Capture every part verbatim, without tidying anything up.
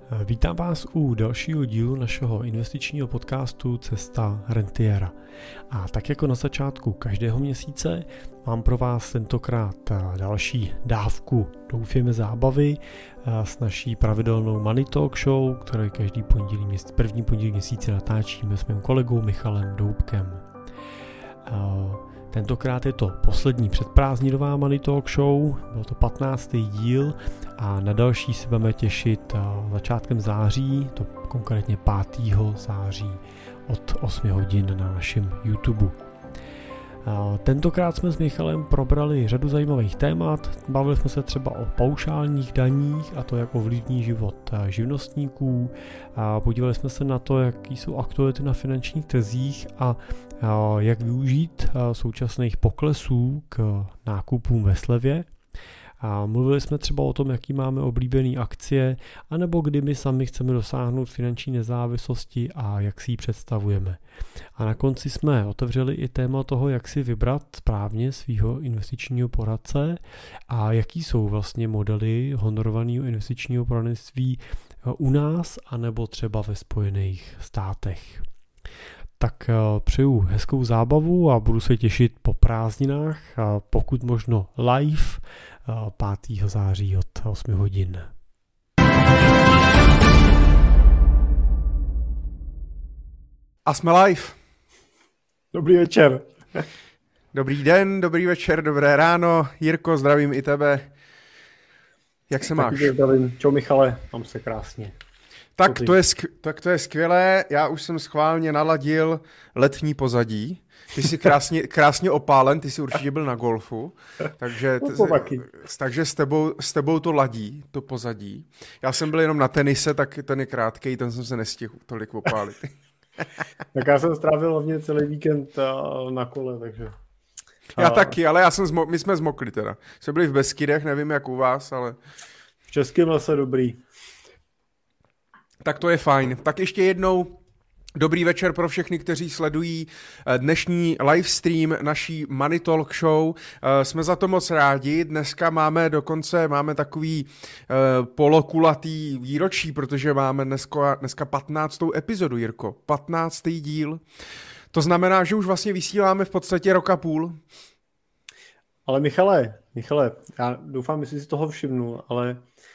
Vítám vás u dalšího dílu našeho investičního podcastu Cesta rentiera. A tak jako na začátku každého měsíce mám pro vás tentokrát další dávku, doufejme, zábavy s naší pravidelnou Money Talk Show, kterou každý pondělí, měsíc, první pondělí měsíce natáčíme s mým kolegou Michalem Doubkem. Tentokrát je to poslední předprázdninová Money Talk Show, byl to patnáctý díl a na další se budeme těšit začátkem září, to konkrétně pátého září od osmi hodin na našem YouTube. Tentokrát jsme s Michalem probrali řadu zajímavých témat, bavili jsme se třeba o paušálních daních a to, jak ovlivní život živnostníků, a podívali jsme se na to, jaký jsou aktuality na finančních trzích a jak využít současných poklesů k nákupům ve slevě. A mluvili jsme třeba o tom, jaký máme oblíbené akcie, anebo kdy my sami chceme dosáhnout finanční nezávislosti a jak si ji představujeme. A na konci jsme otevřeli i téma toho, jak si vybrat správně svého investičního poradce a jaký jsou vlastně modely honorovaného investičního poradenství u nás, anebo třeba ve Spojených státech. Tak přeju hezkou zábavu a budu se těšit po prázdninách, pokud možno live pátého září od osmi hodin. A jsme live. Dobrý večer. Dobrý den, dobrý večer, dobré ráno. Jirko, zdravím i tebe. Jak se máš? Taky zdravím. Čau Michale, mám se krásně. Tak to, je skv- tak to je skvělé, já už jsem schválně naladil letní pozadí. Ty jsi krásně, krásně opálen, ty jsi určitě byl na golfu, takže, no takže s, tebou, s tebou to ladí, to pozadí. Já jsem byl jenom na tenise, tak ten je krátkej, ten jsem se nestihl tolik opálit. Tak já jsem strávil hlavně celý víkend na kole, takže... Já a... taky, ale já jsem zmo- my jsme zmokli teda. Jsme byli v Beskydech, nevím jak u vás, ale... V českém lese dobrý. Tak to je fajn. Tak ještě jednou dobrý večer pro všechny, kteří sledují dnešní livestream naší Money Talk Show. Jsme za to moc rádi. Dneska máme dokonce máme takový polokulatý výročí, protože máme dneska, dneska patnáctou epizodu, Jirko. patnáctý díl. To znamená, že už vlastně vysíláme v podstatě rok a půl. Ale Michale, Michale, já doufám, že jsi si toho všimnul, ale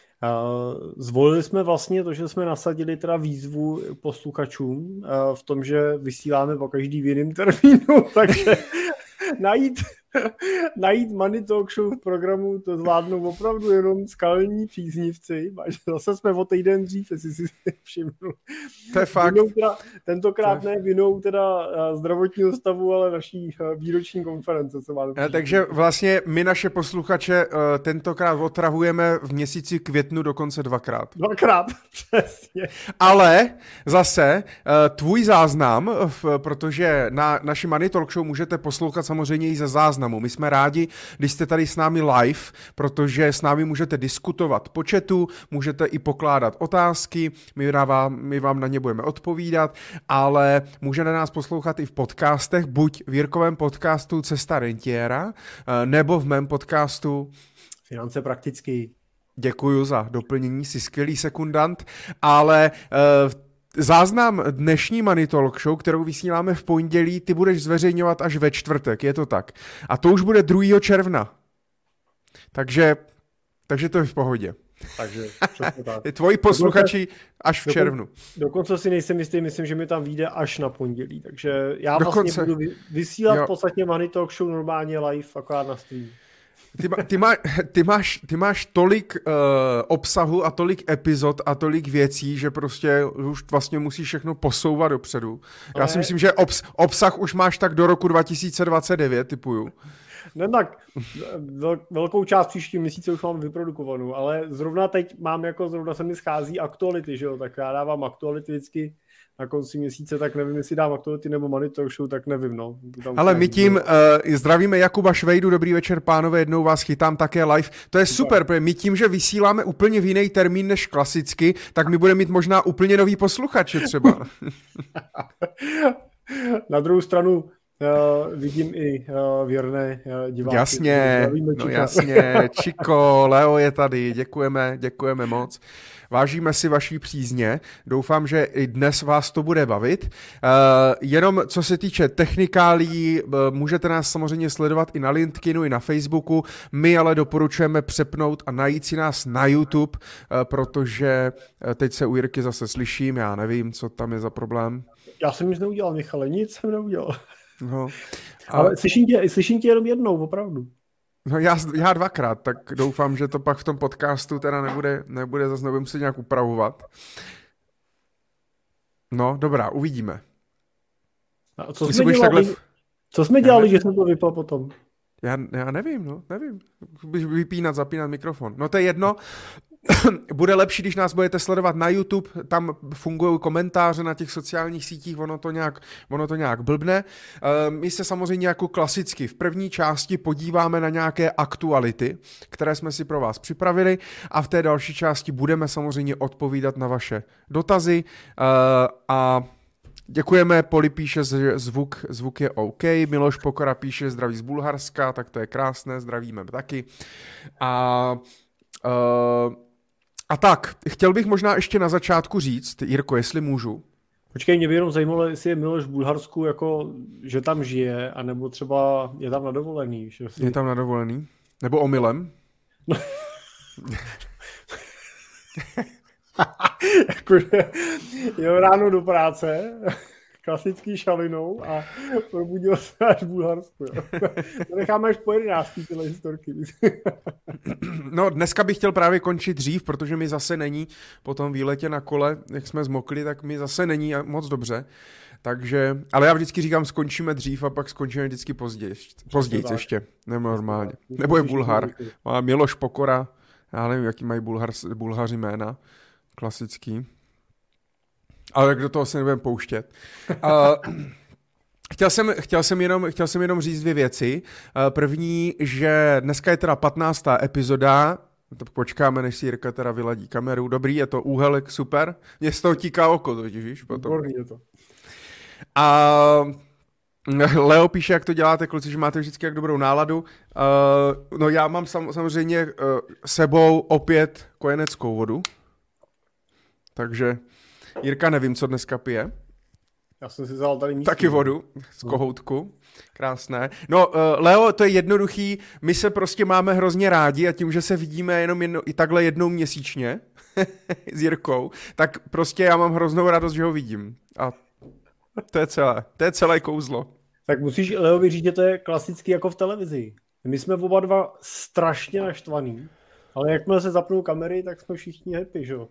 Uh, zvolili jsme vlastně to, že jsme nasadili teda výzvu posluchačům uh, v tom, že vysíláme po každý v jiném termínu, takže najít, najít Money Talk Show v programu to zvládnou opravdu jenom skalní příznivci. Zase jsme o týden dřív, jestli si všimnul. To je fakt. Teda, tentokrát ne vinou teda zdravotního stavu, ale naší výroční konference. Co máme ja, takže vlastně my naše posluchače uh, tentokrát otravujeme v měsíci květnu dokonce dvakrát. Dvakrát, přesně. Ale zase uh, tvůj záznam, v, protože na naši Money Talk Show můžete poslouchat samozřejmě i ze záznamu. My jsme rádi, když jste tady s námi live, protože s námi můžete diskutovat po chatu, můžete i pokládat otázky, my vám, my vám na ně budeme odpovídat, ale můžete nás poslouchat i v podcastech, buď v Jirkovém podcastu Cesta rentiera, nebo v mém podcastu Finance prakticky. Děkuju za doplnění, jsi skvělý sekundant, ale uh, záznam dnešní Money Talk Show, kterou vysíláme v pondělí, ty budeš zveřejňovat až ve čtvrtek, je to tak. A to už bude druhého června. Takže, takže to je v pohodě. Takže tak. Tvoji posluchači až v červnu. Dokonce si nejsem jistý, myslím, že mi tam vyjde až na pondělí. Takže já dokonce vlastně budu vysílat jo. v podstatě Money Talk Show normálně live, akorát na stream. Ty, má, ty, má, ty, máš, ty máš tolik uh, obsahu a tolik epizod a tolik věcí, že prostě už vlastně musíš všechno posouvat dopředu. Ale... Já si myslím, že obs, obsah už máš tak do roku dva tisíce dvacet devět, typuju. No tak, vel, velkou část příští měsíce už mám vyprodukovanou, ale zrovna teď mám jako, zrovna se mi schází aktuality, že jo, tak já dávám aktuality vždycky na konci měsíce, tak nevím, jestli dám aktuality nebo Money Talk Show, tak nevím, no. Tam ale my tím uh, zdravíme Jakuba Švejdu, dobrý večer, pánové, jednou vás chytám také live. To je super, protože my tím, že vysíláme úplně v jiný termín než klasicky, tak my budeme mít možná úplně nový posluchače třeba. Na druhou stranu Uh, vidím i uh, věrné uh, diváky. Jasně, no jasně, Čiko, Leo je tady, děkujeme, děkujeme moc. vážíme si vaší přízně, doufám, že i dnes vás to bude bavit. Uh, jenom co se týče technikálí, uh, můžete nás samozřejmě sledovat i na LinkedInu, i na Facebooku, my ale doporučujeme přepnout a najít si nás na YouTube, uh, protože uh, teď se u Jirky zase slyším, já nevím, co tam je za problém. Já jsem nic neudělal, Michale, nic jsem neudělal. No, a... Ale slyším tě, slyším tě jenom jednou, opravdu. No já, já dvakrát, tak doufám, že to pak v tom podcastu teda nebude, nebude zase nebudem se nějak upravovat. No, dobrá, uvidíme. A co, jsme dělali, takhle... co jsme dělali, že jsem to vypal potom? Já, já nevím, no, nevím. Vypínat, zapínat mikrofon. No to je jedno. Bude lepší, když nás budete sledovat na YouTube, tam fungují komentáře na těch sociálních sítích, ono to nějak, ono to nějak blbne. My se samozřejmě jako klasicky v první části podíváme na nějaké aktuality, které jsme si pro vás připravili a v té další části budeme samozřejmě odpovídat na vaše dotazy a děkujeme, Poli píše, že zvuk, zvuk je OK, Miloš Pokora píše zdraví z Bulharska, tak to je krásné, zdravíme taky. A uh, A tak, chtěl bych možná ještě na začátku říct, Jirko, jestli můžu. Počkej, mě by jenom zajímalo, jestli je Miloš v Bulharsku, jako, že tam žije, anebo třeba je tam na dovolený. Že si... Je tam na dovolený? Nebo omylem? No. Jakože jel ráno do práce, klasický šalinou a probudil se až v Bulharsku. Jo. To necháme až po jedenáctý tyhle historky. No dneska bych chtěl právě končit dřív, protože mi zase není po tom výletě na kole, jak jsme zmokli, tak mi zase není moc dobře. Takže, ale já vždycky říkám, skončíme dřív a pak skončíme vždycky později. Později ještě, nebo normálně. Nebo je Bulhar. Má Miloš Pokora, já nevím, jaký mají Bulhar, Bulhaři jména, klasický. Ale tak do toho se nebudeme pouštět. Uh, chtěl, jsem, chtěl, jsem jenom, chtěl jsem jenom říct dvě věci. Uh, první, že dneska je teda patnáctá epizoda, to počkáme, než si Jirka teda vyladí kameru. Dobrý, je to úhelek, super. Mně z toho tíká oko, totiž, víš? Potom. Je to. A Leo píše, jak to děláte, kluci, že máte vždycky jak dobrou náladu. Uh, no já mám sam, samozřejmě uh, sebou opět kojeneckou vodu. Takže Jirka nevím, co dneska pije. Já jsem si vzal tady místní. Taky vodu z kohoutku. Krásné. No, uh, Leo, to je jednoduchý. My se prostě máme hrozně rádi a tím, že se vidíme jenom jedno, i takhle jednou měsíčně s Jirkou, tak prostě já mám hroznou radost, že ho vidím. A to je celé. To je celé kouzlo. Tak musíš Leovi říct, že to je klasicky jako v televizi. My jsme oba dva strašně naštvaný, ale jakmile se zapnou kamery, tak jsme všichni happy, že jo?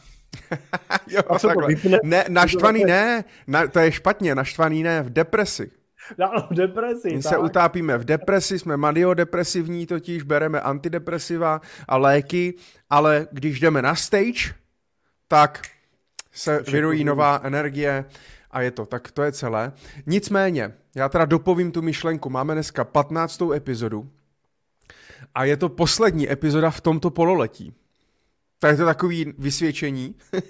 Jo, ne, naštvaný ne, na, to je špatně, naštvaný ne, v depresi. No, v depresi, My tak. se utápíme v depresi, jsme maniodepresivní, totiž bereme antidepresiva a léky, ale když jdeme na stage, tak se vyrojí nová energie a je to, tak to je celé. Nicméně, já teda dopovím tu myšlenku, máme dneska patnáctou epizodu a je to poslední epizoda v tomto pololetí. Tak je to takový vysvědčení.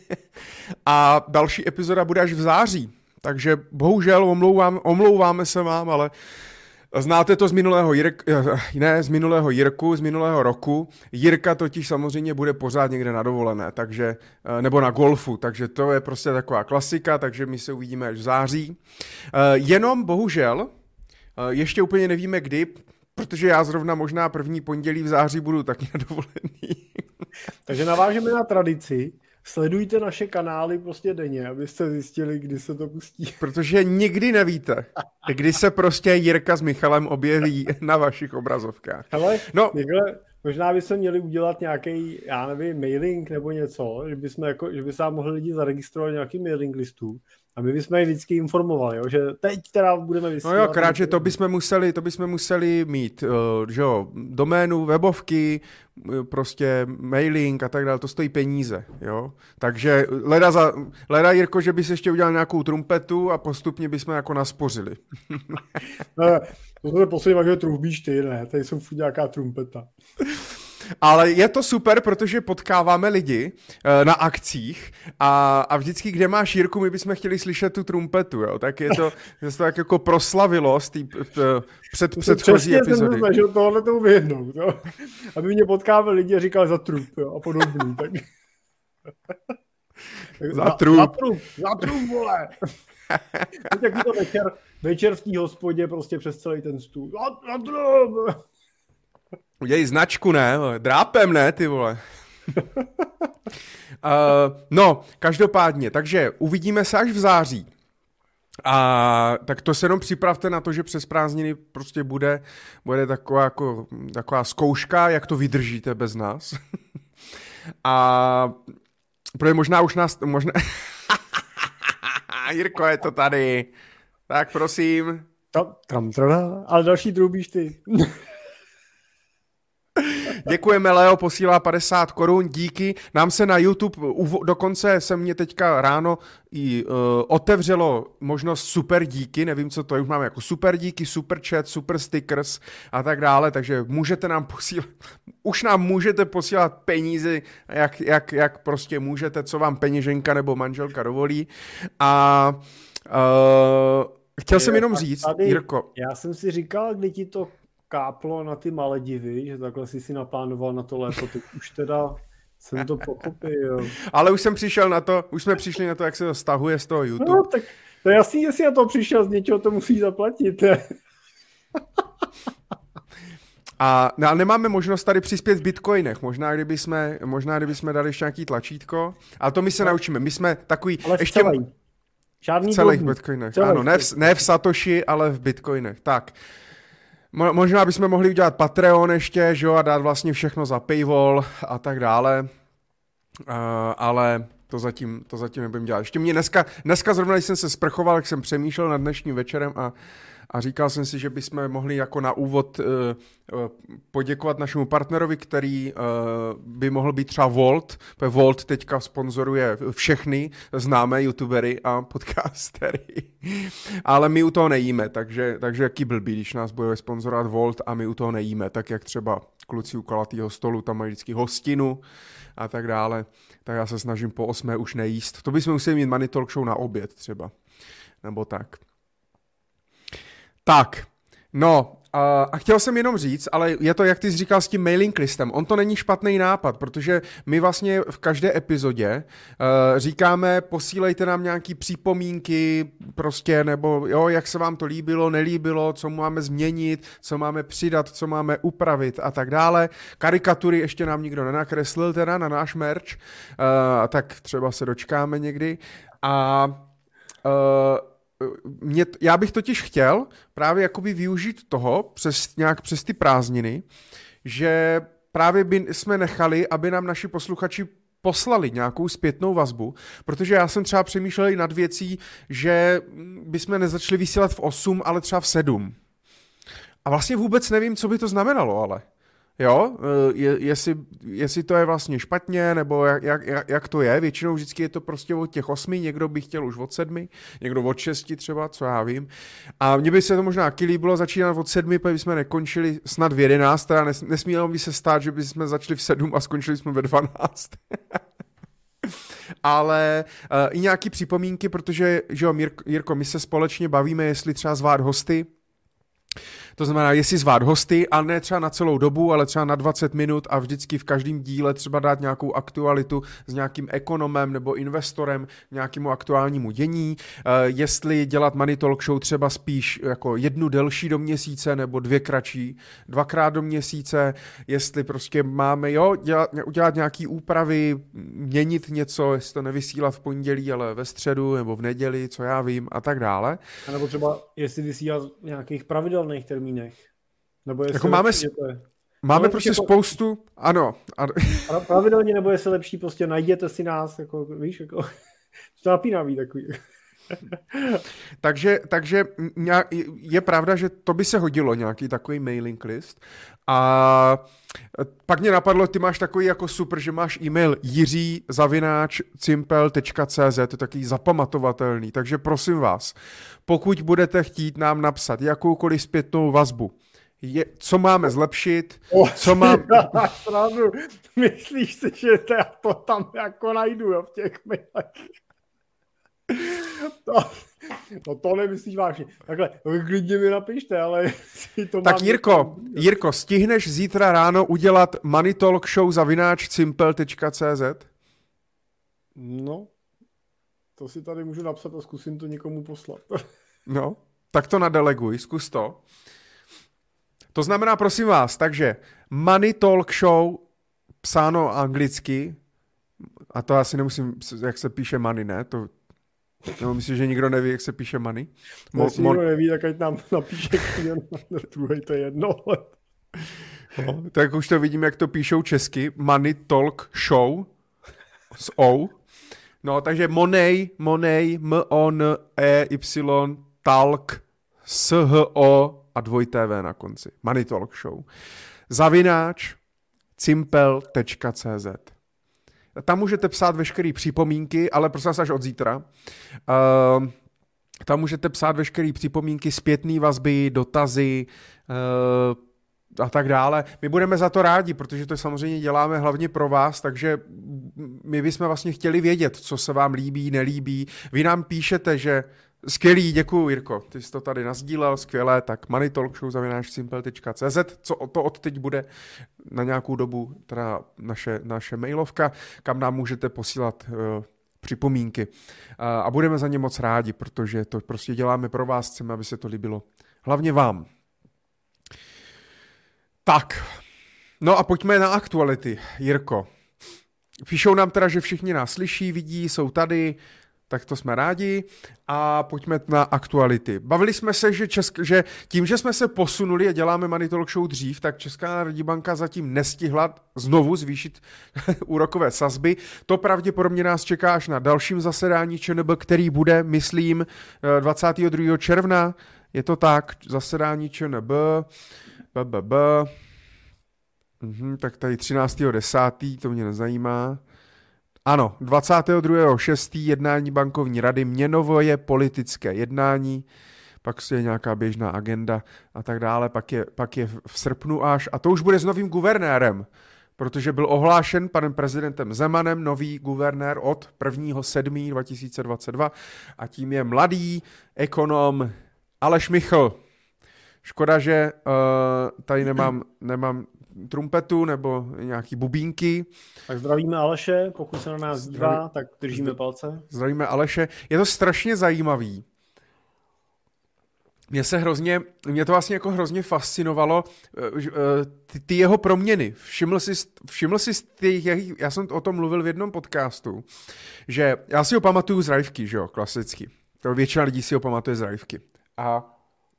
A další epizoda bude až v září. Takže bohužel omlouvám, omlouváme se vám, ale znáte to z minulého, Jirk, ne, z minulého Jirku, z minulého roku. Jirka totiž samozřejmě bude pořád někde na dovolené, takže, nebo na golfu, takže to je prostě taková klasika, takže my se uvidíme až v září. Jenom bohužel, ještě úplně nevíme kdy, protože já zrovna možná první pondělí v září budu taky na dovolený. Takže navážeme na tradici. Sledujte naše kanály prostě denně, abyste zjistili, kdy se to pustí. Protože nikdy nevíte, kdy se prostě Jirka s Michalem objeví na vašich obrazovkách. Hele, no. Někde, možná bychom měli udělat nějaký, já nevím, mailing nebo něco, že bychom jako, že by se mohli lidi zaregistrovat nějaký mailing listů. A my bychom je vždycky informovali, jo, že teď teda budeme vysílat. No jo, krát, že to bychom museli, to bychom museli mít, uh, že jo, doménu, webovky, prostě mailing a tak dále, to stojí peníze, jo. Takže leda, za, leda Jirko, že bys ještě udělal nějakou trumpetu a postupně bychom jako naspořili. Ne, to jsme posledně že truhbíš ty, ne, tady jsou furt nějaká trumpeta. Ale je to super, protože potkáváme lidi uh, na akcích a, a vždycky, kde máš Jirku, my bychom chtěli slyšet tu trumpetu, jo? Tak je to, je to tak jako proslavilo z té před, předchozí epizody. Přesně jsem se snažil tohle tomu vyjednout, jo? Aby mě potkávali lidi a říkali za trup, jo? A podobný, tak... Za trup. Za trup, za trup, vole. Taky to večer, večer v té hospodě prostě přes celý ten stůl. Za, za trup. Udělej značku, ne? Drápem, ne, ty vole. uh, no, každopádně, takže uvidíme se až v září. A tak to se jenom připravte na to, že přes prázdniny prostě bude, bude taková, jako, taková zkouška, jak to vydržíte bez nás. A protože možná už nás... Možná... Jirko, je to tady. Tak prosím. Tam, tam, tam, ale další trubíš ty. Děkujeme, Leo, posílá padesát korun, díky. Nám se na YouTube, dokonce se mě teďka ráno i uh, otevřelo možnost super díky, nevím, co to je, už máme jako super díky, super chat, super stickers a tak dále, takže můžete nám posílat, už nám můžete posílat peníze, jak, jak, jak prostě můžete, co vám peněženka nebo manželka dovolí. A uh, chtěl jsem jenom říct, tady, Jirko. Já jsem si říkal, kdy ti to káplo na ty Maledivy, že takhle jsi si naplánoval na to léto, tak už teda jsem to pochopil. Ale už jsem přišel na to, už jsme přišli na to, jak se to stahuje z toho YouTube. No, tak to je jasný, jestli na to přišel, z něčeho to musí zaplatit. A no, nemáme možnost tady přispět v bitcoinech, možná kdyby jsme, možná kdyby jsme dali ještě nějaký tlačítko, ale to my se no. naučíme, my jsme takový... Ale v ještě celý. V celých bitcoinech, celý. Ano, ne v, ne v Satoshi, ale v bitcoinech, tak... Možná bychom mohli udělat Patreon ještě, že jo, a dát vlastně všechno za paywall a tak dále, uh, ale to zatím, to zatím nebudem dělat. Ještě mě dneska, dneska zrovna, když jsem se sprchoval, jak jsem přemýšlel nad dnešním večerem a, a říkal jsem si, že bychom mohli jako na úvod uh, uh, poděkovat našemu partnerovi, který uh, by mohl být třeba Volt, protože Volt teďka sponzoruje všechny známé youtubery a podcastery, ale my u toho nejíme, takže, takže jaký blbý, když nás bude sponzorovat Volt a my u toho nejíme, tak jak třeba kluci u kulatýho stolu, tam mají vždycky hostinu a tak dále, tak já se snažím po osmé už nejíst. To bychom museli mít Money Talk Show na oběd třeba, nebo tak. Tak, no uh, a chtěl jsem jenom říct, ale je to, jak ty jsi říkal s tím mailing listem, on to není špatný nápad, protože my vlastně v každé epizodě uh, říkáme, posílejte nám nějaký připomínky prostě, nebo jo, jak se vám to líbilo, nelíbilo, co máme změnit, co máme přidat, co máme upravit a tak dále. Karikatury ještě nám nikdo nenakreslil teda na náš merch, uh, tak třeba se dočkáme někdy a... Uh, Mě, já bych totiž chtěl právě jakoby využít toho přes, nějak přes ty prázdniny, že právě by jsme nechali, aby nám naši posluchači poslali nějakou zpětnou vazbu, protože já jsem třeba přemýšlel i nad věcí, že bychom nezačali vysílat v osm, ale třeba v sedm. A vlastně vůbec nevím, co by to znamenalo, ale... Jo, je, jestli, jestli to je vlastně špatně, nebo jak, jak, jak to je, většinou vždycky je to prostě od těch osmi, někdo by chtěl už od sedmi, někdo od šesti třeba, co já vím. A mně by se to možná líbilo začínat od sedmi, protože jsme nekončili snad v jedenáct, teda nes, nesmělo by se stát, že by jsme začali v sedm a skončili jsme ve dvanáct. Ale uh, i nějaký připomínky, protože, že jo, Jirko, Jirko, my se společně bavíme, jestli třeba zvát hosty. To znamená, jestli zvát hosty, a ne třeba na celou dobu, ale třeba na dvacet minut a vždycky v každém díle třeba dát nějakou aktualitu s nějakým ekonomem nebo investorem nějakému aktuálnímu dění, uh, jestli dělat Money Talk Show třeba spíš jako jednu delší do měsíce nebo dvě kratší, dvakrát do měsíce, jestli prostě máme, jo, dělat, udělat nějaký úpravy, měnit něco, jestli to nevysílat v pondělí, ale ve středu nebo v neděli, co já vím a tak dále. A nebo třeba jestli vysílat v nějakých pravidelných termínech. Nebo jestli jako máme, lepší, je... máme no, prostě jako... spoustu, ano. ano. Pravidelně, nebo jestli lepší, prostě najděte si nás, jako, víš, jako, to napínavý takový. takže, takže je pravda, že to by se hodilo nějaký takový mailing list a pak mě napadlo, ty máš takový jako super, že máš e-mail jiří zavináč cimpel tečka cé zet, to je takový zapamatovatelný, takže prosím vás, pokud budete chtít nám napsat jakoukoliv zpětnou vazbu, je, co máme zlepšit, oh, co mám... Sradu. Myslíš si, že to, já to tam jako najdu, jo, v těch mailech? To, no to nemyslíš vážně. Takhle, klidně mi napište, ale... To tak Jirko, Jirko, stihneš zítra ráno udělat Money Talk Show zavináč cimpel tečka cé zet? No, to si tady můžu napsat a zkusím to někomu poslat. No, tak to nadeleguj, zkus to. To znamená, prosím vás, takže Money Talk Show, psáno anglicky, a to asi nemusím, jak se píše money, ne? To, nebo myslím, že nikdo neví, jak se píše money. Mo, Jestli mon... nikdo neví, tak ať nám napíše druhý, to je jedno. No, tak už to vidím, jak to píšou česky. Money Talk Show s O. No, takže Money, Money, M-O-N-E-Y, Talk, S-H-O a dvojité V na konci. Money Talk Show. Zavináč cimpel tečka cé zet. Tam můžete psát veškeré připomínky, ale prosím vás až od zítra. Uh, tam můžete psát veškeré připomínky, zpětné vazby, dotazy uh, a tak dále. My budeme za to rádi, protože to samozřejmě děláme hlavně pro vás, takže my bychom vlastně chtěli vědět, co se vám líbí, nelíbí. Vy nám píšete, že skvělý, děkuju, Jirko, ty jsi to tady nasdílel, skvělé, tak money talk show zavináč cimpel tečka cé zet, co to od teď bude na nějakou dobu, teda naše, naše mailovka, kam nám můžete posílat uh, připomínky. Uh, a budeme za ně moc rádi, protože to prostě děláme pro vás, chceme, aby se to líbilo. Hlavně vám. Tak, no a pojďme na aktuality, Jirko. Píšou nám teda, že všichni nás slyší, vidí, jsou tady, tak to jsme rádi a pojďme na aktuality. Bavili jsme se, že, Česk- že tím, že jsme se posunuli a děláme Money Talk Show dřív, tak Česká národní banka zatím nestihla znovu zvýšit úrokové sazby. To pravděpodobně nás čeká až na dalším zasedání ČNB, který bude, myslím, dvacátého druhého června. Je to tak, zasedání ČNB, BBB, mhm, tak tady třináctého desátého to mě nezajímá. Ano, dvacátého druhého šestého jednání bankovní rady, měnové politické jednání, pak je nějaká běžná agenda a tak dále, pak je, pak je v srpnu až, a to už bude s novým guvernérem, protože byl ohlášen panem prezidentem Zemanem nový guvernér od prvního sedmého dva tisíce dvacet dva a tím je mladý ekonom Aleš Michl. Škoda, že uh, tady nemám, nemám trumpetu nebo nějaký bubínky. Tak zdravíme Aleše, pokud se na nás dívá, Zdraví... tak držíme palce. Zdravíme Aleše. Je to strašně zajímavý. Mě se hrozně, mě to vlastně jako hrozně fascinovalo, ty, ty jeho proměny. Všiml jsi, všiml jsi ty, já jsem o tom mluvil v jednom podcastu, že já si ho pamatuju z Rajvky, že jo, klasicky. Většina lidí si ho pamatuje z Rajvky. A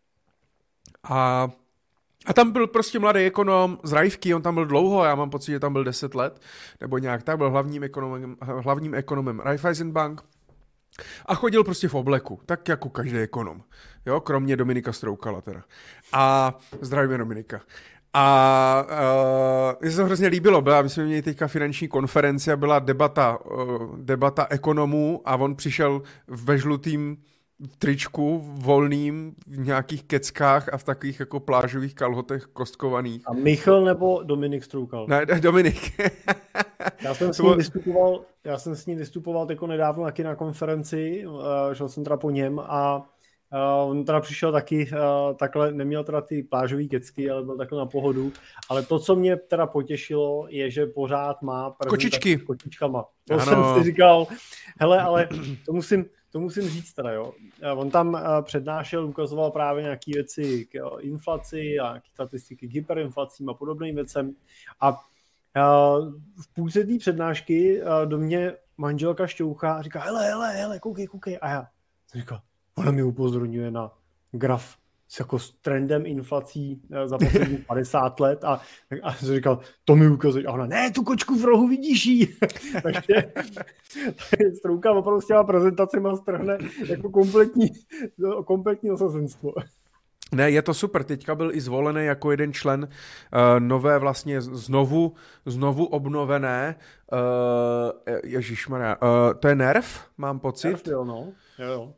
a A tam byl prostě mladý ekonom z Rajvky, on tam byl dlouho, já mám pocit, že tam byl deset let, nebo nějak tak, byl hlavním ekonomem, hlavním ekonomem Raiffeisenbank a chodil prostě v obleku, tak jako každý ekonom, jo, kromě Dominika Stroukala teda. A zdravíme Dominika. A uh, mně se to hrozně líbilo, byla, my jsme měli teďka finanční konferenci a byla debata, uh, debata ekonomů a on přišel ve žlutým v tričku, volným, v nějakých keckách a v takových jako plážových kalhotech kostkovaných. A Michl nebo Dominik Stroukal? Ne, Dominik. já jsem s ním vystupoval, já jsem s ním vystupoval jako nedávno taky na konferenci, uh, šel jsem teda po něm a uh, on teda přišel taky uh, takhle, neměl teda ty plážový kecky, ale byl takhle na pohodu, ale to, co mě teda potěšilo, je, že pořád má kočičky s kočičkama. To ano. Jsem si říkal, hele, ale to musím To musím říct teda, jo. On tam přednášel, ukazoval právě nějaké věci k inflaci a statistiky k hyperinflacím a podobným věcem. A v půlce té přednášky do mě manželka šťouchá a říká, hele, hele, hele, koukej, koukej. A já jsem říkal, ona mi upozorňuje na graf s jako s trendem inflací za posledních padesát let a, a jsem říkal, to mi ukazuje. A ona, ne, tu kočku v rohu, vidíš jí. Takže Strouka opravdu s těma prezentacema strhne jako kompletní, kompletní osazenstvo. Ne, je to super. Teďka byl i zvolený jako jeden člen uh, nové vlastně znovu, znovu obnovené uh, ježišmarja, uh, to je NERV, mám pocit. NERV, jo, no. Jo, jo.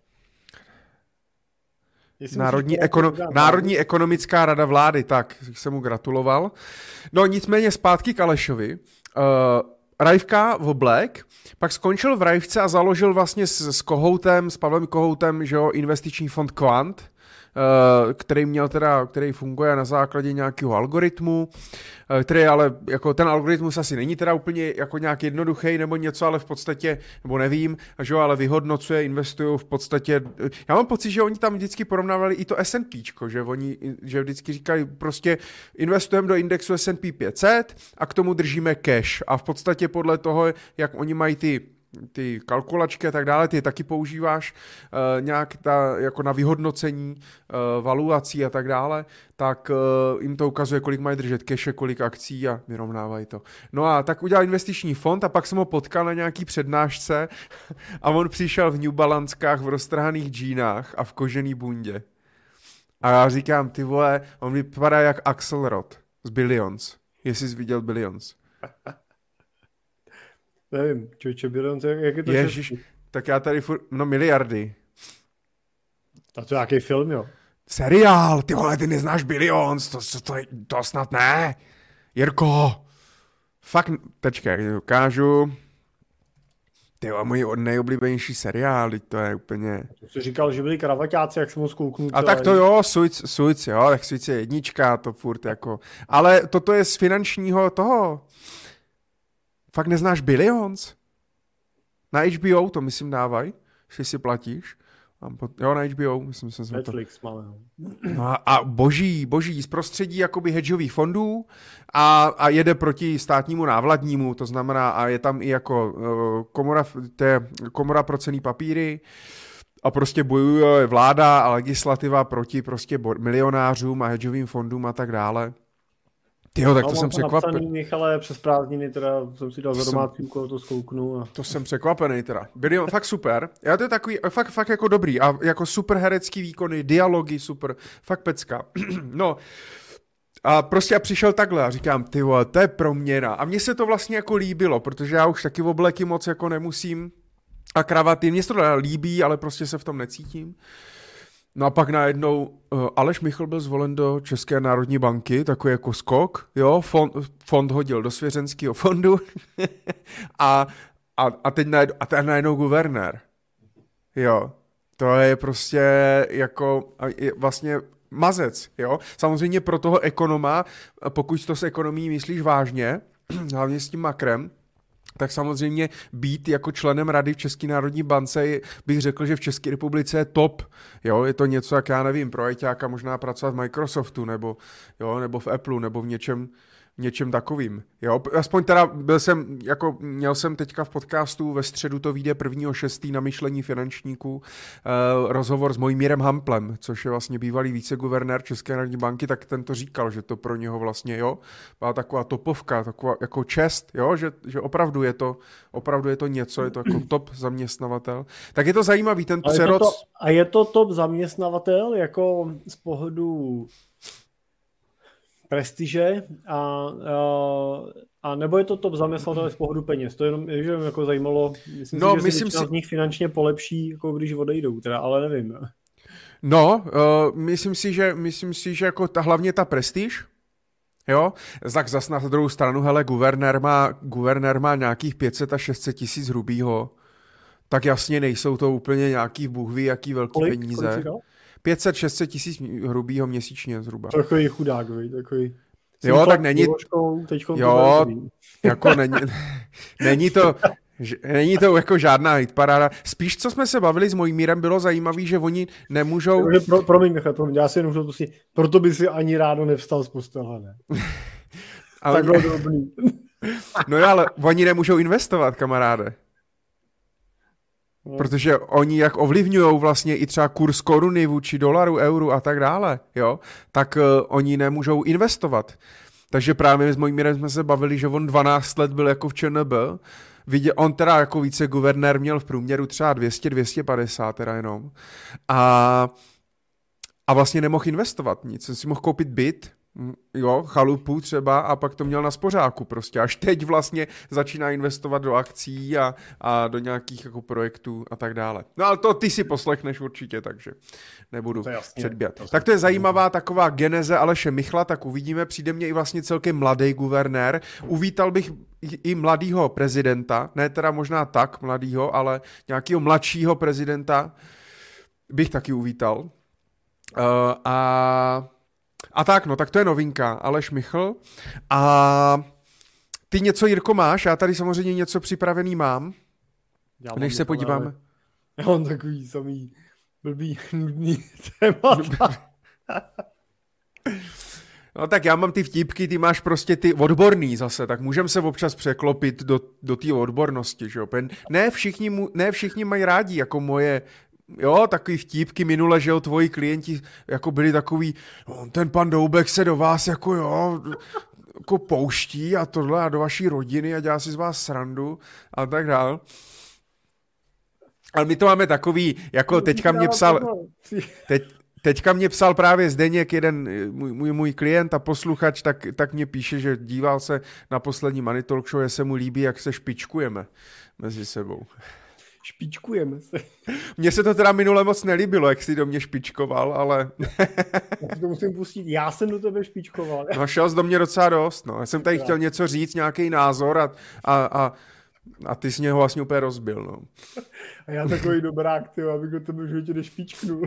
Národní, ekono- Národní ekonomická rada vlády, tak jsem mu gratuloval. No nicméně zpátky k Alešovi. Uh, Rajvka v oblek, pak skončil v Rajvce a založil vlastně s, s Kohoutem, s Pavlem Kohoutem, že jo, investiční fond Quant, který měl teda, který funguje na základě nějakého algoritmu, který ale, jako ten algoritmus asi není teda úplně jako nějak jednoduchý nebo něco, ale v podstatě, nebo nevím, že jo, ale vyhodnocuje, investují v podstatě, já mám pocit, že oni tam vždycky porovnávali i to S and P, že oni, že vždycky říkali, prostě investujeme do indexu S and P pět set a k tomu držíme cash a v podstatě podle toho, jak oni mají ty ty kalkulačky a tak dále, ty taky používáš uh, nějak ta, jako na vyhodnocení uh, valuací a tak dále, tak uh, jim to ukazuje, kolik mají držet cache, kolik akcí a vyrovnávají to. No a tak udělal investiční fond a pak jsem ho potkal na nějaký přednášce a on přišel v New Balanckách, v roztrhaných džínách a v kožený bundě. A já říkám, ty vole, on vypadá jak Axelrod z Billions, jestli jsi viděl Billions. Nevím, čoče, Billions, jak je to Ježiš, český? Tak já tady furt, no miliardy. A to je nějaký film, jo? Seriál, ty vole, ty neznáš Billions, to, to, to, to snad ne. Jirko, fakt, tečka, ukážu. Ty vole, můj nejoblíbenější seriál, to je úplně... To jsi říkal, že byli kravaťáci, jak jsem ho zkouknul. A tak to jo, Suits, Suits, jo, tak Suits je jednička, to furt jako... Ale toto je z finančního toho... Fakt neznáš Billions? Na H B O to myslím dávají, že si platíš. Jo, na H B O, myslím, že jsem Netflix to... máme. No a, a boží, boží z prostředí jakoby hedžových fondů a, a jede proti státnímu návladnímu, to znamená, a je tam i jako uh, komora, to je komora pro cenný papíry a prostě bojuje vláda a legislativa proti prostě milionářům a hedžovým fondům a tak dále. Tyjo, tak no, to jsem překvapený. Napsaný, Michale, přes prázdniny, teda jsem si dal za domácí úkol, to zkouknu. A... To jsem překvapený teda. Byli fakt super. Já to je takový, fakt, fakt jako dobrý a jako super herecký výkony, dialogy super, fakt pecka. No a prostě já přišel takhle a říkám, ty vole, to je proměna. A mně se to vlastně jako líbilo, protože já už taky obleky moc jako nemusím a kravaty, mně se to líbí, ale prostě se v tom necítím. No a pak najednou uh, Aleš Michl byl zvolen do České národní banky, takový jako skok, jo, fond, fond hodil do svěřenského fondu a, a, a teď najednou, a teď najednou guvernér, jo, to je prostě jako je vlastně mazec, jo, samozřejmě pro toho ekonoma, pokud to s ekonomií myslíš vážně, hlavně s tím makrem, tak samozřejmě být jako členem rady v České národní bance bych řekl, že v České republice je top. Jo, je to něco, jak já nevím, pro ajťáka možná pracovat v Microsoftu nebo, jo, nebo v Apple nebo v něčem, něčem takovým. Jo, aspoň teda byl jsem, jako měl jsem teďka v podcastu, ve středu to vyjde prvního šestého na myšlení finančníků, eh, rozhovor s Mojmírem Hamplem, což je vlastně bývalý viceguvernér České národní banky, tak ten to říkal, že to pro něho vlastně, jo, byla taková topovka, taková jako čest, jo, že, že opravdu je to, opravdu je to něco, je to jako top zaměstnavatel. Tak je to zajímavý, ten přerod. A je to top zaměstnavatel, jako z pohledu prestiže a, a, a nebo je to top zaměstnatel z pohledu peněz. To jenom, že mě jako zajímalo, myslím no, si, že myslím se si... z nich finančně polepší, jako když odejdou, teda, ale nevím. No, uh, myslím si, že, myslím si, že jako ta, hlavně ta prestiž, jo, tak zas na druhou stranu, hele, guvernér má, guvernér má nějakých pět set až šest set tisíc hrubýho, tak jasně nejsou to úplně nějaký bůh ví, jaký velký kolik, peníze. Kolik pět set až šest set tisíc hrubýho měsíčně zhruba. Takový chudák, vej, takový... Jo, tak není... Ložkou, jo, jako není... není to... Není to jako žádná hitparáda. Spíš, co jsme se bavili s Mojmírem, bylo zajímavé, že oni nemůžou... Pro, promiň, Michal, promiň, já si jenom to si... Proto by si ani rádo nevstal z postele, ne? Takhle oni... dobrý. No jo, ale oni nemůžou investovat, kamaráde. Protože oni jak ovlivňují vlastně i třeba kurz koruny vůči dolaru, euru a tak dále, jo, tak uh, oni nemůžou investovat. Takže právě s Mojmírem jsme se bavili, že on dvanáct let byl jako v ČNB, viděl, on teda jako viceguvernér měl v průměru třeba dvě stě až dvě stě padesát teda jenom a, a vlastně nemohl investovat nic, si mohl koupit byt, jo, chalupu třeba a pak to měl na spořáku prostě. Až teď vlastně začíná investovat do akcí a, a do nějakých jako projektů a tak dále. No ale to ty si poslechneš určitě, takže nebudu předbíhat. Tak to je zajímavá taková geneze Aleše Michla, tak uvidíme. Přijde mně i vlastně celkem mladý guvernér. Uvítal bych i mladýho prezidenta, ne teda možná tak mladýho, ale nějakého mladšího prezidenta bych taky uvítal. Uh, a, a tak, no, tak to je novinka. Aleš Michl. A ty něco, Jirko, máš? Já tady samozřejmě něco připravený mám. Já Než se podíváme. Ale... Já mám takový samý blbý, nudný témata. No tak já mám ty vtípky, ty máš prostě ty odborný zase, tak můžeme se občas překlopit do, do té odbornosti, že jo. Ne všichni, mu, ne všichni mají rádi, jako moje, jo, takový vtípky minule, že jo, tvoji klienti jako byli takový, no, ten pan Doubek se do vás jako jo, jako pouští a tohle a do vaší rodiny a dělá si z vás srandu a tak dál. Ale my to máme takový, jako teďka mě psal, teď, teďka mě psal právě Zdeněk, jeden můj, můj, můj klient a posluchač, tak, tak mě píše, že díval se na poslední Money Talk Show, že se mu líbí, jak se špičkujeme mezi sebou. Špičkujeme se. Mně se to teda minule moc nelíbilo, jak jsi do mě špičkoval, ale... Já si to musím pustit, já jsem do tebe špičkoval. No šel jsi do mě docela dost, no. Já jsem tady chtěl něco říct, nějaký názor a... a, a A ty jsi mě ho vlastně úplně rozbil, no. A já takový dobrák, tyjo, abych do tebe v životě nešpičknul.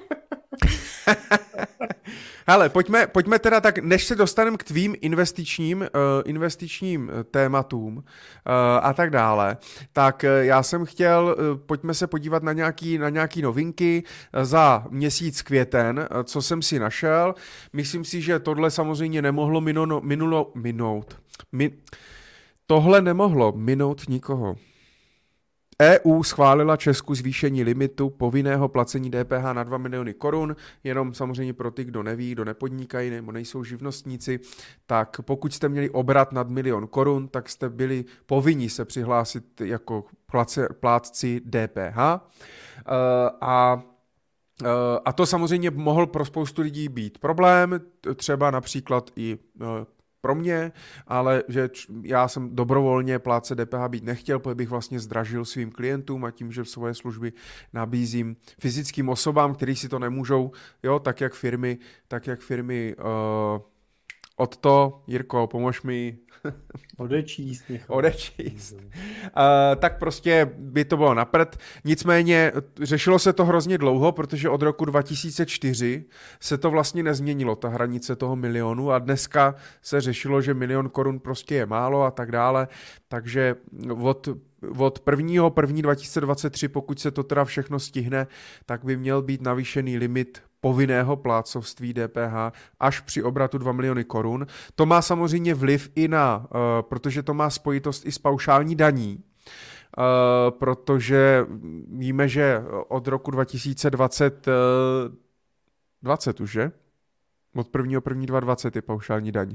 Hele, pojďme, pojďme teda tak, než se dostaneme k tvým investičním, uh, investičním tématům uh, a tak dále, tak uh, já jsem chtěl, uh, pojďme se podívat na nějaký, na nějaký novinky uh, za měsíc květen, uh, co jsem si našel. Myslím si, že tohle samozřejmě nemohlo minulo, minulo, minout. Min, tohle nemohlo minout nikoho. E U schválila Česku zvýšení limitu povinného placení D P H na dva miliony korun, jenom samozřejmě pro ty, kdo neví, kdo nepodnikají nebo nejsou živnostníci, tak pokud jste měli obrat nad milion korun, tak jste byli povinni se přihlásit jako plátci D P H. A A to samozřejmě mohl pro spoustu lidí být problém, třeba například i pro mě, ale že já jsem dobrovolně plátce D P H být nechtěl, protože bych vlastně zdražil svým klientům a tím, že svoje služby nabízím fyzickým osobám, kteří si to nemůžou, jo, tak jak firmy, tak jak firmy uh, od to, Jirko, pomož mi. Odečíst. Odečíst. Uh, tak prostě by to bylo napřed. Nicméně řešilo se to hrozně dlouho, protože od roku dva tisíce čtyři se to vlastně nezměnilo, ta hranice toho milionu a dneska se řešilo, že milion korun prostě je málo a tak dále, takže od od prvního prvního dva tisíce dvacet tři, pokud se to teda všechno stihne, tak by měl být navýšený limit povinného plátcovství D P H až při obratu dva miliony korun. To má samozřejmě vliv i na, uh, protože to má spojitost i s paušální daní, uh, protože víme, že od roku dva tisíce dvacet, uh, dvacet už, že? Od prvního prvního dva tisíce dvacet je paušální daň.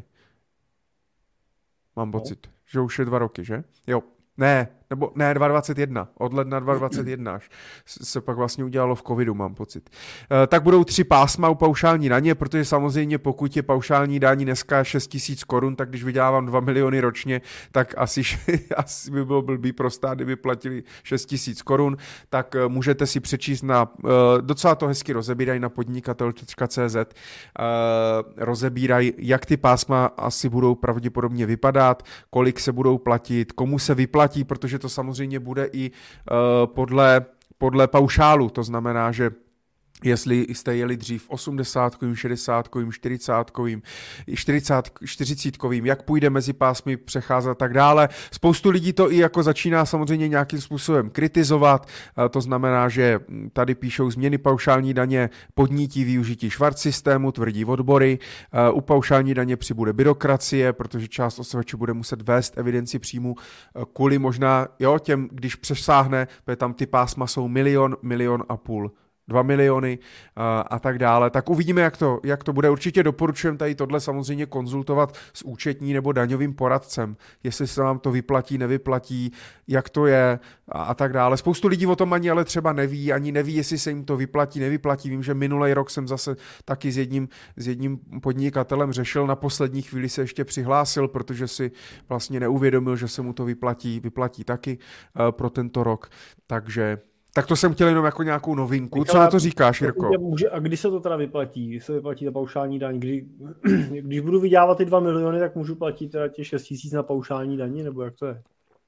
Mám pocit, no. Že už je dva roky, že? Jo. Ne, nebo ne, dva tisíce dvacet jedna, od ledna dva tisíce dvacet jedna až se pak vlastně udělalo v covidu, mám pocit. E, tak budou tři pásma u paušální daně, protože samozřejmě pokud je paušální daň dneska šest tisíc korun, tak když vydělávám dva miliony ročně, tak asi, asi by bylo blbý pro stát, kdyby platili šest tisíc korun, tak e, můžete si přečíst na, e, docela to hezky rozebírají na podnikatel tečka cé zet, e, rozebírají, jak ty pásma asi budou pravděpodobně vypadat, kolik se budou platit, komu se vyplatí, protože že to samozřejmě bude i uh, podle, podle paušálu, to znamená, že jestli jste jeli dřív osmdesátkovým, šedesátkovým, čtyřicátkovým, čtyřicítkovým, jak půjde mezi pásmy přecházet a tak dále. Spoustu lidí to i jako začíná samozřejmě nějakým způsobem kritizovat, to znamená, že tady píšou změny paušální daně podnítí využití švart systému, tvrdí odbory, u paušální daně přibude byrokracie, protože část osvědčů bude muset vést evidenci příjmu kvůli možná, jo, těm, když přesáhne, protože tam ty pásma jsou milion, milion a půl. Dva miliony uh, a tak dále, tak uvidíme, jak to, jak to bude. Určitě doporučujem tady tohle samozřejmě konzultovat s účetní nebo daňovým poradcem, jestli se vám to vyplatí, nevyplatí, jak to je a, a tak dále. Spoustu lidí o tom ani ale třeba neví, ani neví, jestli se jim to vyplatí, nevyplatí. Vím, že minulý rok jsem zase taky s jedním, s jedním podnikatelem řešil, na poslední chvíli se ještě přihlásil, protože si vlastně neuvědomil, že se mu to vyplatí, vyplatí taky uh, pro tento rok, takže tak to jsem chtěl jenom jako nějakou novinku. Co na to říkáš, Jirko? A kdy se to teda vyplatí? Kdy se vyplatí ta paušální daň? Kdy, když budu vydělávat ty dva miliony, tak můžu platit teda těch šest tisíc na paušální daní? Nebo jak to je?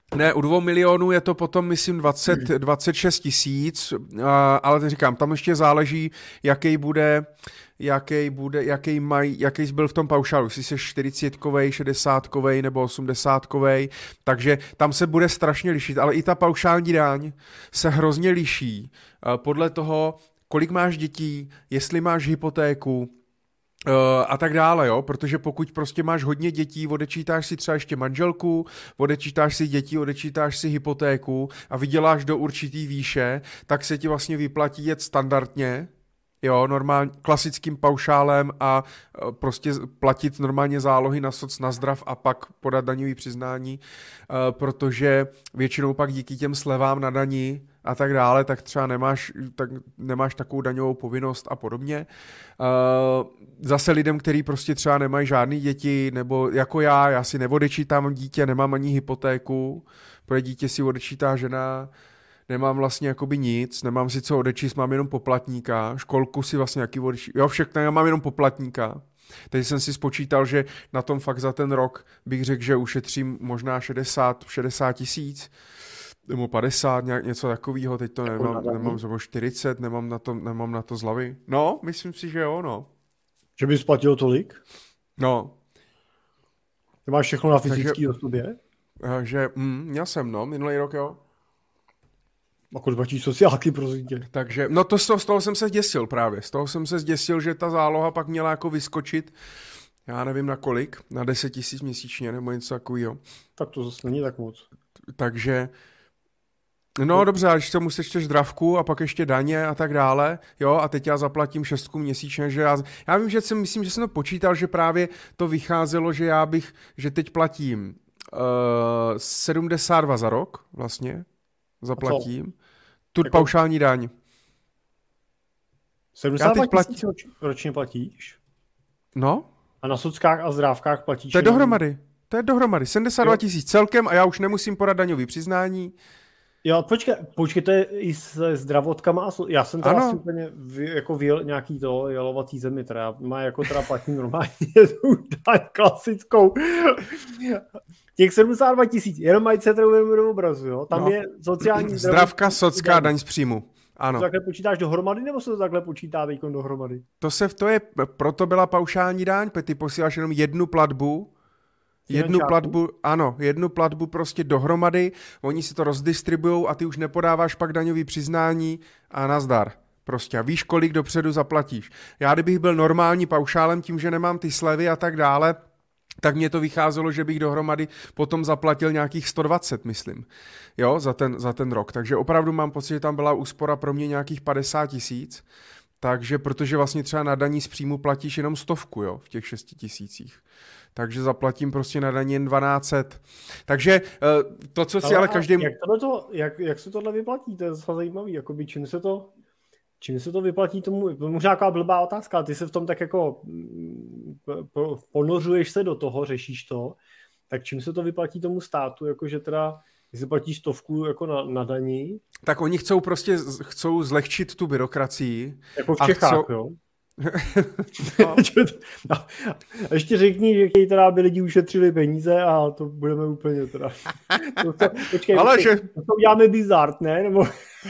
Ne, u dvou milionů je to potom, myslím, dvacet, dvacet šest tisíc, ale teď říkám, tam ještě záleží, jaký bude, jaký bude, jaký maj, jaký jsi byl v tom paušálu, jestli jsi čtyřicítkovej, šedesátkovej nebo osmdesátkovej, takže tam se bude strašně lišit, ale i ta paušální daň se hrozně liší podle toho, kolik máš dětí, jestli máš hypotéku, Uh, a tak dále, jo, protože pokud prostě máš hodně dětí, odečítáš si třeba ještě manželku, odečítáš si děti, odečítáš si hypotéku a vyděláš do určitý výše, tak se ti vlastně vyplatí jet standardně, jo, normálně klasickým paušálem a uh, prostě platit normálně zálohy na soc, na zdrav a pak podat daňový přiznání, uh, protože většinou pak díky těm slevám na dani a tak dále, tak třeba nemáš, tak nemáš takovou daňovou povinnost a podobně. Uh, zase lidem, kteří prostě třeba nemají žádný děti, nebo jako já, já si neodečítám dítě, nemám ani hypotéku, protože dítě si odečítá žena, nemám vlastně jakoby nic, nemám si co odečíst, mám jenom poplatníka, školku si vlastně jaký odečít, jo, všechno, já mám jenom poplatníka. Takže jsem si spočítal, že na tom fakt za ten rok bych řekl, že ušetřím možná šedesát tisíc, nebo padesát, nějak něco takového, teď to nemám, nemám zhruba čtyřicet, nemám na to, nemám na to z hlavy. No, myslím si, že jo, no. Že bys platil tolik? No. Ty máš všechno na fyzický osobě? Že, mm, měl jsem, no, minulý rok, jo. A kolik platíš sociálky, prosím tě? Takže, no to z toho, z toho jsem se zděsil právě, z toho jsem se zděsil, že ta záloha pak měla jako vyskočit, já nevím na kolik, na deset tisíc měsíčně, nebo něco takového. Tak to zase není tak moc. Takže... No dobře, ale když tomu sečteš dravku a pak ještě daně a tak dále, jo, a teď já zaplatím šestku měsíčně, že já, já vím, že jsem, myslím, že jsem to počítal, že právě to vycházelo, že já bych, že teď platím uh, sedmdesát dva za rok, vlastně, zaplatím, tu jako... paušální daň. sedmdesát dva tisíc ročně platíš? No. A na sockách a zdrávkách platíš? To je dohromady, to je dohromady, sedmdesát dva tisíc celkem a já už nemusím podat daňový přiznání. Jo, počkej, počkej, to je i se zdravotkama. Já jsem teda asi úplně vy, jako vyjel nějaký to jelovatý zemi, teda má jako teda platí normálně tu daň klasickou. Těch sedmdesát dva tisíc, jenom mají se to do obrazu, jo? Tam no. Je sociální... Zdravka, socká, daň z příjmu. Ano. To takhle počítáš dohromady, nebo se to takhle počítá teďkon dohromady? To se v to je, proto byla paušální daň, ty posíláš jenom jednu platbu, Jednu platbu, ano, jednu platbu prostě dohromady, oni si to rozdistribujou a ty už nepodáváš pak daňový přiznání a nazdar. Prostě a víš, kolik dopředu zaplatíš. Já kdybych byl normální paušálem tím, že nemám ty slevy a tak dále, tak mě to vycházelo, že bych dohromady potom zaplatil nějakých sto dvacet, myslím, jo, za ten, za ten rok. Takže opravdu mám pocit, že tam byla úspora pro mě nějakých padesát tisíc, takže protože vlastně třeba na daní z příjmu platíš jenom stovku, jo, v těch šesti tisících. Takže zaplatím prostě na daní jen dvanáct set. Takže to, co si ale, ale každý... Jak, to, jak, jak se tohle vyplatí? To je zase zajímavý. Jakoby, čím se to... Čím se to vyplatí tomu, možná nějaká blbá otázka, ale ty se v tom tak jako ponořuješ se do toho, řešíš to, tak čím se to vyplatí tomu státu, jakože teda, když se platí stovku jako na, na daní. Tak oni chcou prostě, chcou zlehčit tu byrokracii. Jako v Čechách, chcou... jo? no. No. A ještě řekni, že chtějí teda, aby lidi ušetřili peníze a to budeme úplně teda. To, to, počkej, ale počkej, že... to uděláme bizart, ne? Nebo...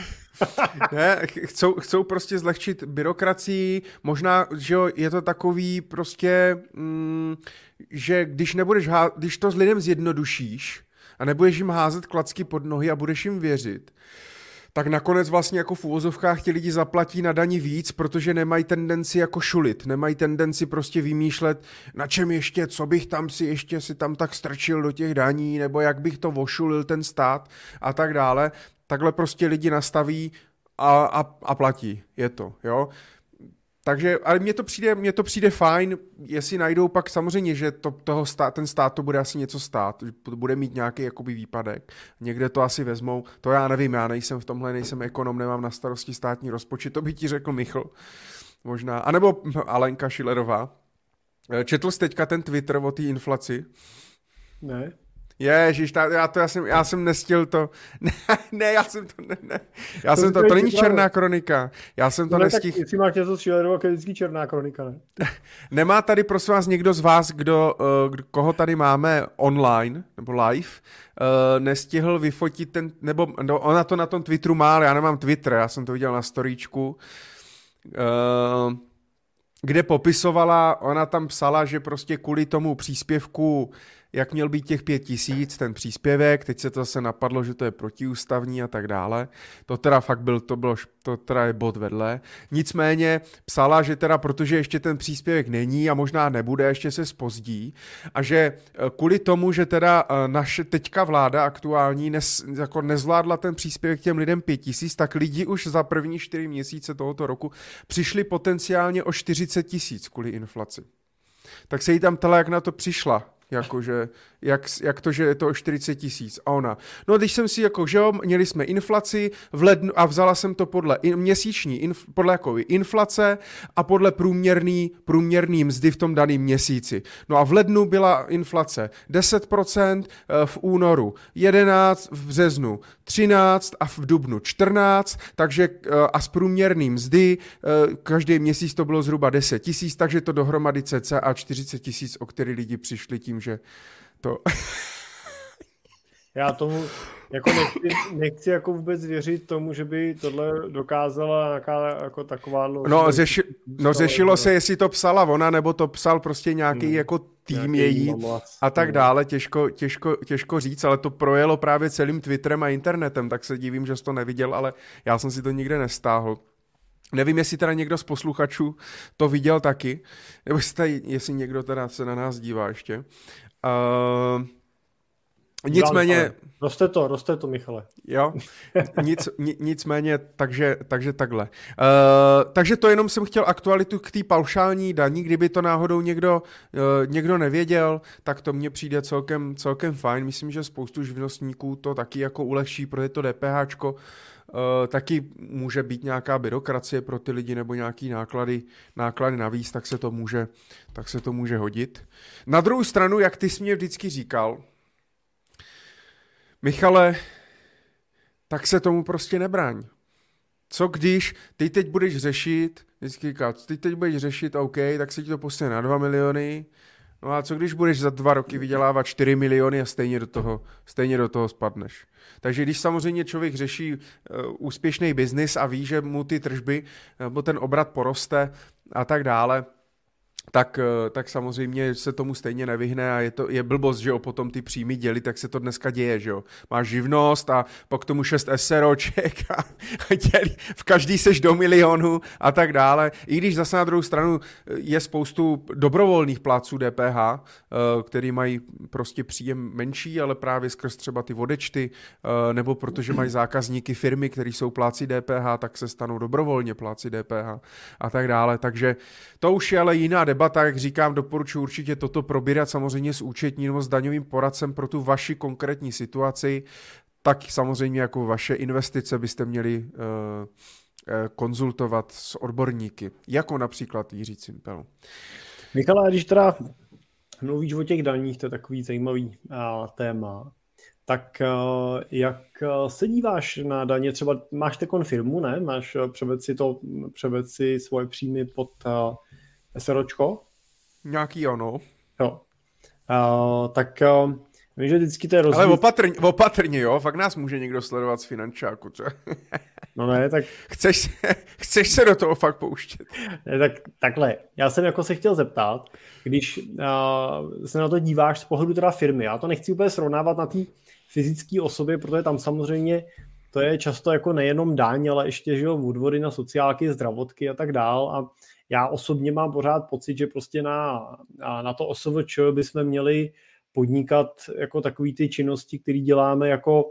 Ne, chcou, chcou prostě zlehčit byrokracii, možná, že jo, je to takový prostě, mm, že když nebudeš, há... když to s lidem zjednodušíš a nebudeš jim házet klacky pod nohy a budeš jim věřit, tak nakonec vlastně jako v uvozovkách ti lidi zaplatí na dani víc, protože nemají tendenci jako šulit, nemají tendenci prostě vymýšlet, na čem ještě, co bych tam si ještě si tam tak strčil do těch daní, nebo jak bych to vošulil ten stát a tak dále. Takhle prostě lidi nastaví a, a, a platí. Je to, jo. Takže, ale mně to přijde, mně to přijde fajn, jestli najdou pak samozřejmě, že to, toho stát, ten stát to bude asi něco stát, bude mít nějaký jakoby výpadek, někde to asi vezmou, to já nevím, já nejsem v tomhle, nejsem ekonom, nemám na starosti státní rozpočet, to by ti řekl Michl, možná, anebo Alenka Schillerová. Četl jsi teďka ten Twitter o té inflaci? Ne. Ježiš, ta, já, to, já, jsem, já jsem nestihl to. Ne, ne, já jsem to... Ne, ne. Já to jsem to, to není černá kronika. Já jsem to no, nestihl. Tak jestli máš něco s Schillerovou, je vždycky černá kronika, ne? Nemá tady, prosím vás, někdo z vás, kdo, uh, koho tady máme online, nebo live, uh, nestihl vyfotit ten, nebo no, ona to na tom Twitteru má, ale já nemám Twitter, já jsem to viděl na storíčku, uh, kde popisovala, ona tam psala, že prostě kvůli tomu příspěvku, jak měl být těch pět tisíc, ten příspěvek, teď se to zase napadlo, že to je protiústavní a tak dále. To teda fakt byl, to bylo, to teda je bod vedle. Nicméně psala, že teda, protože ještě ten příspěvek není a možná nebude, ještě se zpozdí a že kvůli tomu, že teda naše teďka vláda aktuální nes, jako nezvládla ten příspěvek těm lidem pět tisíc, tak lidi už za první čtyři měsíce tohoto roku přišli potenciálně o čtyřicet tisíc kvůli inflaci. Tak se jí tam ptala, jak na to přišla. Jakože, jak, jak to, že je to o čtyřicet tisíc. A ona, no když jsem si, jako, že jo, měli jsme inflaci v lednu a vzala jsem to podle in, měsíční, inf, podle jako inflace a podle průměrný, průměrný mzdy v tom daném měsíci. No a v lednu byla inflace deset procent, v únoru jedenáct procent, v březnu třináct procent a v dubnu čtrnáct procent, takže a z průměrný mzdy každý měsíc to bylo zhruba deset tisíc, takže to dohromady cca čtyřicet tisíc, o který lidi přišli tím, že to... Já tomu jako nechci, nechci jako vůbec věřit tomu, že by tohle dokázala nějaká jako taková... No, řeši, no řešilo se, jestli to psala ona, nebo to psal prostě nějaký hmm. jako tým její a tak dále, těžko, těžko, těžko říct, ale to projelo právě celým Twitterem a internetem, tak se divím, že jsi to neviděl, ale já jsem si to nikde nestáhl. Nevím, jestli teda někdo z posluchačů to viděl taky, nebo jestli, tady, jestli někdo teda se na nás dívá ještě. Uh, nicméně... Roste to, roste to, Michale. Jo, nic, nicméně, takže, takže takhle. Uh, takže to jenom jsem chtěl aktualitu k té paušální daní, kdyby to náhodou někdo, uh, někdo nevěděl, tak to mně přijde celkem, celkem fajn. Myslím, že spoustu živnostníků to taky jako ulehčí, protože to DPHčko Uh, taky může být nějaká byrokracie pro ty lidi nebo nějaký náklady, náklady navíc, tak se to může, tak se to může hodit. Na druhou stranu, jak ty jsi mě vždycky říkal, Michale, tak se tomu prostě nebraň. Co když ty teď budeš řešit, vždycky říkat, ty teď budeš řešit, OK, tak se ti to postane na dva miliony, no a co když budeš za dva roky vydělávat čtyři miliony a stejně do toho, stejně do toho spadneš. Takže když samozřejmě člověk řeší uh, úspěšný biznis a ví, že mu ty tržby nebo ten obrat poroste a tak dále, tak, tak samozřejmě se tomu stejně nevyhne a je to je blbost, že jo, potom ty příjmy dělit, tak se to dneska děje, že jo. Máš živnost a pak tomu šest SROček a dělí, v každý seš do milionu a tak dále. I když zase na druhou stranu je spoustu dobrovolných plátců D P H, který mají prostě příjem menší, ale právě skrz třeba ty odečty, nebo protože mají zákazníky firmy, který jsou pláci D P H, tak se stanou dobrovolně pláci D P H a tak dále. Takže to už je ale jiná debata, jak říkám, doporučuji určitě toto probírat samozřejmě s účetním nebo s daňovým poradcem pro tu vaši konkrétní situaci, tak samozřejmě jako vaše investice byste měli uh, uh, konzultovat s odborníky, jako například Jiří Cimpel. Michale, když teda mluvíš o těch daních, to je takový zajímavý uh, téma, tak uh, jak se díváš na daně? Třeba máš takovou firmu, ne? Máš převed si to, převed si svoje příjmy pod uh, SROčko? Nějaký ano. Jo. Uh, tak uh, vím, že vždycky to je rozdíl. Ale opatrně, opatrně, jo, fakt nás může někdo sledovat z finančáku, co? No ne, tak... Chceš se, chceš se do toho fakt pouštět? Ne, tak takhle, já jsem jako se chtěl zeptat, když uh, se na to díváš z pohledu teda firmy, já to nechci úplně srovnávat na té fyzické osobě, protože tam samozřejmě to je často jako nejenom daň, ale ještě, že jo, odvody na sociálky, zdravotky a tak dál a já osobně mám pořád pocit, že prostě na, na to O S V Č bychom měli podnikat jako takový ty činnosti, které děláme jako,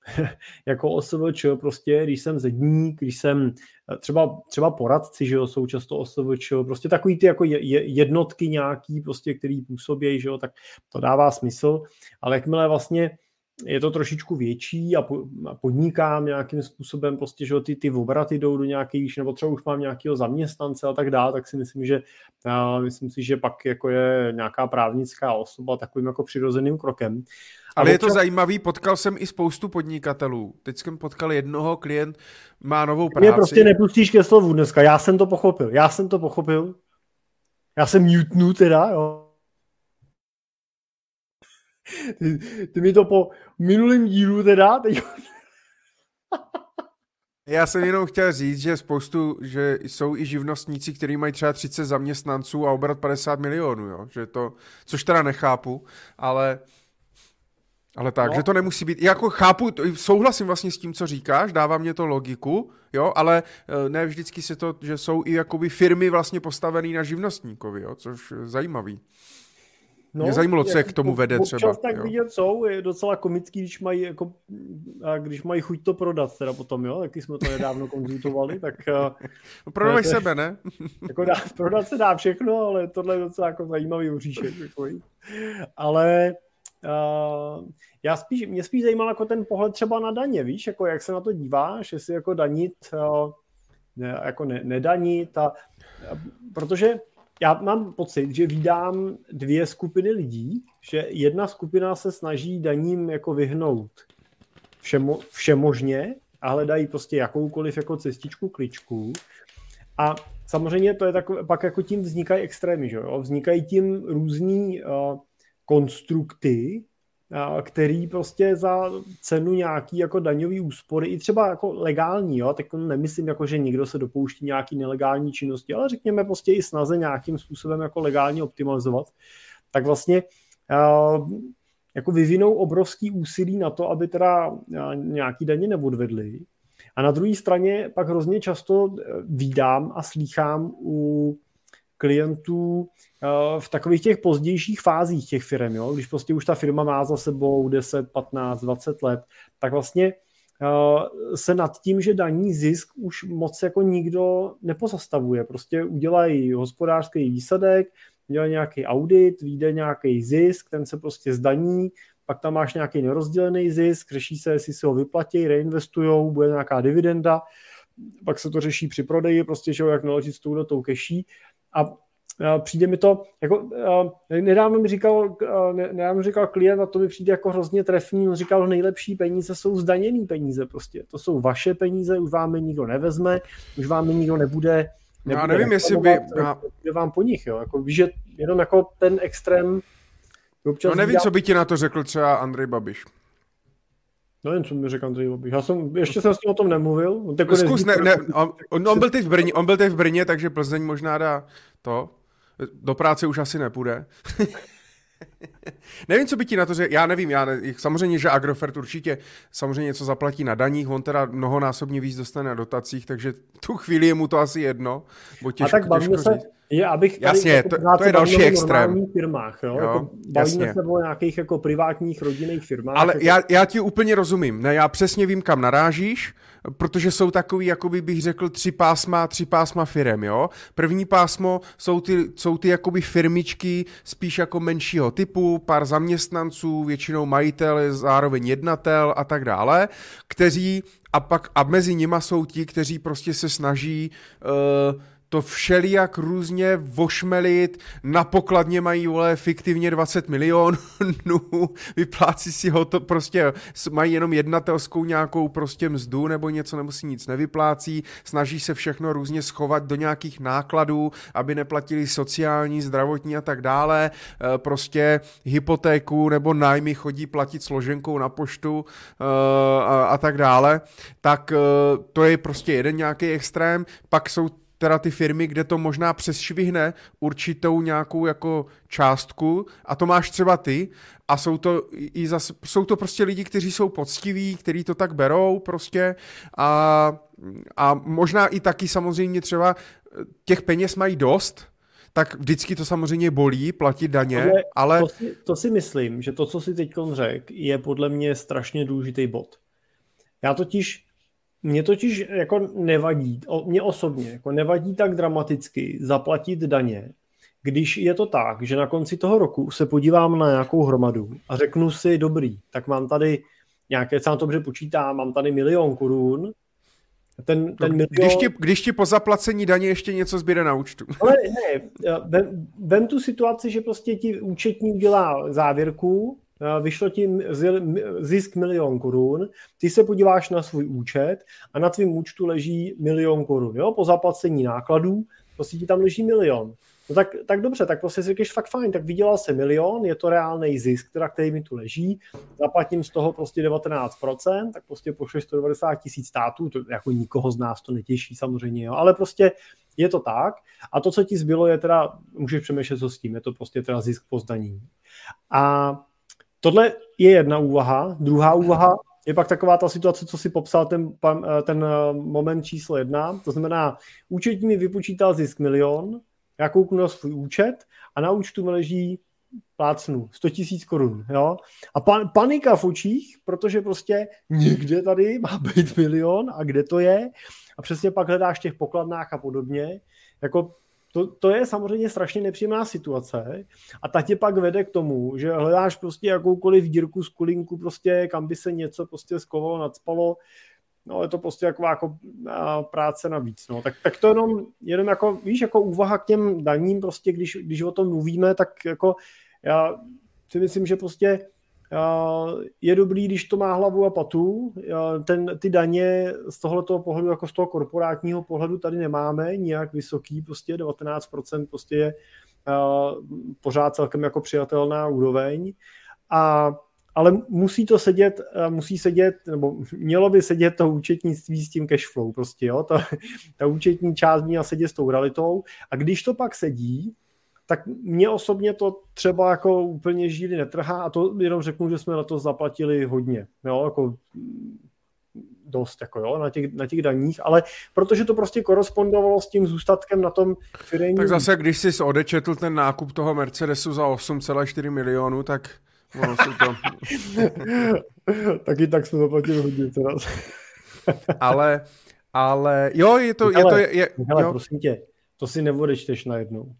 jako O S V Č, prostě když jsem zedník, když jsem třeba, třeba poradci, že jo, jsou často O S V Č, prostě takový ty jako jednotky nějaký, prostě, který působí, že jo, tak to dává smysl, ale jakmile vlastně je to trošičku větší a podnikám nějakým způsobem, prostě, že ty, ty obraty jdou do nějakých, nebo třeba už mám nějakého zaměstnance a tak dále, tak si myslím, že já myslím si, že pak jako je nějaká právnická osoba takovým jako přirozeným krokem. Ale je to zajímavý, potkal jsem i spoustu podnikatelů. Teď jsem potkal jednoho, klient má novou práci. Mě prostě nepustíš ke slovu dneska, já jsem to pochopil, já jsem to pochopil. Já jsem mutnu teda, jo. Ty, ty mi to po minulém dílu teda teď... Já jsem jenom chtěl říct, že spoustu, že jsou i živnostníci, kteří mají třeba třicet zaměstnanců a obrat padesát milionů, jo? Že to, což teda nechápu, ale, ale tak, no. Že to nemusí být, jako chápu, souhlasím vlastně s tím, co říkáš, dává mě to logiku, jo, ale ne vždycky se to, že jsou i jakoby firmy vlastně postavený na živnostníkovi, jo, což je zajímavý. No, mě zajímalo, co je k tomu vede třeba. Občas tak jo. Vidět jsou, je docela komický, když mají, jako, když mají chuť to prodat teda potom, jo, taky jsme to nedávno konzultovali, tak... No, prodaj sebe, ne? Jako dá, prodat se dá všechno, ale tohle je docela jako zajímavý oříšek. Ale uh, já spíš, mě spíš zajímal jako ten pohled třeba na daně, víš, jako jak se na to díváš, jestli jako danit, uh, ne, jako ne, nedanit, a, a, protože já mám pocit, že vídám dvě skupiny lidí, že jedna skupina se snaží daním jako vyhnout všemo, všemožně a hledají prostě jakoukoliv jako cestičku, kličku. A samozřejmě to je tak, pak jako tím vznikají extrémy, že jo? Vznikají tím různý uh, konstrukty, uh, který prostě za cenu nějaký jako daňový úspory, i třeba jako legální, jo? Tak nemyslím jako, že někdo se dopouští nějaký nelegální činnosti, ale řekněme prostě i snaze nějakým způsobem jako legálně optimalizovat, tak vlastně uh, jako vyvinou obrovský úsilí na to, aby teda uh, nějaký daně neodvedli. A na druhé straně pak hrozně často vídám a slýchám u klientů v takových těch pozdějších fázích těch firm, jo? Když prostě už ta firma má za sebou deset, patnáct, dvacet let, tak vlastně se nad tím, že daní zisk už moc jako nikdo nepozastavuje. Prostě udělají hospodářský výsledek, udělají nějaký audit, vyjde nějaký zisk, ten se prostě zdaní, pak tam máš nějaký nerozdělený zisk, řeší se, jestli si ho vyplatí, reinvestujou, bude nějaká dividenda, pak se to řeší při prodeji, prostě, že jak naložit s touhletou keší. A, a přijde mi to, jako a, nedávno mi říkal, a, nedávno mi říkal klient, a to mi přijde jako hrozně trefný, on říkal, nejlepší peníze jsou zdaněný peníze, prostě. To jsou vaše peníze, už vám je nikdo nevezme, už vám je nikdo nebude, nebude já nevím, jestli by... Já... Jde vám po nich, jo. Jako, víš, že jenom jako ten extrém. No nevím, dělá... co by ti na to řekl třeba Andrej Babiš. No jen, co mi řekl Andrej Babiš. Já jsem, ještě jsem s ním o tom nemluvil. On no zkus, ne, ne, on, on, on, byl teď v Brně, on byl teď v Brně, takže Plzeň možná dá to. Do práce už asi nepůjde. Nevím, co by ti na to řekl, já nevím, já ne, samozřejmě, že Agrofert určitě samozřejmě něco zaplatí na daních, on teda mnohonásobně víc dostane na dotacích, takže tu chvíli je mu to asi jedno, bo těžko, a tak bavíme se, je, abych tady jasně, jako to, to je další extrém. Firmách, jo? Jo, jako bavíme se o nějakých jako privátních rodinných firmách. Ale jako... já, já ti úplně rozumím, ne, já přesně vím, kam narážíš, protože jsou takový, jakoby bych řekl, tři pásma, tři pásma firem, jo. První pásmo jsou ty, jsou ty jakoby firmičky spíš jako menšího typu, pár zaměstnanců, většinou majitel, zároveň jednatel a tak dále, kteří, a pak a mezi nima jsou ti, kteří prostě se snaží uh, to všelijak různě vošmelit, na pokladně mají, vole, fiktivně dvacet milionů, vyplácí si ho to prostě, mají jenom jednatelskou nějakou prostě mzdu nebo něco, nebo si nic nevyplácí, snaží se všechno různě schovat do nějakých nákladů, aby neplatili sociální, zdravotní a tak dále, prostě hypotéku nebo nájmy chodí platit složenkou na poštu a, a tak dále, tak to je prostě jeden nějaký extrém, pak jsou teda ty firmy, kde to možná přešvihne určitou nějakou jako částku a to máš třeba ty a jsou to i zase, jsou to prostě lidi, kteří jsou poctiví, kteří to tak berou prostě a, a možná i taky samozřejmě třeba těch peněz mají dost, tak vždycky to samozřejmě bolí, platit daně, ale... ale... To, si, to si myslím, že to, co si teď řekl, je podle mě strašně důležitý bod. Já totiž Mně totiž jako nevadí, mě osobně jako nevadí tak dramaticky zaplatit daně, když je to tak, že na konci toho roku se podívám na nějakou hromadu a řeknu si, dobrý, tak mám tady nějaké, co na to dobře počítám, mám tady milion korun. Ten, ten milion... když, ti, když ti po zaplacení daně ještě něco zbyde na účtu. Ale ne, vem, vem tu situaci, že prostě ti účetní udělá závěrku, vyšlo ti zisk milion korun, ty se podíváš na svůj účet a na tvým účtu leží milion korun. Jo? Po zaplacení nákladů prostě ti tam leží milion. No tak, tak dobře, tak prostě si říkáš fakt fajn, tak vydělal se milion, je to reálný zisk, teda, který mi tu leží, zaplatím z toho prostě devatenáct procent, tak prostě pošleš sto devadesát tisíc států, to jako nikoho z nás to netěší samozřejmě, jo, ale prostě je to tak a to, co ti zbylo, je teda, můžeš přemýšlet, co s tím, je to prostě teda zisk po zdanění. A tohle je jedna úvaha, druhá úvaha je pak taková ta situace, co si popsal ten, ten moment číslo jedna, to znamená, účetní mi vypočítal zisk milion, já kouknu na svůj účet a na účtu mi leží plácnu sto tisíc korun, jo. A pan, panika v očích, protože prostě někde tady má být milion a kde to je a přesně pak hledáš v těch pokladnách a podobně. Jako to, to je samozřejmě strašně nepříjemná situace a ta tě pak vede k tomu, že hledáš prostě jakoukoliv dírku z kulinku, prostě kam by se něco prostě skovalo, nacpalo. No, je to prostě taková jako práce navíc. No. Tak, tak to jenom, jenom jako, víš, jako úvaha k těm daním, prostě když, když o tom mluvíme, tak jako já si myslím, že prostě je dobrý, když to má hlavu a patu. Ten, ty daně z tohoto pohledu, jako z toho korporátního pohledu tady nemáme nijak vysoký, prostě devatenáct procent prostě je pořád celkem jako přijatelná úroveň. A ale musí to sedět, musí sedět, nebo mělo by sedět to účetnictví s tím cashflow prostě, jo, ta, ta účetní část měla sedět s tou realitou a když to pak sedí, tak mě osobně to třeba jako úplně žíly netrhá a to jenom řeknu, že jsme na to zaplatili hodně, jo, jako dost, jako jo, na těch, na těch daních, ale protože to prostě korespondovalo s tím zůstatkem na tom firmě. Tak zase, když jsi odečetl ten nákup toho Mercedesu za osm celá čtyři milionu, tak no, to... Taky tak jsme zaplatili hodně teda. ale, ale, jo, je to... Michale, je to je, Michale, jo. prosím tě, to si neodečteš najednou.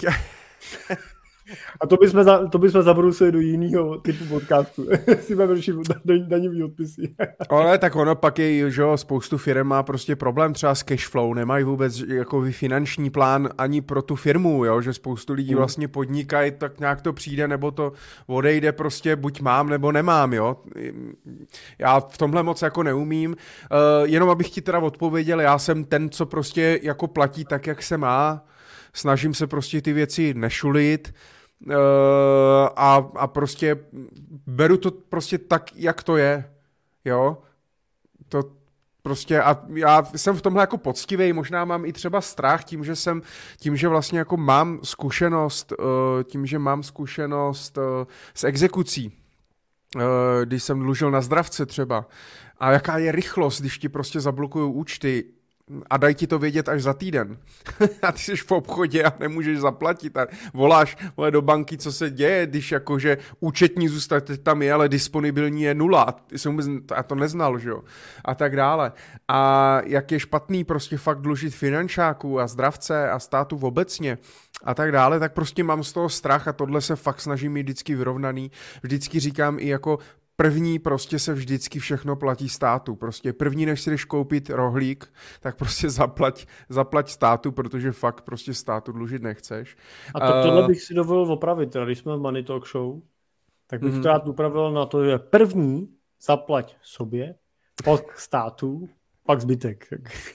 A to bychom, za, to bychom zabrousili do jiného typu podcastu. si budeme řešit daňový odpisy. Ale tak ono pak je, že jo, spoustu firm má prostě problém třeba s cashflow, nemají vůbec jako finanční plán ani pro tu firmu, jo, že spoustu lidí vlastně podnikají, tak nějak to přijde, nebo to odejde prostě, buď mám, nebo nemám, jo. Já v tomhle moc jako neumím, uh, jenom abych ti teda odpověděl, já jsem ten, co prostě jako platí tak, jak se má, snažím se prostě ty věci nešulit, Uh, a, a prostě beru to prostě tak, jak to je, jo, to prostě a já jsem v tomhle jako poctivej, možná mám i třeba strach tím, že jsem, tím, že vlastně jako mám zkušenost, uh, tím, že mám zkušenost uh, s exekucí, uh, když jsem dlužil na zdravce třeba a jaká je rychlost, když ti prostě zablokují účty, a dají ti to vědět až za týden. A ty jsi v obchodě a nemůžeš zaplatit a voláš vole, do banky, co se děje, když jakože účetní zůstat tam je, ale disponibilní je nula. A to neznal, že jo? A tak dále. A jak je špatný prostě fakt dlužit finančáků a zdravce a státu obecně a tak dále, tak prostě mám z toho strach a tohle se fakt snažím mít vždycky vyrovnaný. Vždycky říkám i jako první prostě se vždycky všechno platí státu. Prostě první, než si jdeš koupit rohlík, tak prostě zaplať, zaplať státu, protože fakt prostě státu dlužit nechceš. A to, tohle bych si dovolil opravit, teda, když jsme v Money Talk Show, tak bych mm. to rád upravil na to, že první zaplať sobě, pak státu, pak zbytek.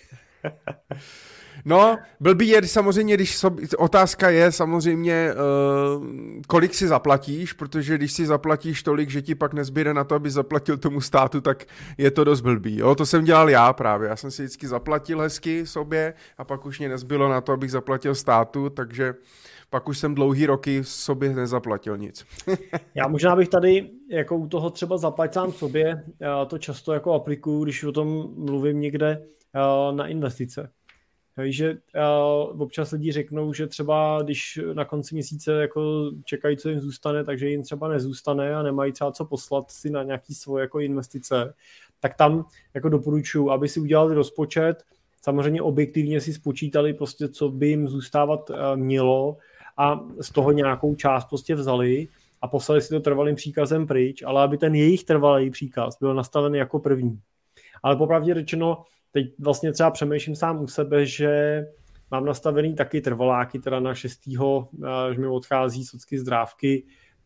No, blbý je samozřejmě, když so, otázka je samozřejmě, uh, kolik si zaplatíš, protože když si zaplatíš tolik, že ti pak nezbyde na to, aby zaplatil tomu státu, tak je to dost blbý. Jo? To jsem dělal já právě. Já jsem si vždycky zaplatil hezky sobě a pak už mě nezbylo na to, abych zaplatil státu, takže pak už jsem dlouhý roky sobě nezaplatil nic. Já možná bych tady jako u toho třeba zaplať sám sobě, já to často jako aplikuju, když o tom mluvím někde na investice. Takže uh, občas lidi řeknou, že třeba když na konci měsíce jako čekají, co jim zůstane, takže jim třeba nezůstane a nemají třeba co poslat si na nějaký svoje jako investice, tak tam jako doporučuji, aby si udělali rozpočet, samozřejmě objektivně si spočítali prostě, co by jim zůstávat uh, mělo a z toho nějakou část prostě vzali a poslali si to trvalým příkazem pryč, ale aby ten jejich trvalý příkaz byl nastavený jako první. Ale popravdě řečeno, teď vlastně třeba přemýšlím sám u sebe, že mám nastavený taky trvaláky, teda na šestého že mi odchází socky z dávky,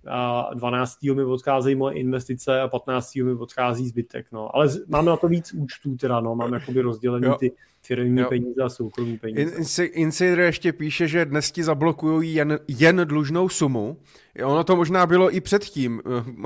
a dvanáctého mi odcházejí moje investice a patnáctého mi odchází zbytek. No. Ale mám na to víc účtů, teda, no. Mám jakoby rozdělený jo. ty firmní peníze a soukromí peníze. Insider ještě píše, že dnes ti zablokují jen, jen dlužnou sumu. Ono to možná bylo i předtím,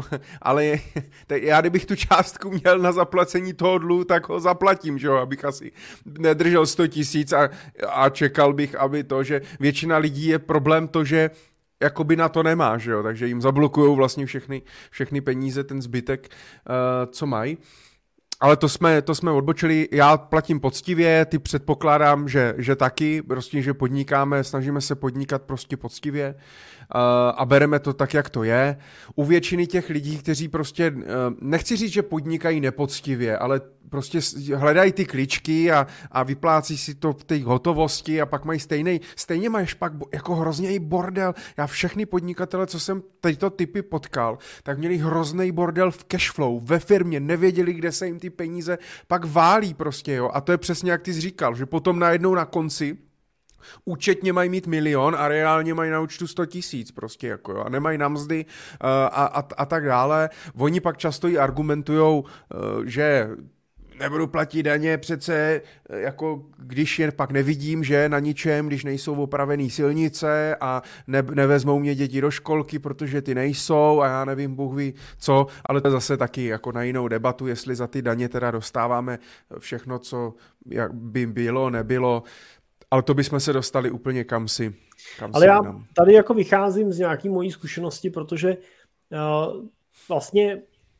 ale já kdybych tu částku měl na zaplacení toho dluhu, tak ho zaplatím, že jo, abych asi nedržel sto tisíc a, a čekal bych, aby to, že většina lidí je problém to, že jakoby na to nemá, že jo, takže jim zablokujou vlastně všechny, všechny peníze, ten zbytek, uh, co mají. Ale to jsme, to jsme odbočili, já platím poctivě, ty předpokládám, že, že taky, prostě, že podnikáme, snažíme se podnikat prostě poctivě uh, a bereme to tak, jak to je. U většiny těch lidí, kteří prostě, uh, nechci říct, že podnikají nepoctivě, ale prostě hledají ty kličky a, a vyplácí si to v té hotovosti a pak mají stejnej, stejně mají pak jako hrozný bordel. Já všechny podnikatele, co jsem tyto typy potkal, tak měli hrozný bordel v cashflow, ve firmě, nevěděli, kde se jim ty peníze pak válí prostě, jo. A to je přesně, jak ty jsi říkal, že potom najednou na konci účetně mají mít milion a reálně mají na účtu sto tisíc prostě, jako jo, a nemají na mzdy uh, a, a, a tak dále. Oni pak často i argumentujou, uh, že nebudu platit daně přece, jako když je pak nevidím, že na ničem, když nejsou opravený silnice a ne, nevezmou mě děti do školky, protože ty nejsou a já nevím, Bůh ví co, ale to je zase taky jako na jinou debatu, jestli za ty daně teda dostáváme všechno, co by bylo, nebylo, ale to bychom se dostali úplně kam si. Kam ale si já jinam. Tady jako vycházím z nějaký mojí zkušenosti, protože uh, vlastně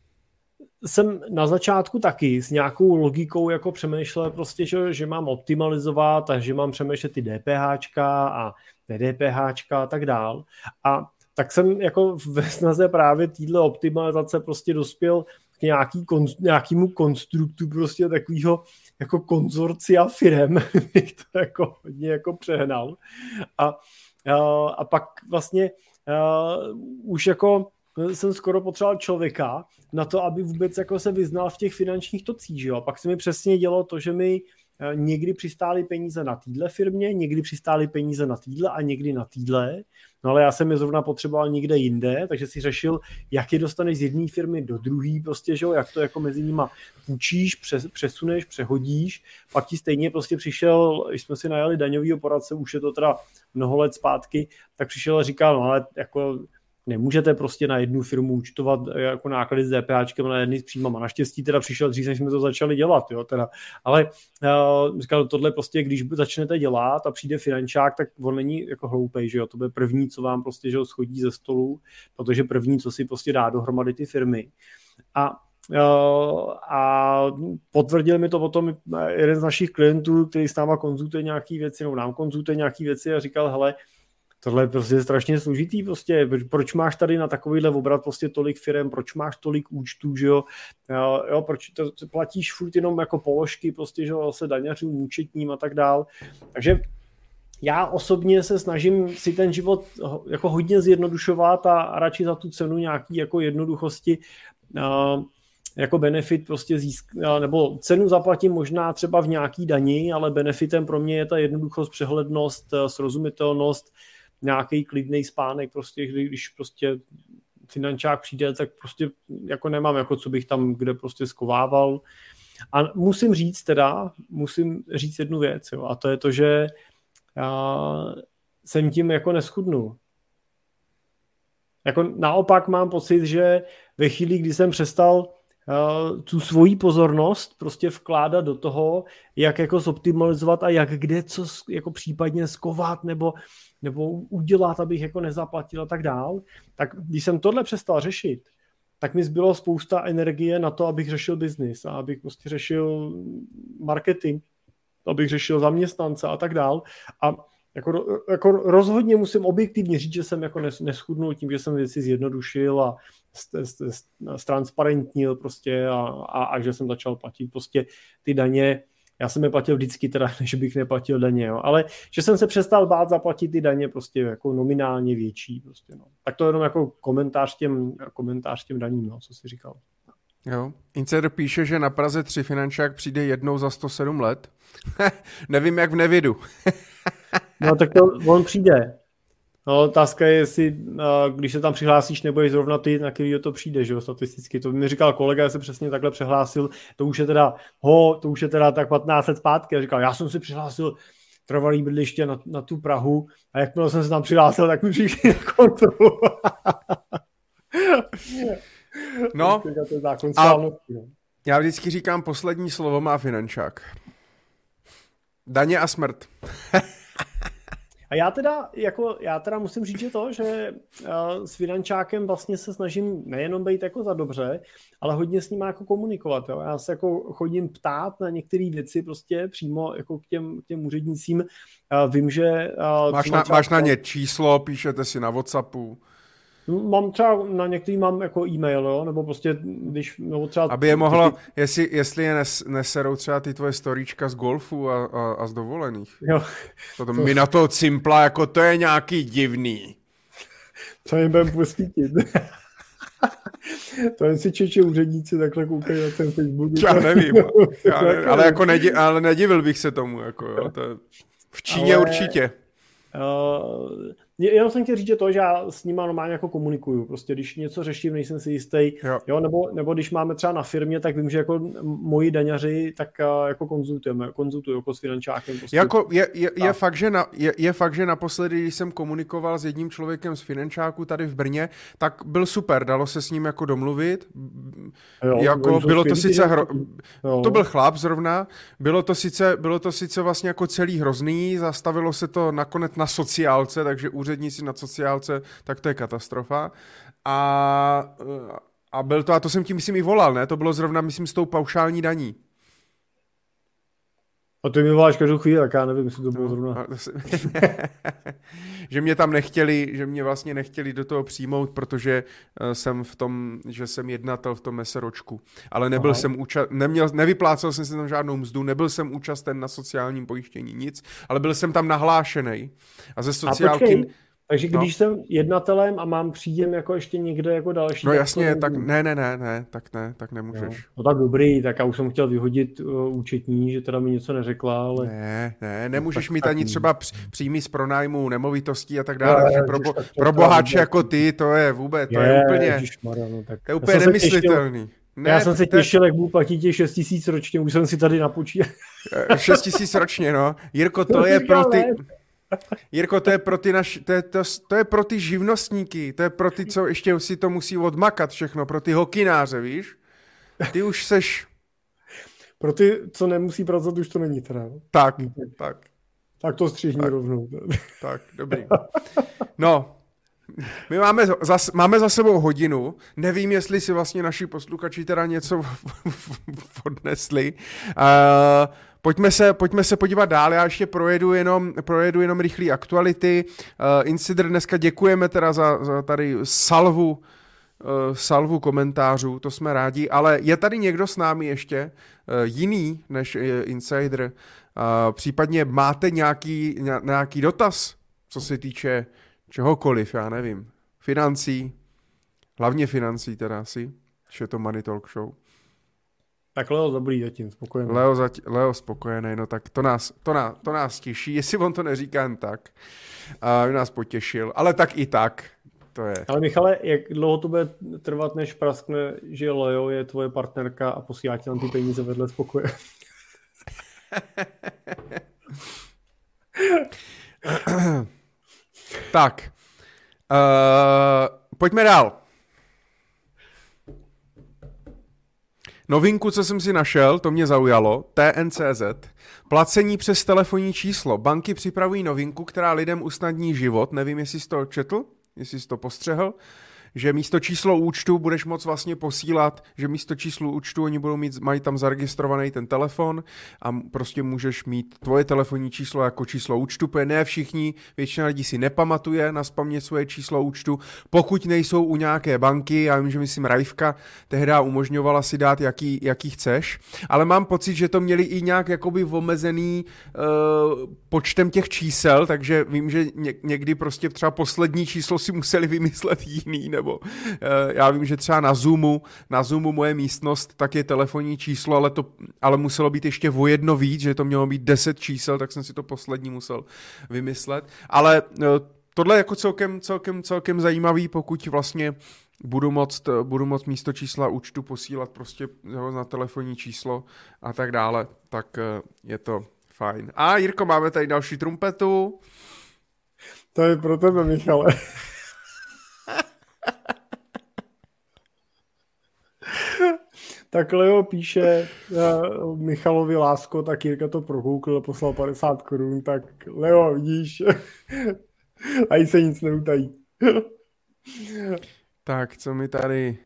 jsem na začátku taky s nějakou logikou jako přemýšlel prostě, že, že mám optimalizovat a že mám přemýšlet ty DPHčka a ne-DPHčka a tak dál. A tak jsem jako ve snaze právě téhle optimalizace prostě dospěl k nějaký kon, nějakému konstruktu prostě takového jako konzorcia firem, bych to jako hodně jako přehnal. A, a, a pak vlastně a, už jako jsem skoro potřeboval člověka na to, aby vůbec jako se vyznal v těch finančních tocích, že jo. A pak se mi přesně dělo to, že mi někdy přistály peníze na týdle firmě, někdy přistály peníze na týdle a někdy na týdle. No ale já jsem je zrovna potřeboval někde jinde, takže si řešil, jak je dostaneš z jedné firmy do druhé, prostě, že jo, jak to jako mezi nima půjčíš, přes, přesuneš, přehodíš. Pak ti stejně prostě přišel, když jsme si najali daňovýho poradce, už je to teda mnoho let zpátky, tak přišel a říkal, no ale jako nemůžete prostě na jednu firmu účtovat jako náklady s DPHčkem na jedný s příjmama. Naštěstí teda přišel dřív, než jsme to začali dělat, jo, teda. Ale uh, říkal, tohle prostě, když začnete dělat a přijde finančák, tak on není jako hloupej, že jo, to bude první, co vám prostě, že jo, schodí ze stolu, protože první, co si prostě dá dohromady ty firmy. A Uh, a potvrdil mi to potom jeden z našich klientů, který s náma konzultuje nějaký věci, nebo nám konzultuje nějaký věci a říkal, hele, tohle je prostě strašně složitý, prostě, proč máš tady na takovýhle obrat prostě tolik firem, proč máš tolik účtů, že jo, jo, proč to platíš furt jenom jako položky, prostě, že jo, se daňařům, účetním a tak dál, takže já osobně se snažím si ten život jako hodně zjednodušovat a radši za tu cenu nějaký jako jednoduchosti uh, jako benefit prostě získat, nebo cenu zaplatím možná třeba v nějaký dani, ale benefitem pro mě je ta jednoduchost, přehlednost, srozumitelnost, nějaký klidný spánek, prostě, když prostě finančák přijde, tak prostě jako nemám, jako co bych tam kde prostě skovával. A musím říct teda, musím říct jednu věc, jo, a to je to, že já jsem tím jako neschudnul. Jako naopak mám pocit, že ve chvíli, kdy jsem přestal Uh, tu svoji pozornost prostě vkládat do toho, jak jako zoptimalizovat a jak kde co jako případně skovat nebo, nebo udělat, abych jako nezaplatil a tak dál. Tak když jsem tohle přestal řešit, tak mi zbylo spousta energie na to, abych řešil biznis a abych prostě řešil marketing, abych řešil zaměstnance a tak dál. A Jako, jako rozhodně musím objektivně říct, že jsem jako neschudnul tím, že jsem věci zjednodušil a ztransparentnil prostě a, a, a že jsem začal platit prostě ty daně já jsem je platil vždycky teda, než bych neplatil daně, jo. Ale že jsem se přestal bát zaplatit ty daně prostě jako nominálně větší. Prostě, no. Tak to jenom jako komentář těm, komentář těm daním, no, co jsi říkal. Jo. Insider píše, že na Praze tři finančák přijde jednou za sto sedm let. Nevím, jak v nevidu. No tak to on přijde. No, otázka je, jestli, když se tam přihlásíš, nebo je zrovna ty, na který to přijde, že jo, statisticky. To mi říkal kolega, já se přesně takhle přihlásil, to už je teda, ho, to už je teda tak patnáct let zpátky. A říkal, já jsem si přihlásil trvalý bydliště na, na tu Prahu a jakmile jsem se tam přihlásil, tak mi přišli na kontrolu. No, a já vždycky říkám, poslední slovo má finančák. Daně a smrt. A já teda, jako, já teda musím říct, že to, že uh, s finančákem vlastně se snažím nejenom být jako za dobře, ale hodně s ním jako komunikovat. Jo. Já se jako chodím ptát na některé věci prostě přímo jako k těm, k těm úřednicím. Uh, vím, že... Uh, máš, na, máš na ně číslo, píšete si na WhatsAppu. Mám třeba, na některý mám jako e-mail, jo, nebo prostě, když, nebo třeba... Aby je mohlo, ty... jestli, jestli je nes, neserou třeba ty tvoje storíčka z golfu a, a, a z dovolených. Jo. To, to mi na to cimpla, jako to je nějaký divný. Co jim budem posvítit. To jen si Češi úředníci takhle koukají na ten Facebook. Já nevím, já nevím ale, jako nedi, ale nedivil bych se tomu, jako jo, to je, v Číně ale... určitě. Uh, jenom jsem chtěl říct, že to, že já s nima normálně jako komunikuju. Prostě když něco řeším, nejsem si jistý, jo. Jo, nebo, nebo když máme třeba na firmě, tak vím, že jako moji daňaři tak uh, jako konzultujeme, konzultuju jako s finančákem. Prostě. Jako je, je, je, fakt, že na, je, je fakt, že naposledy, když jsem komunikoval s jedním člověkem z finančáku tady v Brně, tak byl super, dalo se s ním jako domluvit. Jo, jako bylo to sice hro... to byl chlap zrovna, bylo to sice, bylo to sice vlastně jako celý hrozný, zastavilo se to nakonec na sociálce, takže úředníci na sociálce, tak to je katastrofa. A, a byl to, a to jsem tím myslím i volal, ne? To bylo zrovna, myslím, s tou paušální daní. A ty mi voláš každou chvíli, tak já nevím, jestli to bylo zrovna. Že mě tam nechtěli, že mě vlastně nechtěli do toho přijmout, protože jsem v tom, že jsem jednatel v tom meseročku. Ale nebyl Aha. jsem účast, neměl, nevyplácel jsem si tam žádnou mzdu, nebyl jsem účasten na sociálním pojištění, nic, ale byl jsem tam nahlášenej. A ze sociálky... Takže když no. jsem jednatelem a mám příjem jako ještě někde jako další... No jasně, tak ne, ne, ne, ne, tak ne, tak nemůžeš. No, no tak dobrý, tak já už jsem chtěl vyhodit uh, účetní, že teda mi něco neřekla, ale... Ne, ne, nemůžeš mít ani třeba příjmy z pronájmu nemovitostí a tak dále, takže pro, bo, pro boháče jako ty, to je vůbec, to je, je úplně, ježišmarja, no, tak... to je úplně nemyslitelný. Ne, já jsem se těšil, jak budu platit těch šest tisíc ročně, už jsem si tady napočítal. šest tisíc ročně, no. Jirko, to je pro ty... Jirko, to je pro ty naš, to je, to, to je pro ty živnostníky, to je pro ty, co ještě si to musí odmakat všechno, pro ty hokináře, víš? Ty už seš... Pro ty, co nemusí pracovat, už to není teda. Tak, tak. Tak to střihni tak, rovnou. Tak, dobrý. No, my máme za, máme za sebou hodinu, nevím, jestli si vlastně naši posluchači teda něco odnesli. Uh, Pojďme se, pojďme se podívat dál, já ještě projedu jenom, projedu jenom rychlý aktuality. Uh, Insider dneska děkujeme teda za, za tady salvu, uh, salvu komentářů, to jsme rádi, ale je tady někdo s námi ještě uh, jiný než uh, Insider? Uh, případně máte nějaký, nějaký dotaz, co se týče čehokoliv, já nevím, financí, hlavně financí teda asi, že je to Money Talk Show. Tak Leo dobrý zatím, spokojený. Leo, zatím, Leo spokojený, no tak to nás, to, nás, to nás těší, jestli on to neříká jen tak. Uh, nás potěšil, ale tak i tak, to je. Ale Michale, jak dlouho to bude trvat, než praskne, že Leo je tvoje partnerka a posílá ti tam ty peníze vedle spokoje? Tak, uh, pojďme dál. Novinku, co jsem si našel, to mě zaujalo, T N C Z. Placení přes telefonní číslo. Banky připravují novinku, která lidem usnadní život. Nevím, jestli jsi to četl, jestli jsi to postřehl. že místo číslo účtu budeš moct vlastně posílat, že místo číslu účtu oni budou mít, mají tam zaregistrovaný ten telefon a prostě můžeš mít tvoje telefonní číslo jako číslo účtu, protože ne všichni, většina lidí si nepamatuje na spamě svoje číslo účtu, pokud nejsou u nějaké banky, já vím, že myslím Rajvka tehdy umožňovala si dát jaký, jaký chceš, ale mám pocit, že to měli i nějak jakoby omezený uh, počtem těch čísel, takže vím, že ně, někdy prostě třeba poslední číslo si museli vymyslet jiný, nebo uh, já vím, že třeba na Zoomu, na Zoomu moje místnost, tak je telefonní číslo, ale, to, ale muselo být ještě o jedno víc, že to mělo být deset čísel, tak jsem si to poslední musel vymyslet, ale uh, tohle je jako celkem, celkem, celkem zajímavý, pokud vlastně budu moct, budu moct místo čísla účtu posílat prostě na telefonní číslo a tak dále, tak je to fajn. A Jirko, máme tady další trumpetu. To je pro tebe, Michale. Tak Leo píše uh, Michalovi lásko, tak Jirka to prokoukl a poslal padesát korun, tak Leo, vidíš, a se nic neutají. Tak, co mi tady...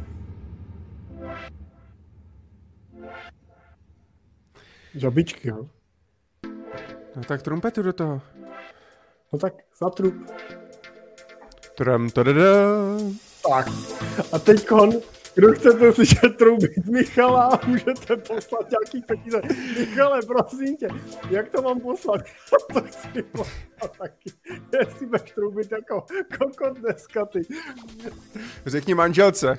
Žabičky, jo? No tak trumpetu do toho. No tak za trup. Tram, tadada. Tak. A teďkon, kdo chcete slyšet troubit Michala, můžete poslat nějaký peníze. Michale, prosím tě, jak to mám poslat? Já to chci poslat taky. Jestli budeš troubit jako kokot dneska, ty. Řekni manželce.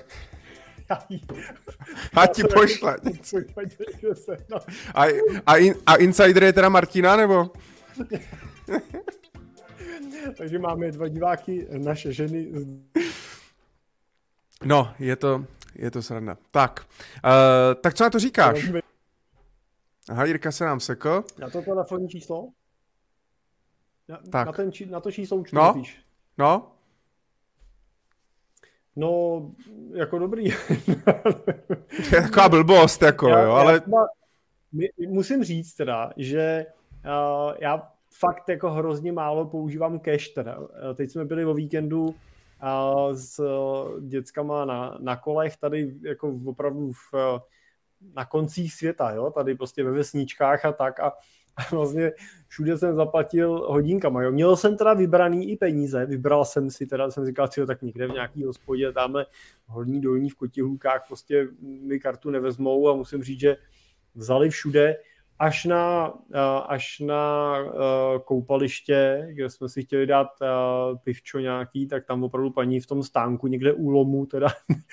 A ti pošle. A, a, in, a insider je teda Martina, nebo? Takže máme dva diváky, naše ženy. No, je to, je to sranda. Tak, uh, tak co na to říkáš? Aha, Jirka se nám sekl. Na to telefonní číslo? Na, tak. Na, ten, na to číslo účtu no? píš. No? No, jako dobrý. To je taková blbost, jako, já, jo, ale... Já třeba, musím říct teda, že uh, já fakt jako hrozně málo používám cash teda. Teď jsme byli o víkendu uh, s uh, dětskama na, na kolech, tady jako opravdu v, uh, na koncích světa, jo, tady prostě ve vesničkách a tak a vlastně všude jsem zaplatil hodinkama. Jo. Měl jsem teda vybraný i peníze, vybral jsem si teda, jsem říkal, že tak někde v nějaký hospodě, tamhle horní dolní v Kotihlůkách prostě mi kartu nevezmou a musím říct, že vzali všude, až na, až na koupaliště, kde jsme si chtěli dát pivčo nějaký, tak tam opravdu paní v tom stánku někde u lomu teda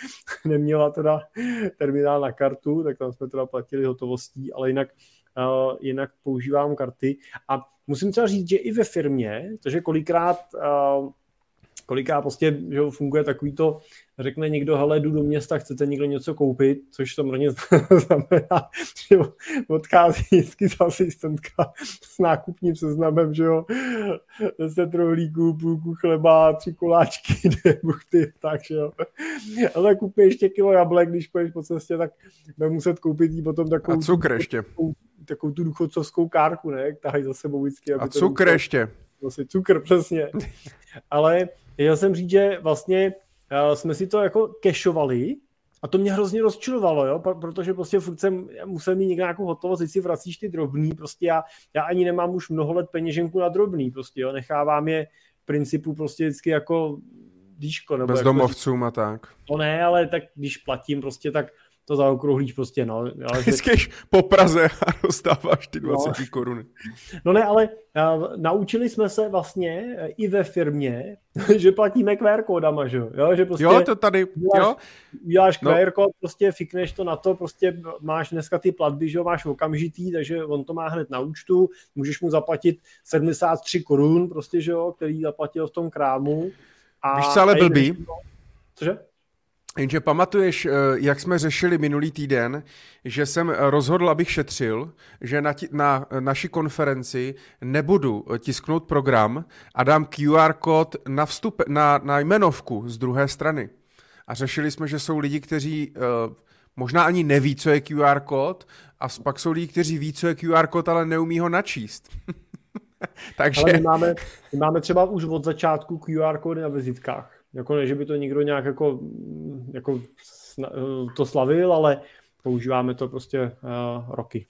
neměla teda terminál na kartu, tak tam jsme teda platili hotovostí, ale jinak Uh, jinak používám karty a musím třeba říct, že i ve firmě, protože kolikrát uh, kolikrát prostě že funguje takový to, řekne někdo, hele, jdu do města, chcete někdo něco koupit, což samozřejmě znamená, že odchází vždycky z asistentka s nákupním seznamem, že jo, deset rohlíků, půlku chleba, tři koláčky, dvě buchty, takže jo. Ale kup mi ještě kilo jablek, když půjdeš po cestě, tak budeme muset koupit jí potom takovou... A cukr ještě. Takovou, takovou tu důchodcovskou kárku, ne, jak tahají za sebou vždycky. A cukr ještě. Vlastně cukr, přesně. Ale já jsem říct, že vlastně uh, jsme si to jako kešovali a to mě hrozně rozčilovalo, jo, protože prostě furt jsem musel mít nějakou hotovost, teď si vracíš ty drobný, prostě já, já ani nemám už mnoho let peněženku na drobný, prostě jo, nechávám je v principu prostě vždycky jako díško. Nebo bezdomovcům jako, a tak. To ne, ale tak když platím prostě, tak to zaokrouhlíš prostě, no. Ale vždycky že... po Praze a dostáváš ty dvacet no. koruny. No ne, ale uh, naučili jsme se vlastně uh, i ve firmě, že platíme Q R kódama, že jo? Že prostě jo, to tady, uděláš, jo. Uděláš Q R kód, no. Prostě fikneš to na to, prostě máš dneska ty platby, že jo, máš okamžitý, takže on to má hned na účtu, můžeš mu zaplatit sedmdesát tři korun, prostě, že jo, který zaplatil v tom krámu. A víš co, ale blbý? Cože? Jenže pamatuješ, jak jsme řešili minulý týden, že jsem rozhodl, abych šetřil, že na, ti, na naší konferenci nebudu tisknout program a dám Q R kód na, vstup, na, na jmenovku z druhé strany. A řešili jsme, že jsou lidi, kteří uh, možná ani neví, co je Q R kód, a pak jsou lidi, kteří ví, co je Q R kód, ale neumí ho načíst. Takže... Ale my máme, my máme třeba už od začátku Q R kódy na vizitkách. Jako ne, že by to nikdo nějak jako, jako to slavil, ale používáme to prostě uh, roky.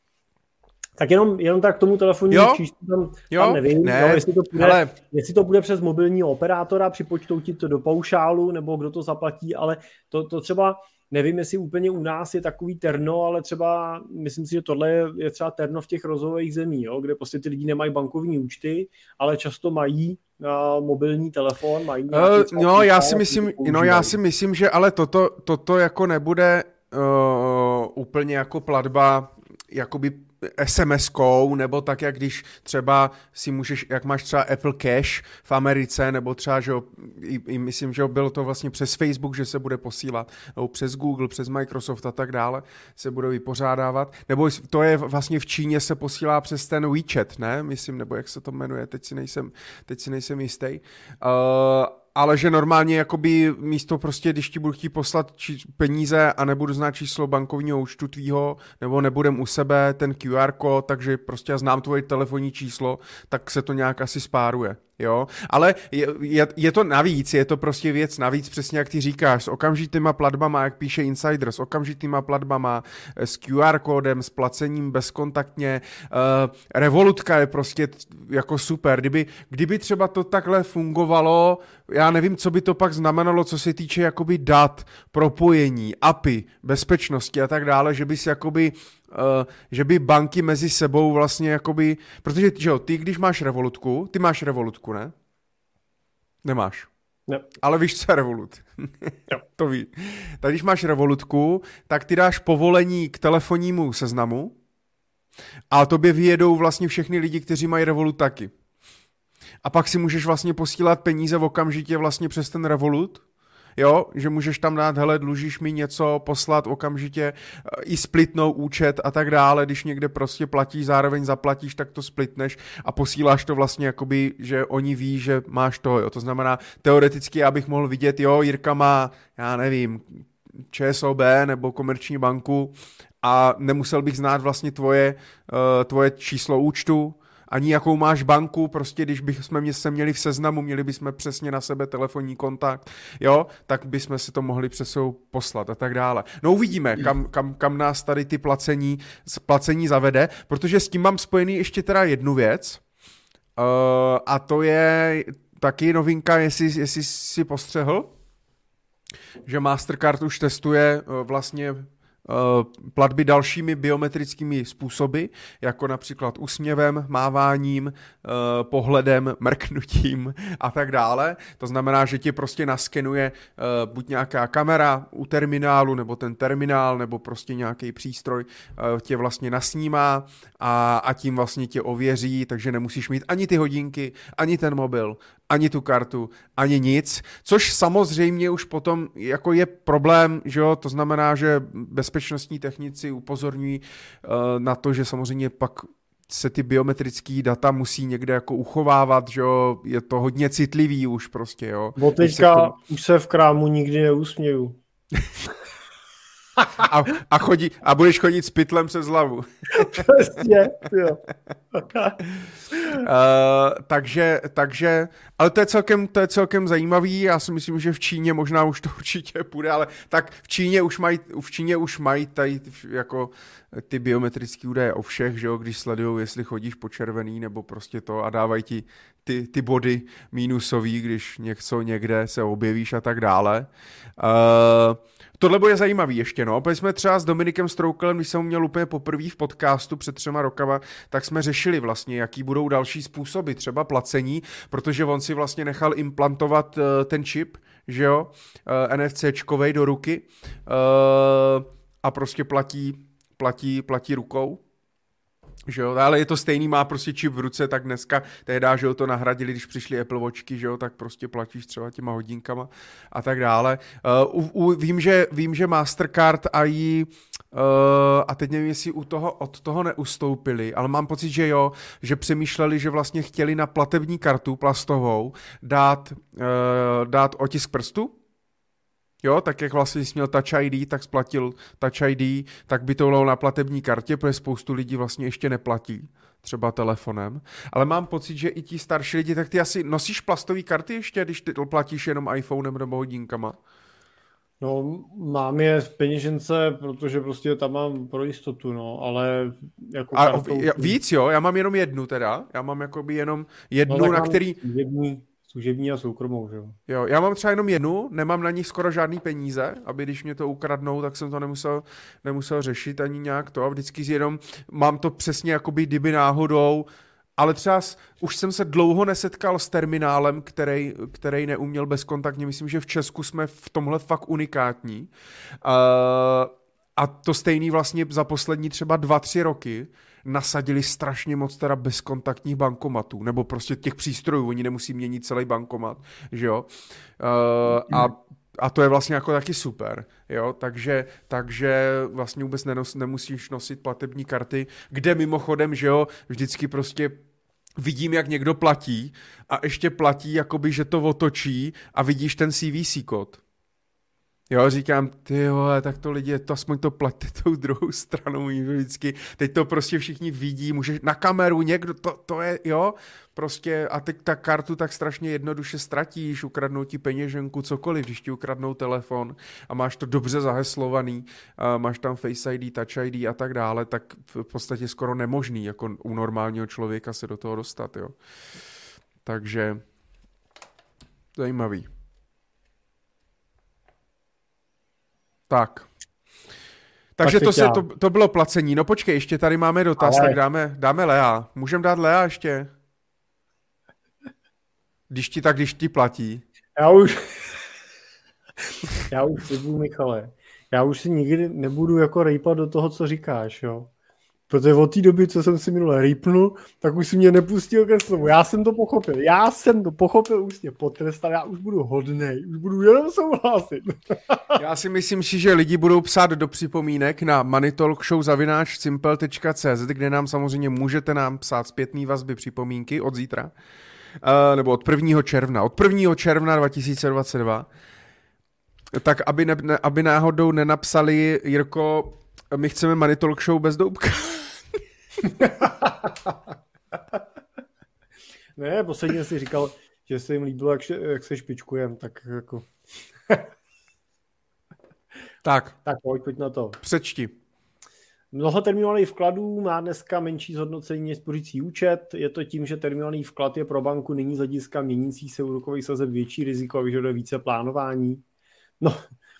Tak jenom, jenom tak k tomu telefonnímu číslu tam, tam nevím, ne, no, jestli, to bude, ale... jestli to bude přes mobilního operátora, připočtou ti to do paušálu, nebo kdo to zaplatí, ale to, to třeba, nevím, jestli úplně u nás je takový terno, ale třeba, myslím si, že tohle je, je třeba terno v těch rozvojových zemí, jo, kde prostě ty lidi nemají bankovní účty, ale často mají uh, mobilní telefon, mají uh, no, já si myslím, no, já si myslím, že ale toto, toto jako nebude uh, úplně jako platba, jakoby es em eskou, nebo tak, jak když třeba si můžeš, jak máš třeba Apple Cash v Americe, nebo třeba, že jo, i, i myslím, že bylo to vlastně přes Facebook, že se bude posílat, nebo přes Google, přes Microsoft a tak dále se bude vypořádávat, nebo to je vlastně v Číně se posílá přes ten WeChat, ne, myslím, nebo jak se to jmenuje, teď si nejsem, teď si nejsem jistý. Uh, ale že normálně jakoby místo prostě, když ti budu chtít poslat či- peníze a nebudu znát číslo bankovního účtu tvýho, nebo nebudem u sebe ten Q R kód, takže prostě já znám tvoje telefonní číslo, tak se to nějak asi spáruje. Jo, ale je, je, je to navíc, je to prostě věc navíc, přesně jak ty říkáš, s okamžitýma platbama, jak píše Insider, s okamžitýma platbama, s Q R kódem, s placením bezkontaktně, uh, Revolutka je prostě jako super, kdyby, kdyby třeba to takhle fungovalo, já nevím, co by to pak znamenalo, co se týče jakoby dat, propojení, A P I, bezpečnosti a tak dále, že bys jakoby Uh, že by banky mezi sebou vlastně jakoby, protože že jo, ty když máš Revolutku, ty máš Revolutku, ne? Nemáš. Ne. Ale víš, co je Revolut. To ví. Tak když máš Revolutku, tak ty dáš povolení k telefonnímu seznamu a tobě vyjedou vlastně všechny lidi, kteří mají Revolut taky. A pak si můžeš vlastně posílat peníze v okamžitě vlastně přes ten Revolut. Jo, že můžeš tam dát, hele, dlužíš mi něco, poslat okamžitě i splitnou účet a tak dále, když někde prostě platíš, zároveň zaplatíš, tak to splitneš a posíláš to vlastně jakoby, že oni ví, že máš to, jo, to znamená, teoreticky já bych mohl vidět, jo, Jirka má, já nevím, ČSOB nebo Komerční banku a nemusel bych znát vlastně tvoje, uh, tvoje číslo účtu, ani jakou máš banku, prostě když bychom se měli v seznamu, měli bychom přesně na sebe telefonní kontakt, jo, tak bychom si to mohli přesou poslat a tak dále. No uvidíme, kam, kam, kam nás tady ty placení, placení zavede, protože s tím mám spojený ještě teda jednu věc uh, a to je taky novinka, jestli, jestli si postřehl, že Mastercard už testuje uh, vlastně platby dalšími biometrickými způsoby, jako například úsměvem, máváním, pohledem, mrknutím a tak dále. To znamená, že ti prostě naskenuje buď nějaká kamera u terminálu, nebo ten terminál, nebo prostě nějaký přístroj tě vlastně nasnímá a, a tím vlastně tě ověří, takže nemusíš mít ani ty hodinky, ani ten mobil, ani tu kartu, ani nic, což samozřejmě už potom jako je problém, že jo, to znamená, že bezpečnostní technici upozorňují uh, na to, že samozřejmě pak se ty biometrické data musí někde jako uchovávat, že jo, je to hodně citlivý už prostě, jo. Bo teďka se tom... už se v krámu nikdy neusměju. A, a, chodí, a budeš chodit s pytlem přes hlavu. Přesně, jo. uh, takže, takže, ale to je celkem, to je celkem zajímavý, já si myslím, že v Číně možná už to určitě půjde, ale tak v Číně už mají, v Číně už mají tady jako ty biometrické údaje o všech, že jo, když sledujou, jestli chodíš po červený nebo prostě to a dávají ti ty, ty body mínusový, když něco někde se objevíš a tak dále. Uh, Tohle bude zajímavý ještě, no. Protože jsme třeba s Dominikem Strouklem, když jsem ho měl úplně poprvé v podcastu před třema rokama, tak jsme řešili vlastně, jaký budou další způsoby, třeba placení, protože on si vlastně nechal implantovat uh, ten čip, že jo, uh, NFCčkovej do ruky uh, a prostě platí, platí, platí rukou. Že jo, ale je to stejný, má prostě čip v ruce, tak dneska tehdy, že jo, to nahradili, když přišly Apple Watchky, že jo, tak prostě platíš třeba těma hodinkama a tak dále. Uh, u, u, vím, že, vím, že Mastercard a jí, uh, a teď nevím, jestli u toho, od toho neustoupili, ale mám pocit, že jo, že přemýšleli, že vlastně chtěli na platební kartu plastovou dát, uh, dát otisk prstu. Jo, tak jak vlastně jsi měl Touch I D, tak splatil Touch I D, tak by to bylo na platební kartě, protože spoustu lidí vlastně ještě neplatí třeba telefonem, ale mám pocit, že i ti starší lidi, tak ty asi nosíš plastové karty ještě, když ty platíš jenom iPhonem nebo hodinkama? No, mám je v peněžence, protože prostě tam mám pro jistotu, no, ale jako A kartou... víc, jo? Já mám jenom jednu teda, já mám jakoby jenom jednu, no, na který... Jednu služební a soukromou, že jo? Jo, já mám třeba jenom jednu, nemám na ní skoro žádný peníze, aby když mě to ukradnou, tak jsem to nemusel, nemusel řešit ani nějak to a vždycky jenom mám to přesně jakoby kdyby náhodou, ale třeba už jsem se dlouho nesetkal s terminálem, který, který neuměl bezkontaktně. Myslím, že v Česku jsme v tomhle fakt unikátní. Uh, a to stejný vlastně za poslední třeba dva, tři roky nasadili strašně moc teda bezkontaktních bankomatů, nebo prostě těch přístrojů, oni nemusí měnit celý bankomat, že jo. Uh, a A to je vlastně jako taky super, jo, takže, takže vlastně vůbec nenos, nemusíš nosit platební karty, kde mimochodem, že jo, vždycky prostě vidím, jak někdo platí a ještě platí, jakoby, že to otočí a vidíš ten C V C kód. Jo, říkám, ty vole, tak to lidi, to aspoň to platí tou druhou stranou vždycky. Teď to prostě všichni vidí, můžeš na kameru někdo, to, to je, jo, prostě a teď ta kartu tak strašně jednoduše ztratíš, ukradnou ti peněženku, cokoliv, když ti ukradnou telefon a máš to dobře zaheslovaný, a máš tam Face I D, Touch I D a tak dále, tak v podstatě skoro nemožný, jako u normálního člověka se do toho dostat, jo. Takže zajímavý. Tak. Takže to, se, to, to bylo placení. No počkej, ještě tady máme dotaz, ale... tak dáme, dáme Lea. Můžeme dát Lea ještě? Když ti tak, když ti platí. Já už... Já už slibuju, Michale. Já už si nikdy nebudu jako rejpat do toho, co říkáš, jo. Protože od té doby, co jsem si minule rýpnul, tak už si mě nepustil ke slovu. Já jsem to pochopil. Já jsem to pochopil, už mě potrestal, já už budu hodnej, už budu jenom souhlasit. Já si myslím, že lidi budou psát do připomínek na moneytalkshow zavináč simple tečka cé zet, kde nám samozřejmě můžete nám psát zpětný vazby, připomínky od zítra, uh, nebo od prvního června. Od prvního června dva tisíce dvacet dva. Tak aby, ne, aby náhodou nenapsali, Jirko, my chceme Money Talk Show bez doubka. Ne, posledně si říkal, že se jim líbilo, jak, jak se špičkujem, tak jako... tak. Tak pojď, pojď na to. Přečti. Mnoho terminálních vkladů má dneska menší zhodnocení než spořící účet. Je to tím, že terminální vklad je pro banku nyní z hlediska měnících se úrokových sazeb větší riziko a vyžaduje více plánování. No,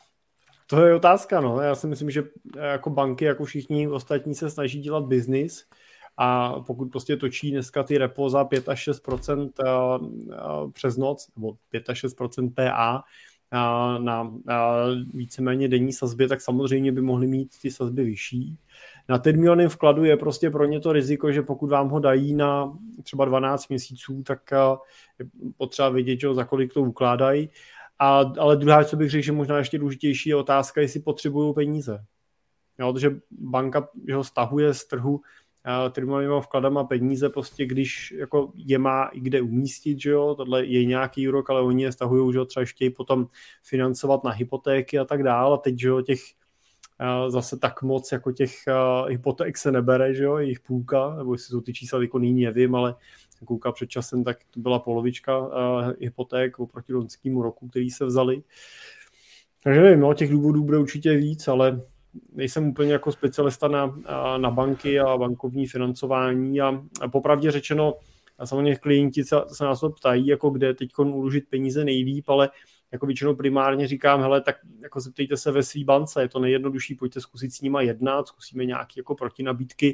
to je otázka, no. Já si myslím, že jako banky, jako všichni ostatní se snaží dělat biznis a pokud prostě točí dneska ty repo za pět až šest procent přes noc, nebo pět až šest procent P A na víceméně denní sazbě, tak samozřejmě by mohly mít ty sazby vyšší. Na terminálním vkladu je prostě pro ně to riziko, že pokud vám ho dají na třeba dvanáct měsíců, tak je potřeba vědět, že za kolik to ukládají. A, ale druhá, co bych řekl, že možná ještě důležitější je otázka, jestli potřebují peníze. Jo, protože banka že ho stahuje z trhu uh, terminálníma vkladama peníze, prostě když jako je má i kde umístit, že jo, tohle je nějaký úrok, ale oni je stahují, že jo, třeba chtějí potom financovat na hypotéky a tak dále. A teď, že jo, těch uh, zase tak moc jako těch uh, hypoték se nebere, že jo, jejich půlka, nebo jestli jsou ty čísla jako nyní, nevím, ale koukal před časem, tak to byla polovička uh, hypoték oproti loňskému roku, který se vzali. Takže nevím, no, těch důvodů bude určitě víc, ale nejsem úplně jako specialista na, na banky a bankovní financování a, a popravdě řečeno, a samozřejmě klienti se, se nás to ptají, jako kde teď uložit peníze nejlíp, ale jako většinou primárně říkám, hele, tak jako zeptejte se ve svý bance, je to nejjednodušší, pojďte zkusit s nima jednat, zkusíme nějaké jako protinabídky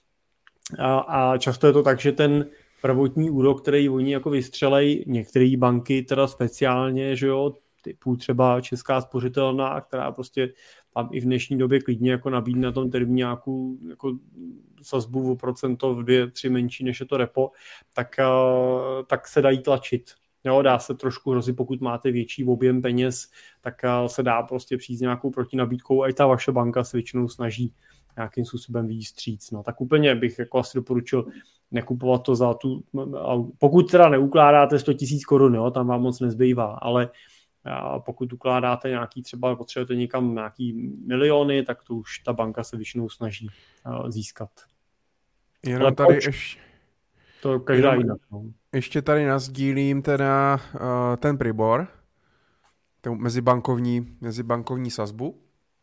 a, a často je to tak, že ten prvotní úrok, který oni jako vystřelej, některé banky teda speciálně, že jo, typu třeba Česká spořitelná, která prostě tam i v dnešní době klidně jako nabídne na tom termíňáku jako sazbu o procento v dvě, tři menší, než je to repo, tak, tak se dají tlačit. Jo, dá se trošku hrozit, pokud máte větší objem peněz, tak se dá prostě přijít s nějakou protinabídkou a i ta vaše banka se většinou snaží nějakým způsobem vyjít vstříc. No, tak úplně bych jako asi doporučil nekupovat to za tu, pokud teda neukládáte sto tisíc korun, jo, tam vám moc nezbývá, ale pokud ukládáte nějaký, třeba potřebujete někam nějaký miliony, tak to už ta banka se většinou snaží získat. Jenom tady ještě... To každá jinak. Ještě tady nasdílím teda uh, ten Pribor, ten mezibankovní, mezibankovní sazbu.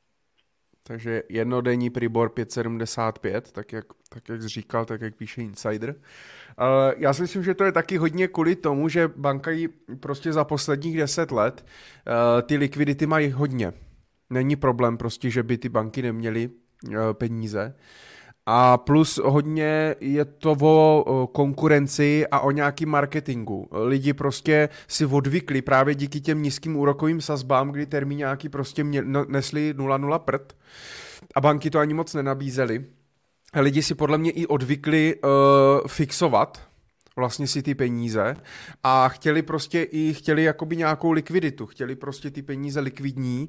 Takže jednodenní Pribor pět celá sedmdesát pět, tak jak, tak jak jsi říkal, tak jak píše Insider. Uh, já si myslím, že to je taky hodně kvůli tomu, že banka jí prostě za posledních deset let uh, ty likvidity mají hodně. Není problém prostě, že by ty banky neměly uh, peníze. A plus hodně je to o konkurenci a o nějakým marketingu. Lidi prostě si odvykli právě díky těm nízkým úrokovým sazbám, kdy termíňáky prostě mě, no, nesli nula nula prd a banky to ani moc nenabízely. Lidi si podle mě i odvykli uh, fixovat vlastně si ty peníze a chtěli prostě i chtěli jakoby nějakou likviditu, chtěli prostě ty peníze likvidní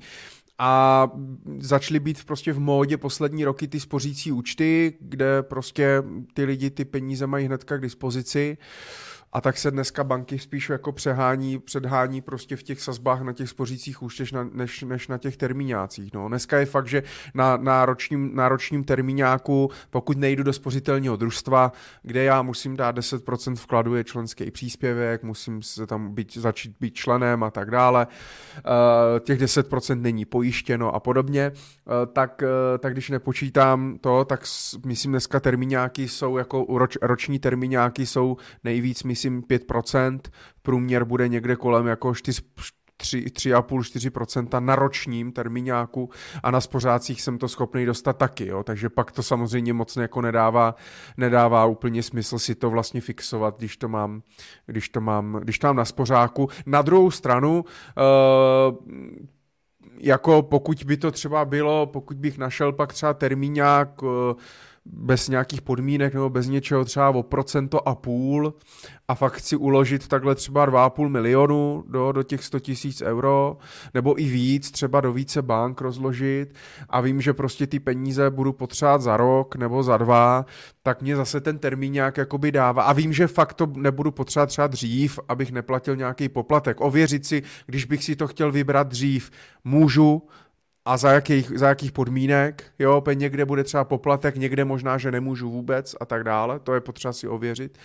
a začaly být prostě v módě poslední roky ty spořící účty, kde prostě ty lidi ty peníze mají hnedka k dispozici a tak se dneska banky spíš jako přehání, předhání prostě v těch sazbách na těch spořících účtech než, než na těch termíňácích. No. Dneska je fakt, že na, na, ročním, na ročním termíňáku, pokud nejdu do spořitelního družstva, kde já musím dát deset procent vkladu, je členský příspěvek, musím se tam být, začít být členem a tak dále, uh, těch deset procent není pojištěno a podobně, uh, tak, uh, tak když nepočítám to, tak myslím dneska termíňáky jsou jako roč, roční termíňáky jsou nejvíc, myslím, pět procent, průměr bude někde kolem jako čtyři, tři a půl čtyři procenta na ročním termíňáku a na spořácích jsem to schopný dostat taky, jo? Takže pak to samozřejmě moc jako nedává, nedává úplně smysl si to vlastně fixovat, když to mám, když to mám, když to mám na spořáku. Na druhou stranu, uh, jako pokud by to třeba bylo, pokud bych našel pak třeba termíňák uh, bez nějakých podmínek nebo bez něčeho třeba o procento a půl a fakt chci uložit takhle třeba dva a půl milionu do, do těch sto tisíc euro nebo i víc, třeba do více bank rozložit a vím, že prostě ty peníze budu potřebovat za rok nebo za dva, tak mě zase ten termín nějak jakoby dává a vím, že fakt to nebudu potřebovat třeba dřív, abych neplatil nějaký poplatek. Ověřit si, když bych si to chtěl vybrat dřív, můžu, a za jakých, za jakých podmínek, jo, někde bude třeba poplatek, někde možná, že nemůžu vůbec a tak dále, to je potřeba si ověřit.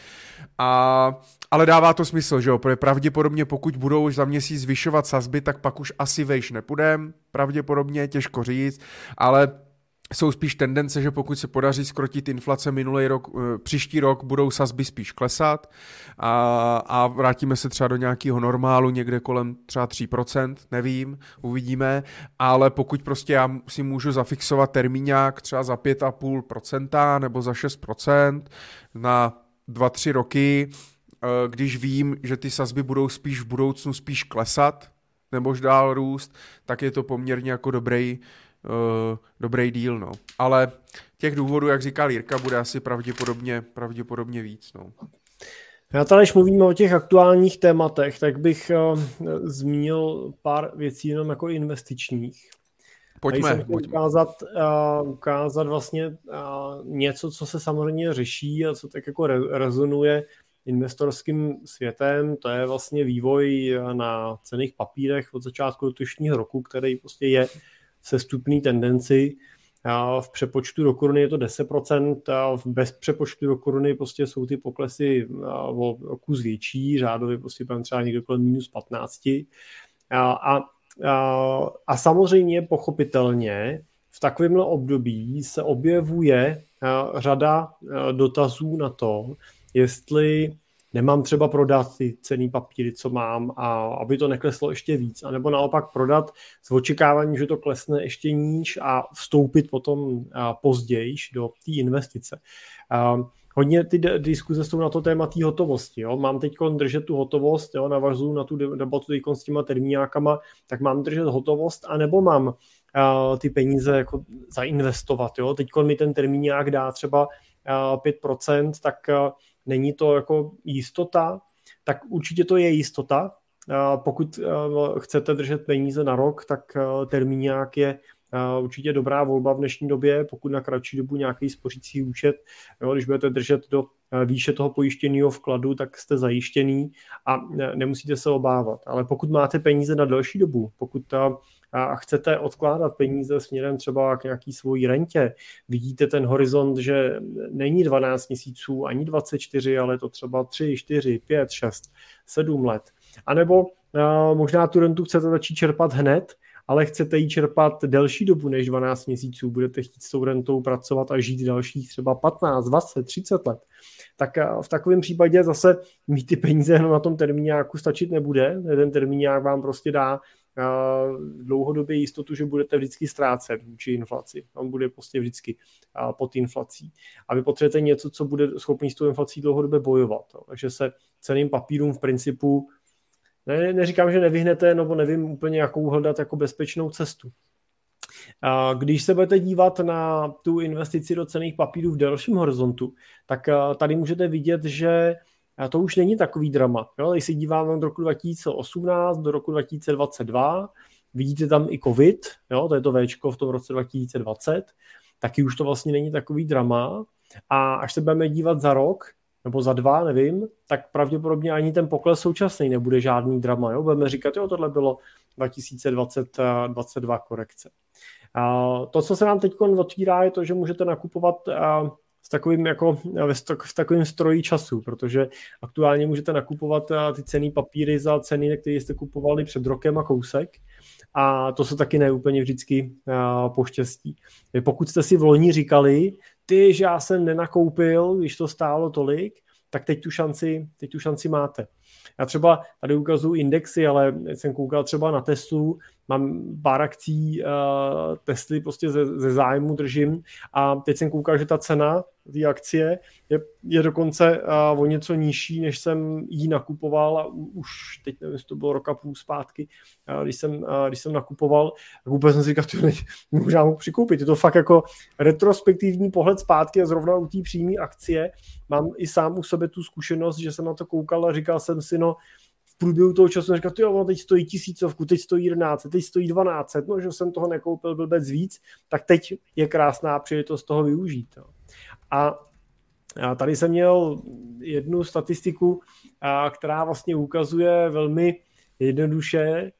A, ale dává to smysl, že jo, protože pravděpodobně pokud budou už za měsíc zvyšovat sazby, tak pak už asi vejš nepůjdem, pravděpodobně, těžko říct, ale jsou spíš tendence, že pokud se podaří skrotit inflace minulý rok, příští rok budou sazby spíš klesat a, a vrátíme se třeba do nějakého normálu někde kolem třeba tři procenta, nevím, uvidíme, ale pokud prostě já si můžu zafixovat termíňák třeba za pět a půl procenta nebo za šest procent na dva, tři roky, když vím, že ty sazby budou spíš v budoucnu spíš klesat nebo dál růst, tak je to poměrně jako dobrý Uh, dobrý díl, no. Ale těch důvodů, jak říkal Jirka, bude asi pravděpodobně, pravděpodobně víc, no. Já tady, když mluvíme o těch aktuálních tématech, tak bych uh, zmínil pár věcí jenom jako investičních. Pojďme. Jsem chtěl ukázat, uh, ukázat vlastně uh, něco, co se samozřejmě řeší a co tak jako re- rezonuje investorským světem, to je vlastně vývoj na cenných papírech od začátku letošního roku, který prostě je sestupný tendenci. V přepočtu do koruny je to deset procent, bez přepočtu do koruny prostě jsou ty poklesy o kus větší, řádově prostě třeba někde kolem minus patnáct. A, a, a, a samozřejmě pochopitelně v takovémhle období se objevuje řada dotazů na to, jestli nemám třeba prodat ty cenný papíry, co mám, a aby to nekleslo ještě víc, anebo naopak prodat s očekáváním, že to klesne ještě níž a vstoupit potom později do té investice. Hodně ty diskuze jsou na to téma té hotovosti. Jo. Mám teď držet tu hotovost, jo, navazuju na tu debatu s těma termíňákama, tak mám držet hotovost, anebo mám uh, ty peníze jako zainvestovat. Jo. Teď mi ten termíňák dá třeba uh, pět procent, tak uh, není to jako jistota, tak určitě to je jistota. Pokud chcete držet peníze na rok, tak termíňák je určitě dobrá volba v dnešní době, pokud na kratší dobu nějaký spořící účet, jo, když budete držet do výše toho pojištěného vkladu, tak jste zajištěný a nemusíte se obávat. Ale pokud máte peníze na delší dobu, pokud a chcete odkládat peníze směrem třeba k nějaký svojí rentě, vidíte ten horizont, že není dvanáct měsíců ani dvacet čtyři, ale to třeba tři, čtyři, pět, šest, sedm let. A nebo uh, možná tu rentu chcete začít čerpat hned, ale chcete ji čerpat delší dobu než dvanáct měsíců, budete chtít s tou rentou pracovat a žít dalších třeba patnáct, dvacet, třicet let, tak v takovém případě zase mít ty peníze jenom na tom termíňáku stačit nebude. Ten termíňák vám prostě dá dlouhodobě jistotu, že budete vždycky ztrácet vůči inflaci. On bude prostě vždycky pod inflací. A vy potřebujete něco, co bude schopný s tou inflací dlouhodobě bojovat. Takže se cenným papírům v principu Ne, neříkám, že nevyhnete, nebo nevím úplně, jakou hledat jako bezpečnou cestu. Když se budete dívat na tu investici do cenných papírů v delším horizontu, tak tady můžete vidět, že to už není takový drama. Jo? Když se díváme do roku dva tisíce osmnáct, do roku dva tisíce dvacet dva, vidíte tam i covid, jo? To je to Včko v tom roce dva tisíce dvacet, taky už to vlastně není takový drama. A až se budeme dívat za rok, nebo za dva, nevím, tak pravděpodobně ani ten pokles současný nebude žádný drama. Jo? Budeme říkat, jo, tohle bylo dva tisíce dvacet dva korekce. A to, co se nám teď otvírá, je to, že můžete nakupovat s takovým, jako, v takovým stroji času, protože aktuálně můžete nakupovat ty cenné papíry za ceny, které jste kupovali před rokem a kousek. A to se taky neúplně vždycky poštěstí. Pokud jste si v loni říkali, ty, že já jsem nenakoupil, když to stálo tolik, tak teď tu šanci, teď tu šanci máte. Já třeba tady ukazuju indexy, ale jsem koukal třeba na Teslu, mám pár akcí uh, Tesly prostě ze, ze zájmu držím a teď jsem koukal, že ta cena té akcie je, je dokonce uh, o něco nižší, než jsem jí nakupoval a už teď nevím, jestli to bylo roka půl zpátky, uh, když, jsem, uh, když jsem nakupoval, tak vůbec jsem si říkal, že možná mohu přikoupit. Je to fakt jako retrospektivní pohled zpátky a zrovna u té přímé akcie mám i sám u sebe tu zkušenost, že jsem na to koukal a říkal jsem si, no v průběhu toho času jsem říkal, jo, ono teď stojí tisícovku, teď stojí jedenáct, teď stojí dvanáct, no, že jsem toho nekoupil blbec víc, tak teď je krásná příležitost toho využít. No. A tady jsem měl jednu statistiku, která vlastně ukazuje velmi jednoduše,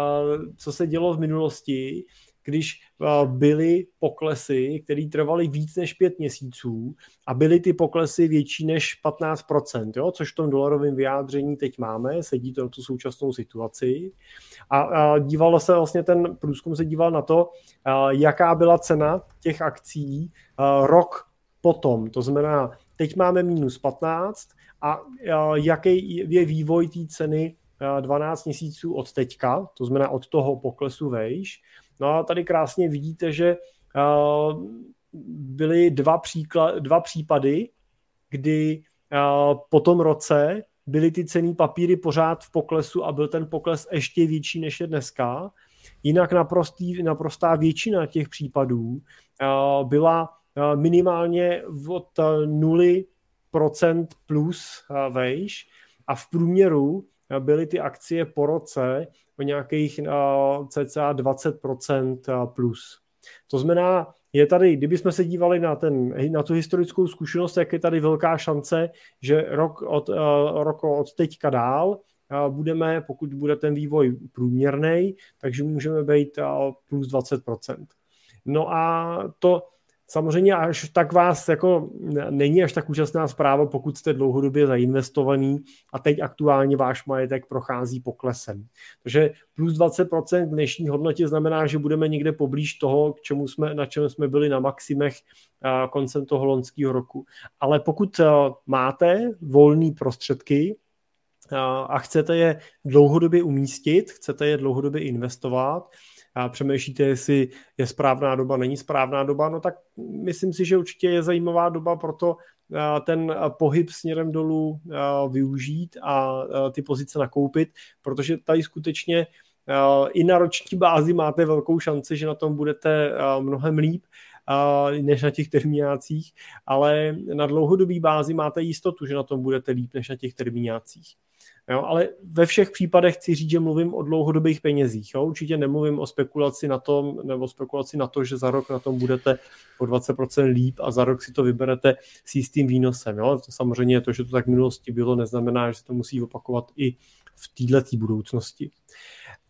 co se dělo v minulosti, když byly poklesy, které trvaly víc než pět měsíců a byly ty poklesy větší než patnáct procent, jo? Což v tom dolarovém vyjádření teď máme, sedí to na tu současnou situaci. A, a dívalo se vlastně, ten průzkum se díval na to, a, jaká byla cena těch akcí a, rok potom. To znamená, teď máme minus patnáct a, a jaký je vývoj té ceny dvanáct měsíců od teďka, to znamená od toho poklesu vejš. No a tady krásně vidíte, že uh, byly dva, příklad, dva případy, kdy uh, po tom roce byly ty cenné papíry pořád v poklesu a byl ten pokles ještě větší, než je dneska. Jinak naprostý, naprostá většina těch případů uh, byla uh, minimálně od nula procent plus uh, vejš a v průměru byly ty akcie po roce o nějakých uh, cca dvacet procent plus. To znamená, je tady, kdybychom se dívali na, ten, na tu historickou zkušenost, tak je tady velká šance, že rok od, uh, rok od teďka dál uh, budeme, pokud bude ten vývoj průměrný, takže můžeme být uh, plus dvacet procent. No a to samozřejmě až tak vás jako není až tak úžasná zpráva, pokud jste dlouhodobě zainvestovaný a teď aktuálně váš majetek prochází poklesem. Takže plus dvacet procent v dnešní hodnotě znamená, že budeme někde poblíž toho, k čemu jsme, na čem jsme byli na maximech koncem toho loňského roku. Ale pokud máte volné prostředky a chcete je dlouhodobě umístit, chcete je dlouhodobě investovat, a přemýšlíte, jestli je správná doba, není správná doba, no tak myslím si, že určitě je zajímavá doba pro to ten pohyb směrem dolů využít a ty pozice nakoupit, protože tady skutečně i na roční bázi máte velkou šanci, že na tom budete mnohem líp než na těch termínácích, ale na dlouhodobý bázi máte jistotu, že na tom budete líp než na těch termínácích. Jo, ale ve všech případech chci říct, že mluvím o dlouhodobých penězích. Jo? Určitě nemluvím o spekulaci na tom, nebo spekulaci na to, že za rok na tom budete o dvacet procent líp a za rok si to vyberete s jistým výnosem. Jo? To samozřejmě to, že to tak v minulosti bylo, neznamená, že se to musí opakovat i v této budoucnosti.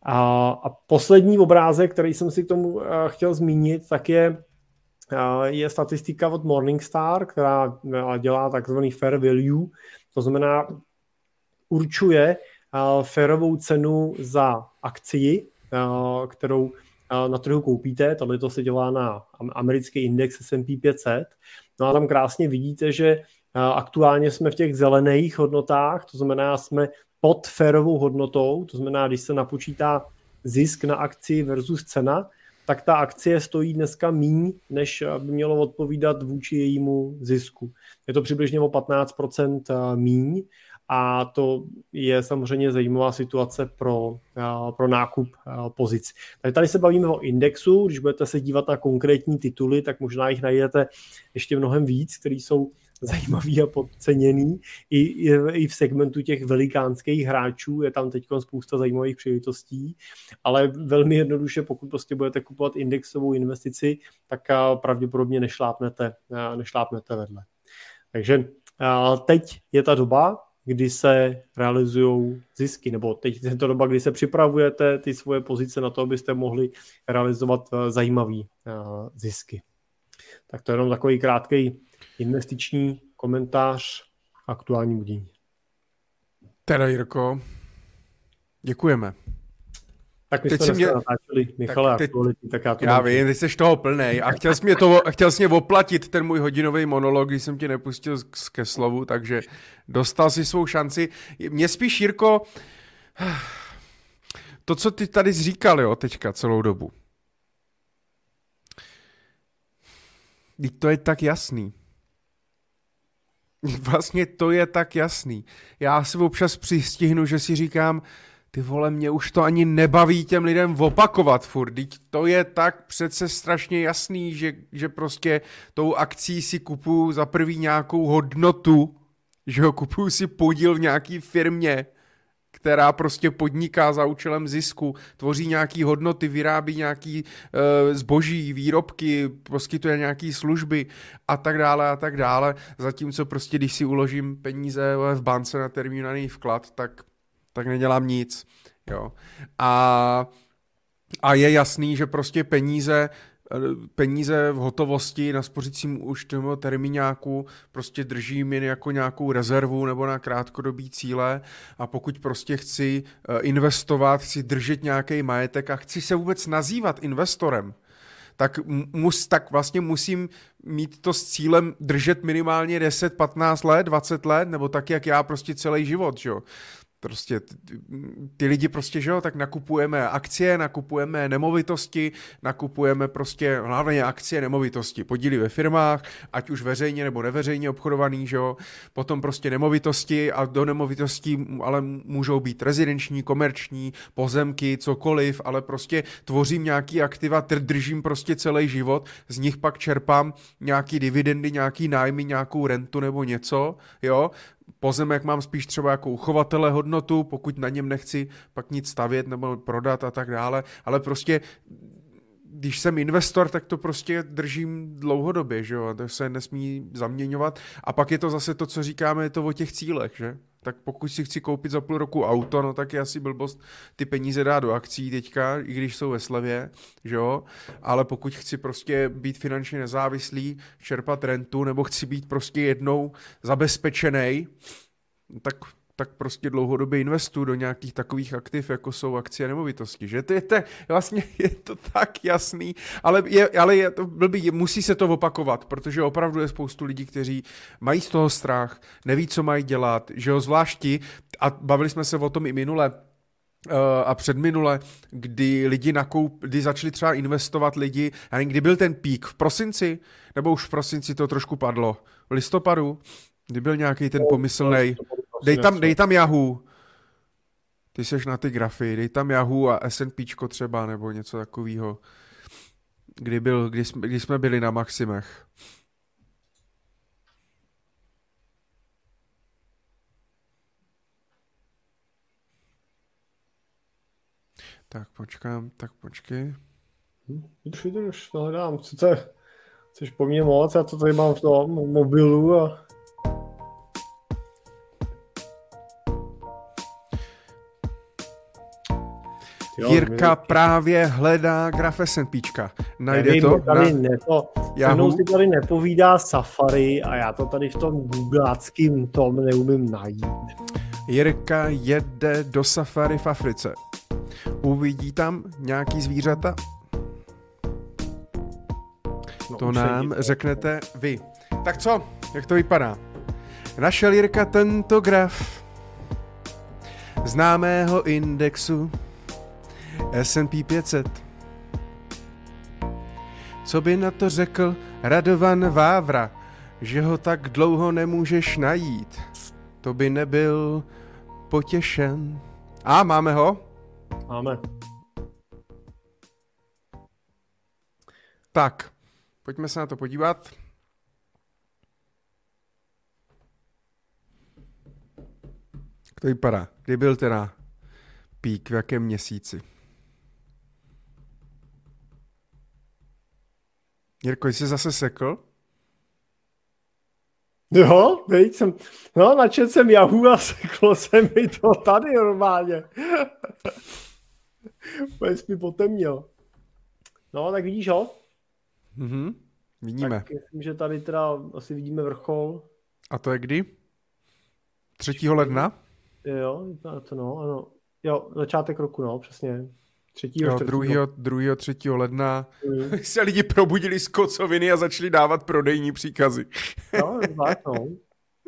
A, a poslední obrázek, který jsem si k tomu chtěl zmínit, tak je, je statistika od Morningstar, která dělá takzvaný fair value, to znamená určuje fairovou cenu za akcii, kterou na trhu koupíte. Tohle to se dělá na americký index S and P pět set. No a tam krásně vidíte, že aktuálně jsme v těch zelených hodnotách, to znamená, jsme pod fairovou hodnotou, to znamená, když se napočítá zisk na akci versus cena, tak ta akcie stojí dneska míň, než by mělo odpovídat vůči jejímu zisku. Je to přibližně o patnáct procent míň a to je samozřejmě zajímavá situace pro, pro nákup pozic. Tady, tady se bavíme o indexu, když budete se dívat na konkrétní tituly, tak možná jich najdete ještě mnohem víc, které jsou zajímavý a podceněný. I, i, I v segmentu těch velikánských hráčů je tam teď spousta zajímavých příležitostí, ale velmi jednoduše, pokud prostě budete kupovat indexovou investici, tak pravděpodobně nešlápnete, nešlápnete vedle. Takže teď je ta doba, kdy se realizují zisky, nebo teď je to doba, kdy se připravujete ty svoje pozice na to, abyste mohli realizovat zajímavé zisky. Tak to je jenom takový krátký investiční komentář aktuálnímu dění. Teda, Jirko, děkujeme. Tak my teď jsme mě natáčeli Michale tak teď, aktuality, tak já to Já vím, ty jsi toho plnej a chtěl jsi mě to, chtěl jsi mě oplatit ten můj hodinový monolog, když jsem tě nepustil ke slovu, takže dostal si svou šanci. Mě spíš, Jirko, to, co ty tady říkal, jo, teďka celou dobu. To je tak jasný. Vlastně to je tak jasný. Já si občas přistihnu, že si říkám, ty vole, mě už to ani nebaví těm lidem opakovat furt. Teď to je tak přece strašně jasný, že, že prostě tou akcí si kupuju za prvý nějakou hodnotu, že ho kupuju si podíl v nějaký firmě, která prostě podniká za účelem zisku, tvoří nějaký hodnoty, vyrábí nějaký e, zboží, výrobky, poskytuje nějaký služby a tak dále a tak dále. Zatímco prostě, když si uložím peníze v bance na termínovaný vklad, tak, tak nedělám nic. Jo. A, a je jasný, že prostě peníze peníze v hotovosti na spořícím už tomu termíňáku prostě držím jen jako nějakou rezervu nebo na krátkodobý cíle a pokud prostě chci investovat, chci držet nějaký majetek a chci se vůbec nazývat investorem, tak, mus, tak vlastně musím mít to s cílem držet minimálně deset, patnáct let, dvacet let, nebo tak, jak já prostě celý život, že jo. Prostě ty lidi prostě, že jo, tak nakupujeme akcie, nakupujeme nemovitosti, nakupujeme prostě hlavně akcie, nemovitosti, podíly ve firmách, ať už veřejně nebo neveřejně obchodovaný, že jo, potom prostě nemovitosti a do nemovitostí ale můžou být rezidenční, komerční, pozemky, cokoliv, ale prostě tvořím nějaký aktiva, držím prostě celý život, z nich pak čerpám nějaký dividendy, nějaký nájmy, nějakou rentu nebo něco, jo. Pozemek mám spíš třeba jako uchovatele hodnotu, pokud na něm nechci pak nic stavět nebo prodat a tak dále, ale prostě když jsem investor, tak to prostě držím dlouhodobě, že jo, to se nesmí zaměňovat a pak je to zase to, co říkáme, je to o těch cílech, že? Tak pokud si chci koupit za půl roku auto, no tak je asi blbost ty peníze dát do akcí teďka, i když jsou ve slevě, že jo, ale pokud chci prostě být finančně nezávislý, čerpat rentu, nebo chci být prostě jednou zabezpečenej, tak, tak prostě dlouhodobě investuju do nějakých takových aktiv, jako jsou akcie a nemovitosti, že? To je, to, vlastně je to tak jasný, ale, je, ale je to blbý, musí se to opakovat, protože opravdu je spoustu lidí, kteří mají z toho strach, neví, co mají dělat, že jo, zvlášti, a bavili jsme se o tom i minule, a předminule, kdy lidi nakoup, kdy začali třeba investovat lidi, já nevím, kdy byl ten pík, v prosinci, nebo už v prosinci to trošku padlo, v listopadu, kdy byl nějaký ten pomyslnej, dej tam, dej tam Yahoo, ty seš na ty grafy, dej tam Yahoo a S and P třeba, nebo něco takového, kdy, byl, kdy, jsme, kdy jsme byli na maximech. Tak počkám, tak počkej. Už to už hledám, chcete, chceš po mně moc, já to tady mám v tom mobilu a... Jo, Jirka právě hledá graf SNPčka. Najde nevím, to? Tady na... ne, to se mnou si tady nepovídá Safari a já to tady v tom googláckým tom neumím najít. Jirka jede do Safari v Africe. Uvidí tam nějaký zvířata? No, to nám sedí. Řeknete vy. Tak co? Jak to vypadá? Našel Jirka tento graf známého indexu S and P pět set. Co by na to řekl Radovan Vávra, že ho tak dlouho nemůžeš najít? To by nebyl potěšen. A máme ho? Máme. Tak, pojďme se na to podívat. Jak to vypadá? Kdy byl teda pík, v jakém měsíci? Jirko, jsi zase sekl? Jo, veď jsem, no načet jsem Yahoo a seklo se mi to tady normálně. Úplně jsi mi potemnil. No, tak vidíš ho? Mhm, vidíme. Tak myslím, že tady teda asi vidíme vrchol. A to je kdy? třetího ledna? Jo, to no, ano. Jo, začátek roku, no, přesně. třetího Jo, druhého, druhého, třetího ledna mm. se lidi probudili z kocoviny a začali dávat prodejní příkazy. No, tak, no. uh,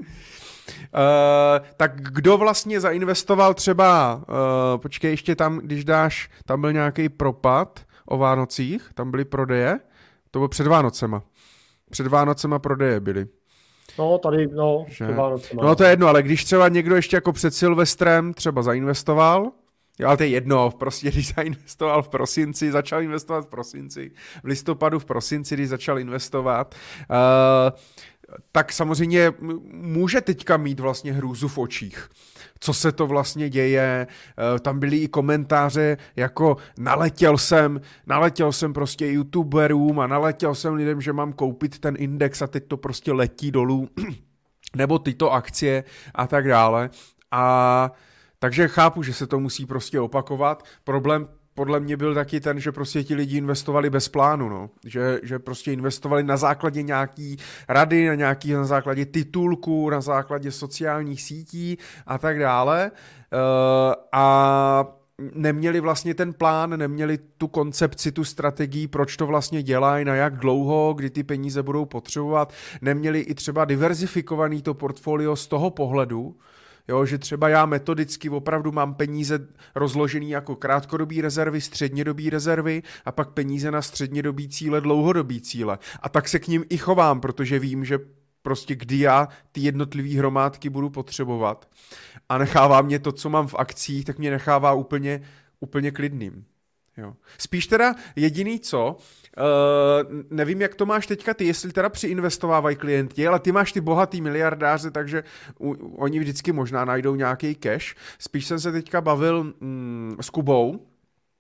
tak kdo vlastně zainvestoval třeba, uh, počkej, ještě tam, když dáš, tam byl nějaký propad o Vánocích, tam byly prodeje, to bylo před Vánocema. Před Vánocema prodeje byly. No, tady, no, před Vánocema. No, to je jedno, ale když třeba někdo ještě jako před Silvestrem třeba zainvestoval, jo, ale to je jedno, prostě když zainvestoval v prosinci, začal investovat v prosinci, v listopadu v prosinci, když začal investovat, uh, tak samozřejmě může teďka mít vlastně hrůzu v očích. Co se to vlastně děje, uh, tam byly i komentáře jako naletěl jsem, naletěl jsem prostě youtuberům a naletěl jsem lidem, že mám koupit ten index a teď to prostě letí dolů, nebo tyto akcie a tak dále. A takže chápu, že se to musí prostě opakovat. Problém podle mě byl taky ten, že prostě ti lidi investovali bez plánu, no. Že, že prostě investovali na základě nějaký rady, na nějaký na základě titulků, na základě sociálních sítí a tak dále. Uh, a neměli vlastně ten plán, neměli tu koncepci, tu strategii, proč to vlastně dělají, na jak dlouho, kdy ty peníze budou potřebovat. Neměli i třeba diverzifikovaný to portfolio z toho pohledu, jo, že třeba já metodicky opravdu mám peníze rozložený jako krátkodobý rezervy, střednědobý rezervy a pak peníze na střednědobý cíle, dlouhodobý cíle. A tak se k ním i chovám, protože vím, že prostě kdy já ty jednotlivý hromádky budu potřebovat a nechává mě to, co mám v akcích, tak mě nechává úplně, úplně klidným. Jo. Spíš teda jediný co, uh, nevím, jak to máš teďka ty, jestli teda přiinvestovávají klienti, ale ty máš ty bohatý miliardáře, takže u, oni vždycky možná najdou nějaký cash. Spíš jsem se teďka bavil mm, s Kubou, uh,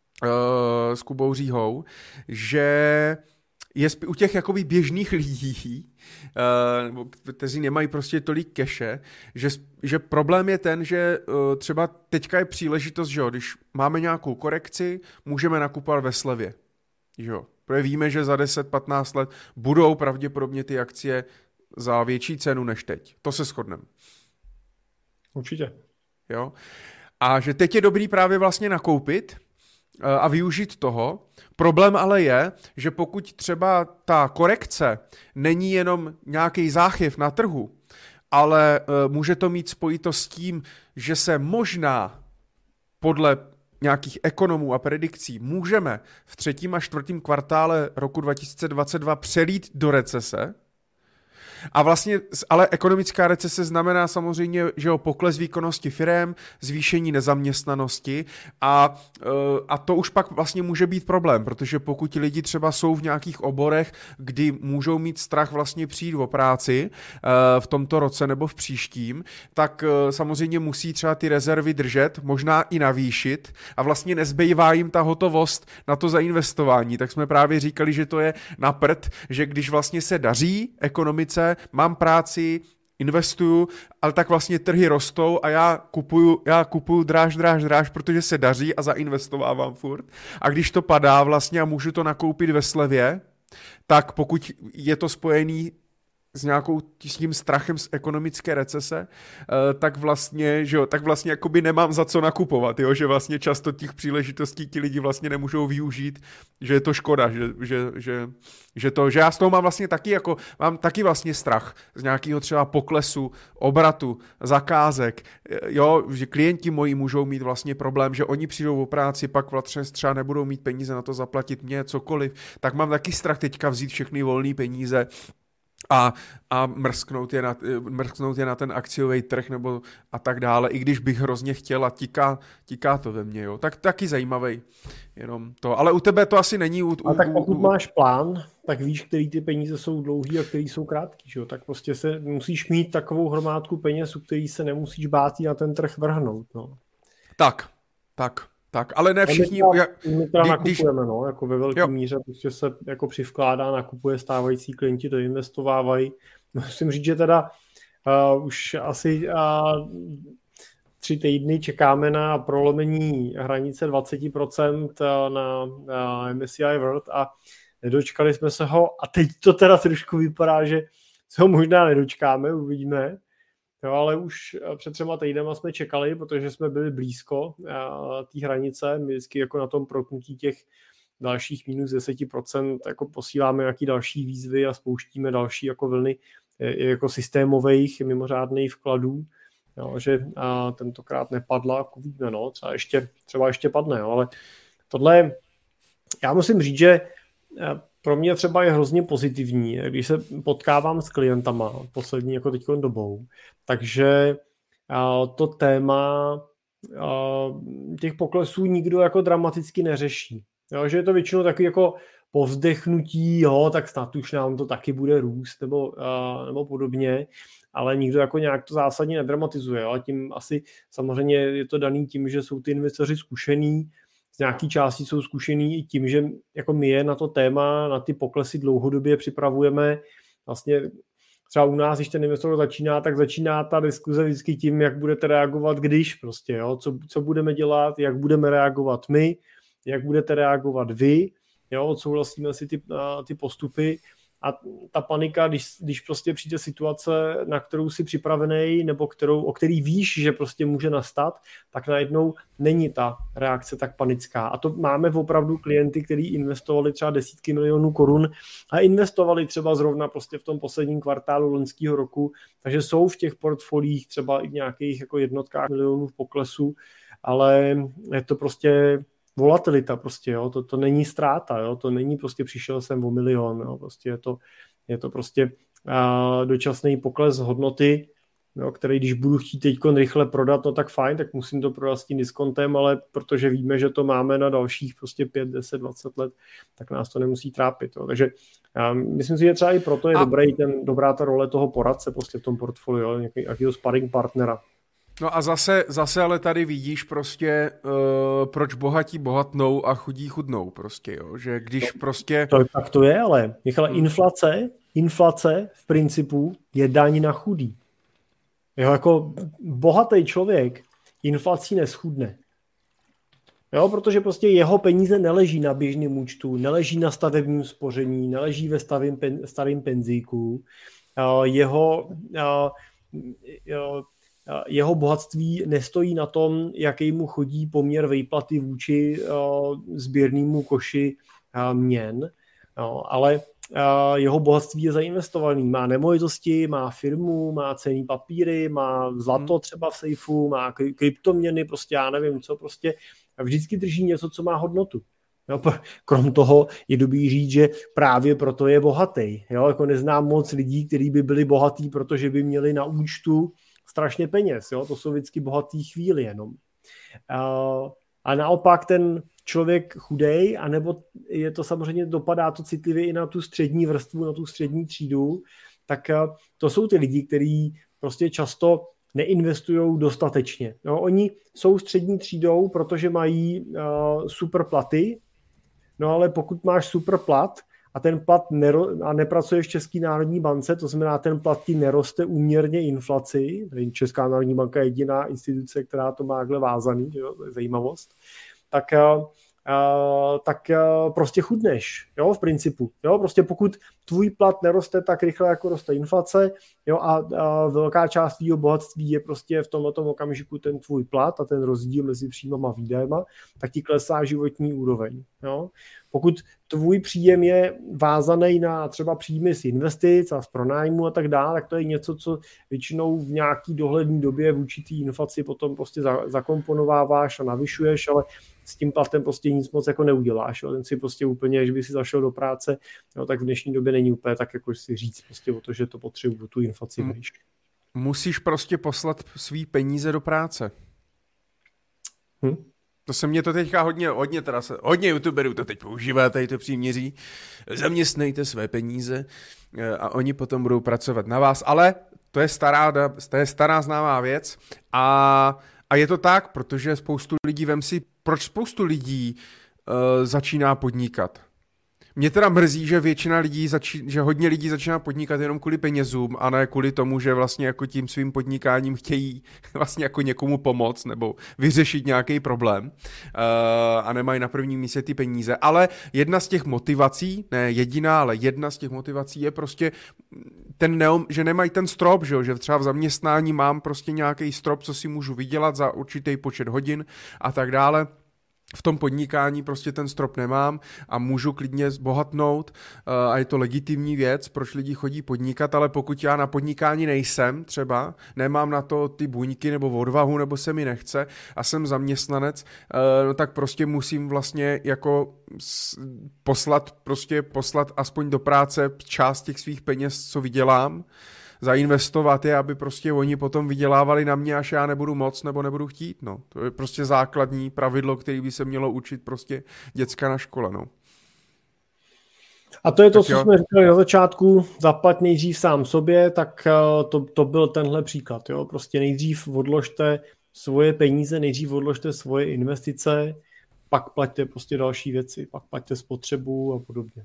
s Kubou Říhou, že je u těch jakoby běžných lidí, uh, kteří nemají prostě tolik keše, že, že problém je ten, že uh, třeba teďka je příležitost, že jo, když máme nějakou korekci, můžeme nakupovat ve slevě. Že jo. Protože víme, že za deset patnáct let budou pravděpodobně ty akcie za větší cenu než teď. To se shodneme. Určitě. Jo. A že teď je dobrý právě vlastně nakoupit a využít toho. Problém ale je, že pokud třeba ta korekce není jenom nějaký záchyv na trhu, ale uh, může to mít spojitost s tím, že se možná podle nějakých ekonomů a predikcí můžeme v třetím a čtvrtém kvartále roku dva tisíce dvacet dva přelít do recese. A vlastně, ale ekonomická recese znamená samozřejmě, že o pokles výkonnosti firem, zvýšení nezaměstnanosti a, a to už pak vlastně může být problém, protože pokud lidi třeba jsou v nějakých oborech, kdy můžou mít strach vlastně přijít o práci v tomto roce nebo v příštím, tak samozřejmě musí třeba ty rezervy držet, možná i navýšit a vlastně nezbývá jim ta hotovost na to zainvestování. Tak jsme právě říkali, že to je na prd, že když vlastně se daří ekonomice, mám práci, investuju, ale tak vlastně trhy rostou a já kupuju, já kupuju dráž, dráž, dráž, protože se daří a zainvestovávám furt. A když to padá vlastně a můžu to nakoupit ve slevě, tak pokud je to spojený s nějakou s tím strachem z ekonomické recese, tak vlastně, že jo, tak vlastně jakoby nemám za co nakupovat, jo, že vlastně často těch příležitostí ti lidi vlastně nemůžou využít, že je to škoda, že, že, že, že to, že já z toho mám vlastně taky jako, mám taky vlastně strach z nějakého třeba poklesu, obratu, zakázek, jo, že klienti moji můžou mít vlastně problém, že oni přijdou o práci, pak vlastně třeba nebudou mít peníze na to zaplatit mě cokoliv, tak mám taky strach teďka vzít všechny volné peníze a, a mrsknout, je na, mrsknout je na ten akciový trh nebo a tak dále, i když bych hrozně chtěl a tíká, tíká to ve mně, jo. Tak taky zajímavý, jenom to. Ale u tebe to asi není. U, a u, tak pokud u, máš plán, tak víš, který ty peníze jsou dlouhý a který jsou krátký, že jo. Tak prostě se musíš mít takovou hromádku peněz, u který se nemusíš bát na ten trh vrhnout, no. Tak, tak. Tak, ale ne všichni... My teda, my teda když, nakupujeme, no, jako ve velké míře, prostě se jako přivkládá, nakupuje, stávající klienti to investovávají. Musím říct, že teda uh, už asi uh, tři týdny čekáme na prolomení hranice dvacet procent na uh, M S C I World a nedočkali jsme se ho a teď to teda trošku vypadá, že se ho možná nedočkáme, uvidíme. Jo, ale už před třema týdnama jsme čekali, protože jsme byli blízko té hranice. My vždycky jako na tom protnutí těch dalších minus deset procent jako posíláme nějaký další výzvy a spouštíme další jako vlny jako systémových mimořádných vkladů. Jo, že a tentokrát nepadla, uvidíme, no, třeba ještě, třeba ještě padne, jo, ale tohle, já musím říct, že pro mě třeba je hrozně pozitivní, když se potkávám s klientama poslední jako teď dobou, takže to téma těch poklesů nikdo jako dramaticky neřeší. Jo, že je to většinou takový jako povzdechnutí, jo, tak snad už nám to taky bude růst nebo, nebo podobně, ale nikdo jako nějak to zásadně nedramatizuje. Jo, a tím asi samozřejmě je to daný tím, že jsou ty investoři zkušený, z nějaký části jsou zkušený i tím, že jako my je na to téma, na ty poklesy dlouhodobě připravujeme. Vlastně třeba u nás, když ten investor začíná, tak začíná ta diskuze vždycky tím, jak budete reagovat, když prostě, jo, co, co budeme dělat, jak budeme reagovat my, jak budete reagovat vy, jo, odsouhlasíme si ty, ty postupy a ta panika, když, když prostě přijde situace, na kterou jsi připravený nebo kterou, o který víš, že prostě může nastat, tak najednou není ta reakce tak panická. A to máme opravdu klienty, kteří investovali třeba desítky milionů korun a investovali třeba zrovna prostě v tom posledním kvartálu loňského roku, takže jsou v těch portfoliích třeba i nějakých jako jednotkách milionů v poklesu, ale je to prostě volatilita prostě, jo, to, to není ztráta, jo, to není prostě přišel jsem o milion, jo, prostě je to, je to prostě a, dočasný pokles hodnoty, jo, který když budu chtít teď rychle prodat, no tak fajn, tak musím to prodat s tím diskontem, ale protože víme, že to máme na dalších prostě pět, deset, dvacet let, tak nás to nemusí trápit, jo, takže já myslím si, že třeba i proto je A... dobrý ten, dobrá ta role toho poradce prostě v tom portfoliu, nějaký, nějakýho sparring partnera. No a zase, zase ale tady vidíš prostě, uh, proč bohatí bohatnou a chudí chudnou prostě, jo, že když to, prostě... To, tak to je, ale Michale, inflace, inflace v principu je daň na chudý. Jo, jako bohatý člověk inflací neschudne. Jo, protože prostě jeho peníze neleží na běžném účtu, neleží na stavebním spoření, neleží ve stavým pen, starým penzíku. Uh, jeho... Uh, uh, jeho bohatství nestojí na tom, jaký mu chodí poměr výplaty vůči uh, sběrnému koši uh, měn, no, ale uh, jeho bohatství je zainvestovaný. Má nemovitosti, má firmu, má cenný papíry, má zlato třeba v sejfu, má kryptoměny, prostě já nevím co, prostě vždycky drží něco, co má hodnotu. Jo, krom toho je dobrý říct, že právě proto je bohatý. Jo, jako neznám moc lidí, kteří by byli bohatí, protože by měli na účtu strašně peněz, jo? To jsou vždycky bohatý chvíli jenom. Uh, a naopak ten člověk chudej, anebo je to samozřejmě, dopadá to citlivě i na tu střední vrstvu, na tu střední třídu, tak uh, to jsou ty lidi, kteří prostě často neinvestují dostatečně. No, oni jsou střední třídou, protože mají uh, super platy, no ale pokud máš super plat a ten plat nero, a nepracuješ v České národní bance, to znamená, ten plat ti neroste úměrně inflaci, Česká národní banka je jediná instituce, která to má takhle vázaný, že jo, to je zajímavost, tak Uh, tak uh, prostě chudneš, jo, v principu. Jo, prostě pokud tvůj plat neroste tak rychle, jako roste inflace, jo, a, a velká část tvýho bohatství je prostě v tomto okamžiku ten tvůj plat a ten rozdíl mezi příjmama a výdajema, tak ti klesá životní úroveň, jo. Pokud tvůj příjem je vázaný na třeba příjmy z investic a z pronájmu a tak dále, tak to je něco, co většinou v nějaký dohledné době v určitý inflaci potom prostě za, zakomponováváš a navyšuješ, ale s tím platem prostě nic moc jako neuděláš. Jo. Ten si prostě úplně, že by si zašel do práce, jo, tak v dnešní době není úplně tak, jako si říct prostě o to, že to potřebuji tu inflaci vejš. Musíš prostě poslat svý peníze do práce. Hm? To se mě to teďka hodně, hodně, teda se, hodně youtuberů to teď používá, tady to příměří. Zaměstnejte své peníze a oni potom budou pracovat na vás, ale to je stará, to je stará známá věc a, a je to tak, protože spoustu lidí, vem si, proč spoustu lidí uh, začíná podnikat. Mě teda mrzí, že většina lidí, začí, že hodně lidí začíná podnikat jenom kvůli penězům a ne kvůli tomu, že vlastně jako tím svým podnikáním chtějí vlastně jako někomu pomoct nebo vyřešit nějaký problém uh, a nemají na prvním místě ty peníze. Ale jedna z těch motivací, ne jediná, ale jedna z těch motivací je prostě ten neom, že nemají ten strop, že, že třeba v zaměstnání mám prostě nějaký strop, co si můžu vydělat za určitý počet hodin a tak dále. V tom podnikání prostě ten strop nemám a můžu klidně zbohatnout a je to legitimní věc, proč lidi chodí podnikat, ale pokud já na podnikání nejsem třeba, nemám na to ty buňky nebo odvahu, nebo se mi nechce a jsem zaměstnanec, no tak prostě musím vlastně jako poslat, prostě poslat aspoň do práce část těch svých peněz, co vydělám, zainvestovat je, aby prostě oni potom vydělávali na mě, až já nebudu moc nebo nebudu chtít, no. To je prostě základní pravidlo, který by se mělo učit prostě děcka na škole, no. A to je to, tak co jo. jsme říkali na začátku, zaplať nejdřív sám sobě, tak to, to byl tenhle příklad, jo. Prostě nejdřív odložte svoje peníze, nejdřív odložte svoje investice, pak plaťte prostě další věci, pak plaťte spotřebu a podobně.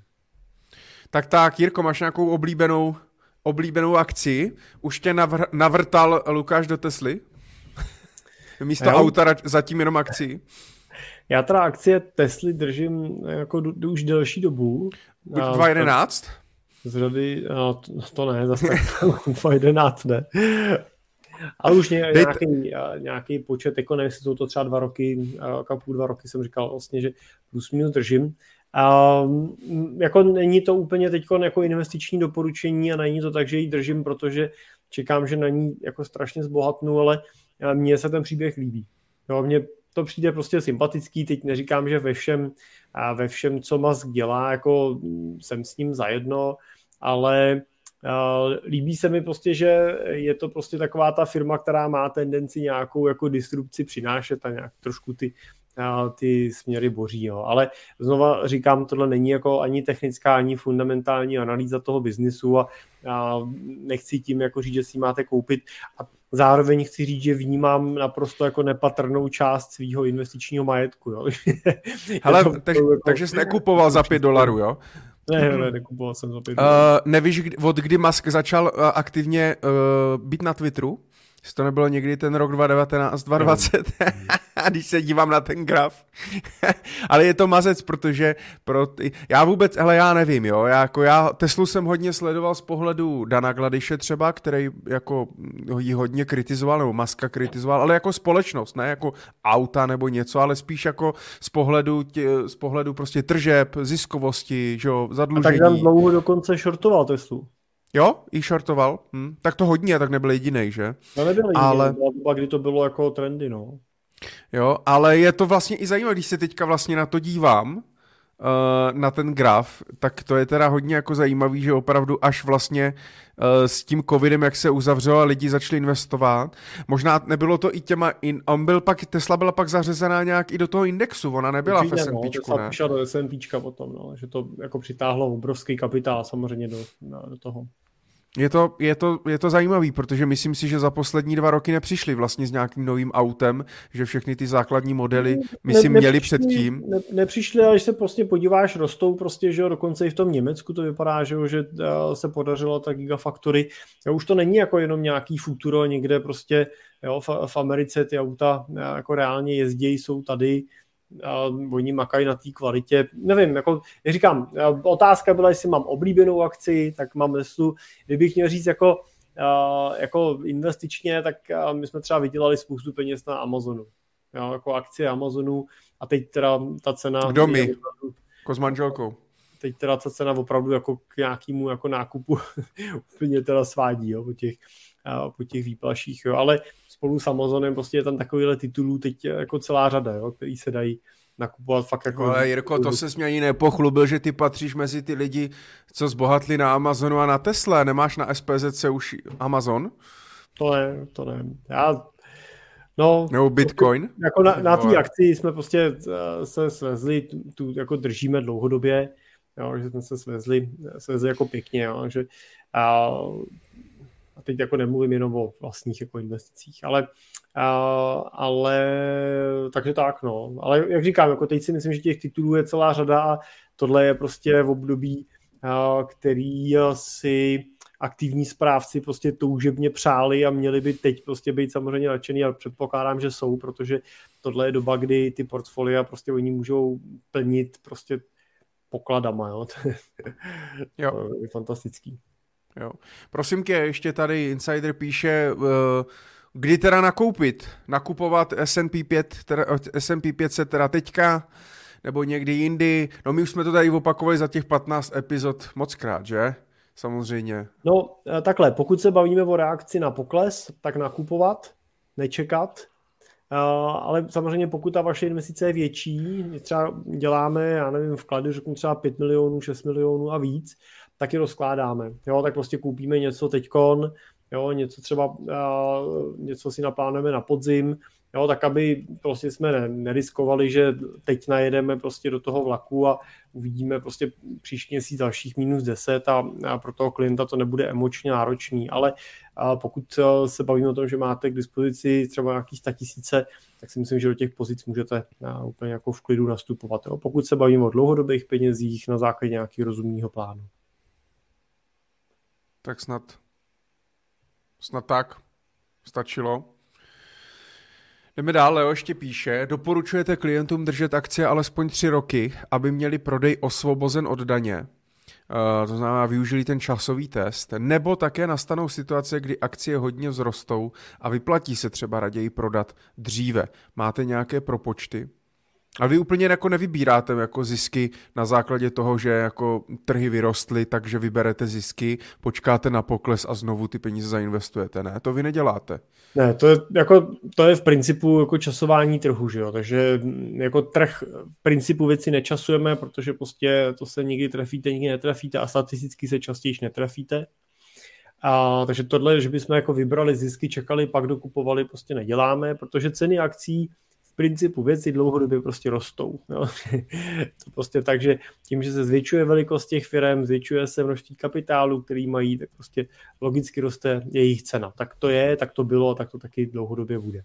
Tak tak, Jirko, máš nějakou oblíbenou oblíbenou akci? Už tě navr- navrtal Lukáš do Tesly? Místo já, auta zatím jenom akci? Já teda akcie Tesly držím jako d- d- už delší dobu. Buď dva tisíce jedenáct? Z řady, no, to, to ne, zase tak dva tisíce jedenáct ne. Ale už ně, nějaký, nějaký počet, jako nevím, jsou to třeba dva roky, a půl dva roky jsem říkal vlastně, že plus minus držím. Um, jako není to úplně teď jako investiční doporučení a není to tak, že ji držím, protože čekám, že na ní jako strašně zbohatnu, ale mně se ten příběh líbí. Jo, mně to přijde prostě sympatický, teď neříkám, že ve všem, ve všem, co Musk dělá, jako jsem s ním zajedno, ale uh, líbí se mi prostě, že je to prostě taková ta firma, která má tendenci nějakou jako disrupci přinášet a nějak trošku ty ty směry boří, jo. Ale znova říkám, tohle není jako ani technická, ani fundamentální analýza toho biznisu a, a nechci tím jako říct, že si máte koupit a zároveň chci říct, že vnímám naprosto jako nepatrnou část svýho investičního majetku, jo. Hele, tak, jako, takže jsi nekupoval za pět dolarů, jo? Ne, ne, nekupoval jsem za pět dolarů. Uh, nevíš, kdy, od kdy Musk začal uh, aktivně uh, být na Twitteru? Jestli to nebylo někdy ten rok dva tisíce devatenáct, dva tisíce dvacet, když se dívám na ten graf. Ale je to mazec, protože pro ty, já vůbec, hele, já nevím, jo, já, jako já Teslu jsem hodně sledoval z pohledu Dana Gladyše třeba, který jako ji hodně kritizoval, nebo Muska kritizoval, ale jako společnost, ne jako auta nebo něco, ale spíš jako z pohledu, tě, z pohledu prostě tržeb, ziskovosti, že jo, zadlužení. A tak tam dlouho dokonce shortoval Teslu. Jo, i shortoval? Hm. Tak to hodně, tak nebyl jedinej, že? No nebyl jedinej, ale... byla, kdy to bylo jako trendy, no. Jo, ale je to vlastně i zajímavé, když se teďka vlastně na to dívám, uh, na ten graf, tak to je teda hodně jako zajímavý, že opravdu až vlastně uh, s tím covidem, jak se uzavřelo a lidi začali investovat, možná nebylo to i těma, in, on byl pak, Tesla byla pak zařazená nějak i do toho indexu, ona nebyla Určitě, v S and P, no, ne? Přišla do S and P potom, no, že to jako přitáhlo obrovský kapitál samozřejmě do, do toho. Je to, je, to, je to zajímavý, protože myslím si, že za poslední dva roky nepřišli vlastně s nějakým novým autem, že všechny ty základní modely, myslím, ne, měli předtím. Ne, nepřišli, ale když se prostě podíváš, rostou prostě, že jo, dokonce i v tom Německu to vypadá, že jo, že se podařilo ta Gigafactory. Jo, už to není jako jenom nějaký futuro někde prostě, jo, v, v Americe ty auta jako reálně jezdí, jsou tady, a oni makají na té kvalitě. Nevím, jako, jak říkám, otázka byla, jestli mám oblíbenou akci, tak mám Teslu. Kdybych měl říct jako, jako investičně, tak my jsme třeba vydělali spoustu peněz na Amazonu. Jo, jako akcie Amazonu a teď teda ta cena... Kdo my? Jako s manželkou. Teď teda ta cena opravdu jako k nějakému jako nákupu úplně teda svádí, jo, po těch, po těch výplaších, jo, ale spolu s Amazonem prostě je tam takovýhle titulů teď jako celá řada, jo, který se dají nakupovat fakt jako... Ale Jirko, to ses mě ani nepochlubil, že ty patříš mezi ty lidi, co zbohatli na Amazonu a na Tesle. Nemáš na S P Z C už Amazon? To ne, to ne. Já... No, nebo Bitcoin? To, jako na, na té akci jsme prostě se svezli, tu, tu jako držíme dlouhodobě, jo, že jsme se svezli, svezli jako pěkně, jo, že a, a teď jako nemluvím jenom o vlastních jako investicích, ale, a, ale takže tak, no. Ale jak říkám, jako teď si myslím, že těch titulů je celá řada a tohle je prostě v období, a, který si aktivní správci prostě toužebně přáli a měli by teď prostě být samozřejmě nadšený, ale předpokládám, že jsou, protože tohle je doba, kdy ty portfolia prostě oni můžou plnit prostě pokladama, jo. Jo. To je fantastický. Jo. Prosím tě, ještě tady Insider píše, kdy teda nakoupit, nakupovat S and P pět, teda, S and P pět set teda teďka, nebo někdy jindy. No my už jsme to tady opakovali za těch patnáct epizod mockrát, že? Samozřejmě. No takhle, pokud se bavíme o reakci na pokles, tak nakupovat, nečekat, uh, ale samozřejmě pokud ta vaše investice je větší, třeba děláme, já nevím, vklady, řeknu třeba pět milionů, šest milionů a víc, tak je rozkládáme. Jo, tak prostě koupíme něco teďkon, jo, něco třeba, uh, něco si naplánujeme na podzim, jo, tak aby prostě jsme neriskovali, že teď najedeme prostě do toho vlaku a uvidíme prostě příští měsíc dalších minus deset a, a pro toho klienta to nebude emočně náročný, ale a pokud se bavíme o tom, že máte k dispozici třeba nějaký sta tisíce, tak si myslím, že do těch pozic můžete a, úplně jako v klidu nastupovat. Jo. Pokud se bavíme o dlouhodobých penězích na základě nějakého rozumného plánu. Tak snad snad tak stačilo. Jdeme dál, Leo ještě píše, doporučujete klientům držet akcie alespoň tři roky, aby měli prodej osvobozen od daně, uh, to znamená využili ten časový test, nebo také nastanou situace, kdy akcie hodně vzrostou a vyplatí se třeba raději prodat dříve. Máte nějaké propočty? A vy úplně jako nevybíráte jako zisky na základě toho, že jako trhy vyrostly, takže vyberete zisky, počkáte na pokles a znovu ty peníze zainvestujete. Ne, to vy neděláte. Ne, to je, jako, to je v principu jako časování trhu, že jo? Takže jako trh v principu věci nečasujeme, protože prostě to se nikdy trefíte, nikdy netrefíte a statisticky se častěji netrefíte. A, takže tohle, že bychom jako vybrali zisky, čekali, pak dokupovali, prostě neděláme, protože ceny akcí v principu věci dlouhodobě prostě rostou. Jo. To prostě tak, že tím, že se zvětšuje velikost těch firm, zvětšuje se množství kapitálu, který mají, tak prostě logicky roste jejich cena. Tak to je, tak to bylo, tak to taky dlouhodobě bude.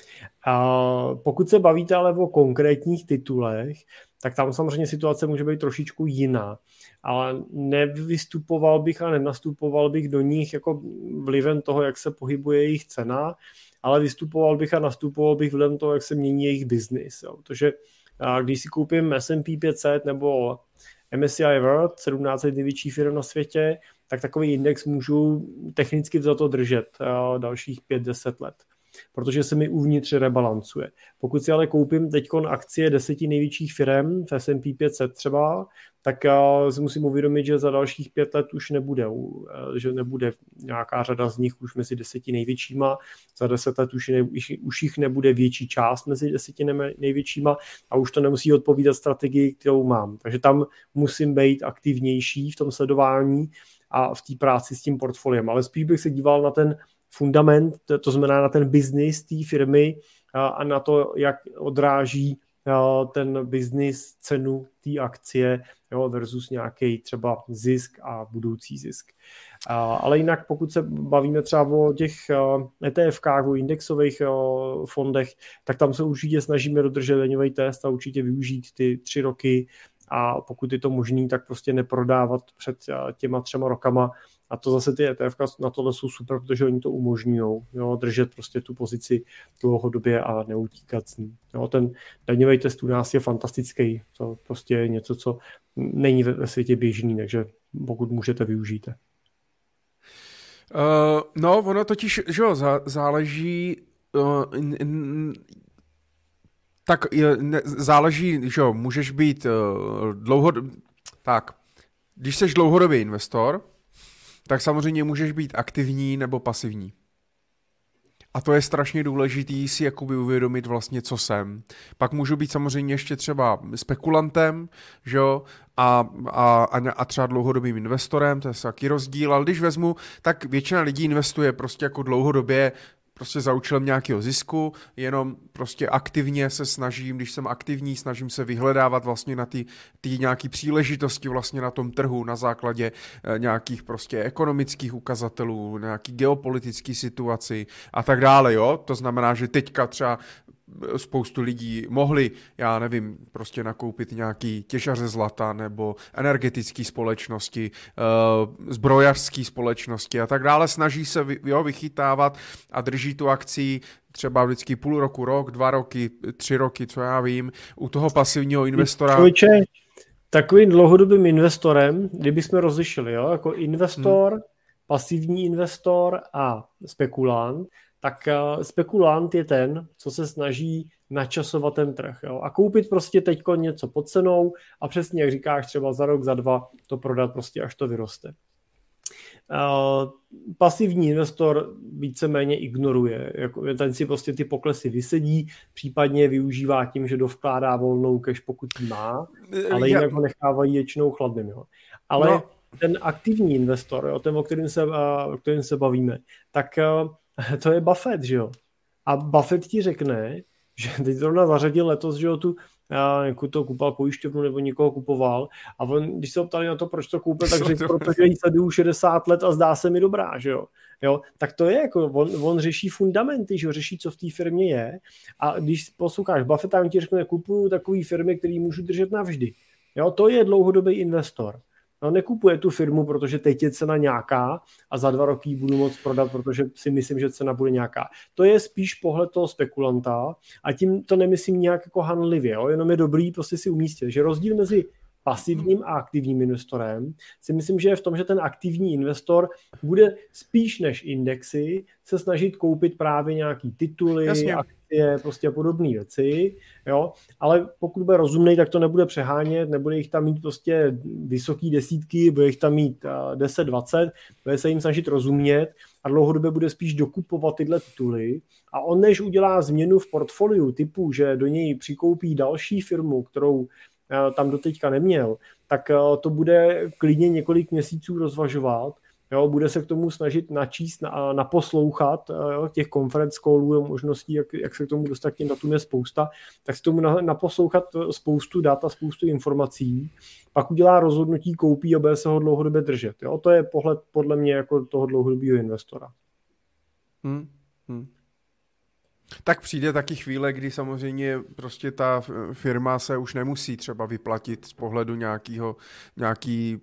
A pokud se bavíte ale o konkrétních titulech, tak tam samozřejmě situace může být trošičku jiná. Ale nevystupoval bych a nenastupoval bych do nich jako vlivem toho, jak se pohybuje jejich cena, ale vystupoval bych a nastupoval bych vlivem toho, jak se mění jejich biznis. Jo. Protože když si koupím S and P pět set nebo M S C I World, sedmnáct největších firm na světě, tak takový index můžu technicky za to držet dalších pět deset let. Protože se mi uvnitř rebalancuje. Pokud si ale koupím teďkon akcie deseti největších firm v S and P pět set třeba, tak si musím uvědomit, že za dalších pět let už nebude, že nebude nějaká řada z nich už mezi deseti největšíma, za deset let už, ne, už jich nebude větší část mezi deseti největšíma a už to nemusí odpovídat strategii, kterou mám. Takže tam musím být aktivnější v tom sledování a v té práci s tím portfoliem. Ale spíš bych se díval na ten fundament, to znamená na ten biznis té firmy a na to, jak odráží ten business, cenu té akcie, jo, versus nějaký třeba zisk a budoucí zisk. Ale jinak pokud se bavíme třeba o těch E T F kách, o indexových fondech, tak tam se určitě snažíme dodržet daňový test a určitě využít ty tři roky a pokud je to možný, tak prostě neprodávat před těma třema rokama. A to zase ty E T F na tohle jsou super, protože oni to umožňují, držet prostě tu pozici dlouhodobě a neutíkat s ní. Jo, ten daňový test u nás je fantastický. To prostě je něco, co není ve světě běžný, takže pokud můžete, využijte. Uh, no, ono totiž, že jo, zá, záleží... Uh, in, in, tak je, ne, záleží, že jo, můžeš být uh, dlouhodobý... Tak, když jsi dlouhodobý investor, tak samozřejmě můžeš být aktivní nebo pasivní. A to je strašně důležitý si jakoby uvědomit vlastně, co jsem. Pak můžu být samozřejmě ještě třeba spekulantem, že jo, a, a, a třeba dlouhodobým investorem, to je taky rozdíl, ale když vezmu, tak většina lidí investuje prostě jako dlouhodobě, prostě za účelem nějakého zisku, jenom prostě aktivně se snažím, když jsem aktivní, snažím se vyhledávat vlastně na ty, ty nějaké příležitosti vlastně na tom trhu na základě eh, nějakých prostě ekonomických ukazatelů, nějaký geopolitický situaci a tak dále, jo. To znamená, že teďka třeba spoustu lidí mohli, já nevím, prostě nakoupit nějaký těžaře zlata nebo energetické společnosti, zbrojařské společnosti a tak dále. Snaží se jo, vychytávat a drží tu akci třeba vždycky půl roku, rok, dva roky, tři roky, co já vím. U toho pasivního investora... Člověče, takovým dlouhodobým investorem, kdybychom rozlišili, jo, jako investor, hmm. pasivní investor a spekulant, tak spekulant je ten, co se snaží načasovat ten trh. Jo? A koupit prostě teďko něco pod cenou a přesně, jak říkáš, třeba za rok, za dva to prodat prostě, až to vyroste. Uh, pasivní investor víceméně ignoruje. Jako, ten si prostě ty poklesy vysedí, případně využívá tím, že dovkládá volnou cash, pokud ji má, ale jinak ho nechávají většinou chladným. Jo? Ale no. ten aktivní investor, jo, ten, o kterém se, o kterém se bavíme, tak uh, to je Buffett, že jo. A Buffett ti řekne, že teď zrovna zařadil letos, že jo, tu jako to kupoval pojišťovnu nebo někoho kupoval a on, když se ho ptali na to, proč to koupil, tak řekl, protože jí sleduju šedesát let a zdá se mi dobrá, že jo. jo tak to je jako, on, on řeší fundamenty, že jo, řeší, co v té firmě je a když posloucháš Buffetta, on ti řekne, kupuju takový firmy, který můžu držet navždy. Jo, to je dlouhodobý investor. No, nekupuje tu firmu, protože teď je cena nějaká a za dva roky ji budu moct prodat, protože si myslím, že cena bude nějaká. To je spíš pohled toho spekulanta a tím to nemyslím nějak jako hanlivě, jo? Jenom je dobrý prostě si umístit, že rozdíl mezi pasivním a aktivním investorem si myslím, že je v tom, že ten aktivní investor bude spíš než indexy se snažit koupit právě nějaký tituly, Jasně. akcie, prostě podobné věci, jo, ale pokud bude rozumnej, tak to nebude přehánět, nebude jich tam mít prostě vysoký desítky, bude jich tam mít deset dvacet, bude se jim snažit rozumět a dlouhodobě bude spíš dokupovat tyhle tituly a on než udělá změnu v portfoliu typu, že do něj přikoupí další firmu, kterou tam doteďka neměl, tak to bude klidně několik měsíců rozvažovat, jo, bude se k tomu snažit načíst a naposlouchat jo, těch conference callů, možností, jak, jak se k tomu dostat, k těm datům je spousta, tak se tomu na, naposlouchat spoustu dat a spoustu informací, pak udělá rozhodnutí, koupí a bude se ho dlouhodobě držet. Jo. To je pohled podle mě jako toho dlouhodobého investora. Hmm. Hmm. Tak přijde taky chvíle, kdy samozřejmě prostě ta firma se už nemusí třeba vyplatit z pohledu nějakého, nějaký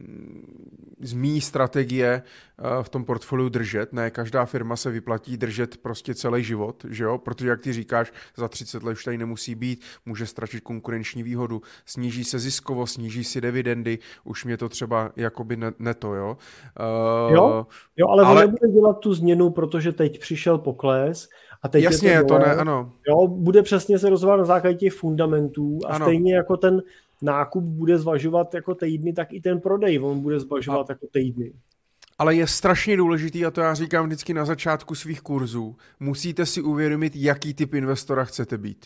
z mý strategie v tom portfoliu držet. Ne, každá firma se vyplatí držet prostě celý život, že jo? Protože jak ty říkáš, za třicet let už tady nemusí být, může ztratit konkurenční výhodu, sníží se ziskovost, sníží si dividendy, už mě to třeba jakoby neto, jo? Uh, jo, jo, ale, ale on nebude dělat tu změnu, protože teď přišel pokles. A teď Jasně, je to, to ne, ano. Jo, bude přesně se rozhodovat na základě těch fundamentů a ano. Stejně jako ten nákup bude zvažovat jako týdny, tak i ten prodej on bude zvažovat a... jako týdny. Ale je strašně důležitý, a to já říkám vždycky na začátku svých kurzů, musíte si uvědomit, jaký typ investora chcete být.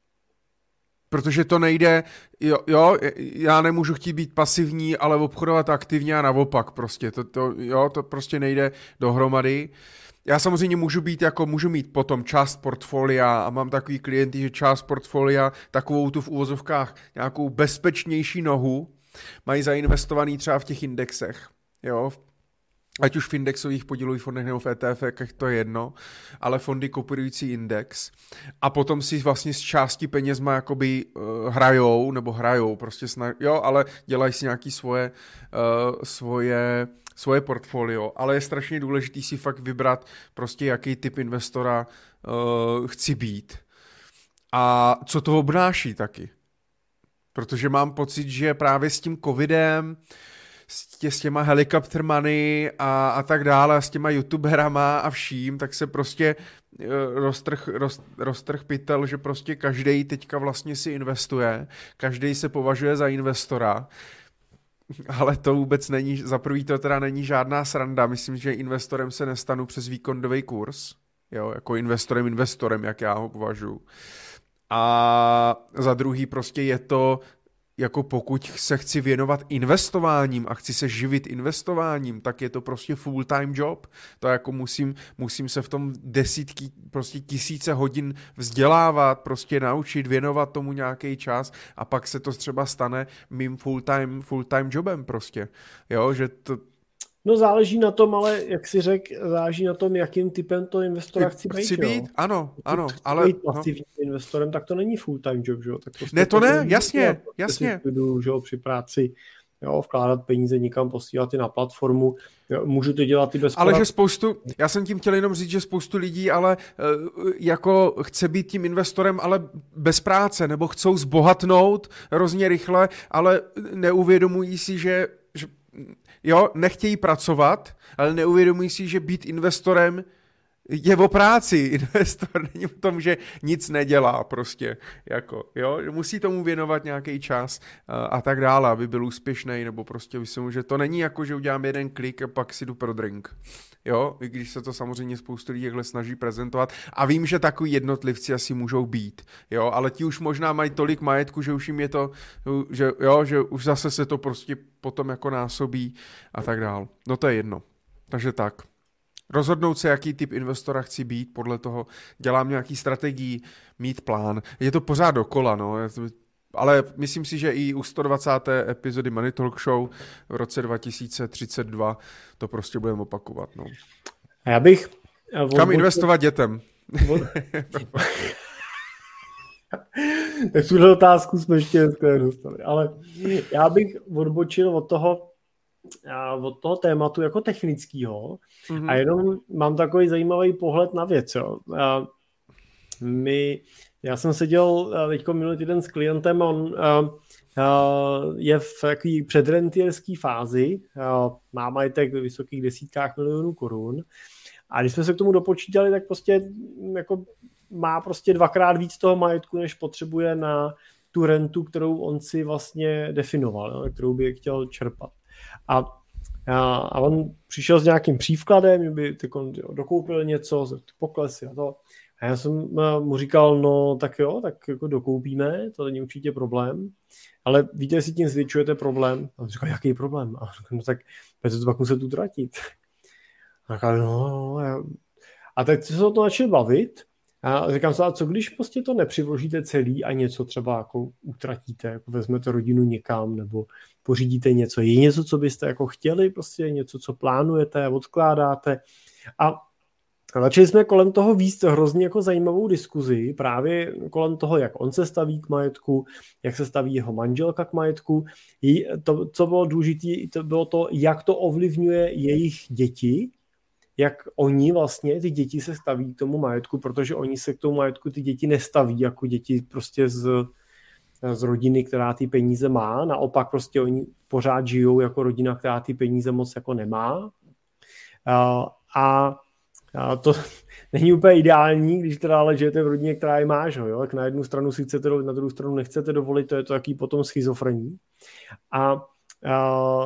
Protože to nejde, jo, jo, já nemůžu chtít být pasivní, ale obchodovat aktivně a naopak prostě, to, to, jo, to prostě nejde dohromady. já samozřejmě můžu být jako, můžu mít potom část portfolia a mám takový klienty, že část portfolia, takovou tu v úvozovkách nějakou bezpečnější nohu, mají zainvestovaný třeba v těch indexech, jo, ať už v indexových podílových fondech nebo v E T F, to je jedno, ale fondy kopírující index a potom si vlastně z části penězma jakoby uh, hrajou, nebo hrajou, prostě sna- jo, ale dělají si nějaký svoje, uh, svoje, svoje portfolio, ale je strašně důležitý si fakt vybrat prostě jaký typ investora uh, chci být a co to obnáší taky, protože mám pocit, že právě s tím covidem s, tě, s těma helicopter money a, a tak dále, a s těma youtuberama a vším, tak se prostě uh, roztrh, roz, roztrh pytel, že prostě každej teďka vlastně si investuje, každej se považuje za investora, ale to vůbec není, za prvý to teda není žádná sranda, myslím, že investorem se nestanu přes víkendový kurz, jo, jako investorem investorem, jak já ho považuji. A za druhý prostě je to jako pokud se chci věnovat investováním a chci se živit investováním, tak je to prostě full-time job. To jako musím, musím se v tom desítky, prostě tisíce hodin vzdělávat, prostě naučit, věnovat tomu nějaký čas a pak se to třeba stane mým full-time, full-time jobem prostě. Jo, že to... No záleží na tom, ale jak si řekl, záleží na tom, jakým typem to investora chci být. Chci být, jo? ano, ano. Chci ale, být pasivním no. investorem, tak to není full-time job, že jo? Tak prostě ne, to ne, jasně, prostě jasně. Jdu, že jo, při práci, jo, vkládat peníze někam, posílat i na platformu, jo, můžu to dělat i bez... Ale porad... že spoustu, já jsem tím chtěl jenom říct, že spoustu lidí ale jako chce být tím investorem, ale bez práce, nebo chcou zbohatnout hrozně rychle, ale neuvědomují si, že, že jo, nechtějí pracovat, ale neuvědomují si, že být investorem je o práci. Investor není v tom, že nic nedělá prostě, jako, jo, musí tomu věnovat nějaký čas a, a tak dále, aby byl úspěšný, nebo prostě myslím, že to není jako, že udělám jeden klik a pak si jdu pro drink, jo, i když se to samozřejmě spoustu lidí snaží prezentovat a vím, že takový jednotlivci asi můžou být, jo, ale ti už možná mají tolik majetku, že už jim je to, že jo, že už zase se to prostě potom jako násobí a tak dál. No to je jedno. Takže tak. Rozhodnout se, jaký typ investora chci být, podle toho dělám nějaký strategii, mít plán. Je to pořád dokola, no. Ale myslím si, že i u sto dvacáté epizody Money Talk Show v roce dva tisíce třicet dva to prostě budeme opakovat, no. A já bych... Kam investovat dětem? Tak tuhle otázku jsme ještě dostali. Ale já bych odbočil od toho, od toho tématu jako technického mm-hmm. a jenom mám takový zajímavý pohled na věc. Jo. A my, já jsem seděl teďko minulý týden s klientem, on a, a, je v takový předrentierský fázi, a, má majetek ve vysokých desítkách milionů korun a když jsme se k tomu dopočítali, tak prostě jako má prostě dvakrát víc toho majetku, než potřebuje na tu rentu, kterou on si vlastně definoval, jo, kterou by chtěl čerpat. A, a on přišel s nějakým přívkladem, že by tyko, jo, dokoupil něco, poklesy a to. A já jsem mu říkal, no tak jo, tak jako dokoupíme, to není určitě problém, ale víte, jestli tím zvětšujete problém? A on říkal, jaký problém? A no tak to pak muset utratit. A říkal, no, no, a tak se o to začal bavit. A říkám se, a co když prostě to nepřivložíte celý a něco třeba jako utratíte, jako vezmete rodinu někam nebo pořídíte něco. Je něco, co byste jako chtěli, prostě něco, co plánujete, odkládáte. A začali jsme kolem toho víc hrozně jako zajímavou diskuzi, právě kolem toho, jak on se staví k majetku, jak se staví jeho manželka k majetku. I to, co bylo důležité, to bylo to, jak to ovlivňuje jejich děti, jak oni vlastně, ty děti se staví k tomu majetku, protože oni se k tomu majetku ty děti nestaví jako děti prostě z, z rodiny, která ty peníze má. Naopak prostě oni pořád žijou jako rodina, která ty peníze moc jako nemá. A, a, a to není úplně ideální, když teda ale žijete v rodině, která je má, že jo? Tak na jednu stranu si chcete dovolit, na druhou stranu nechcete dovolit, to je to taký potom schizofrení. A, a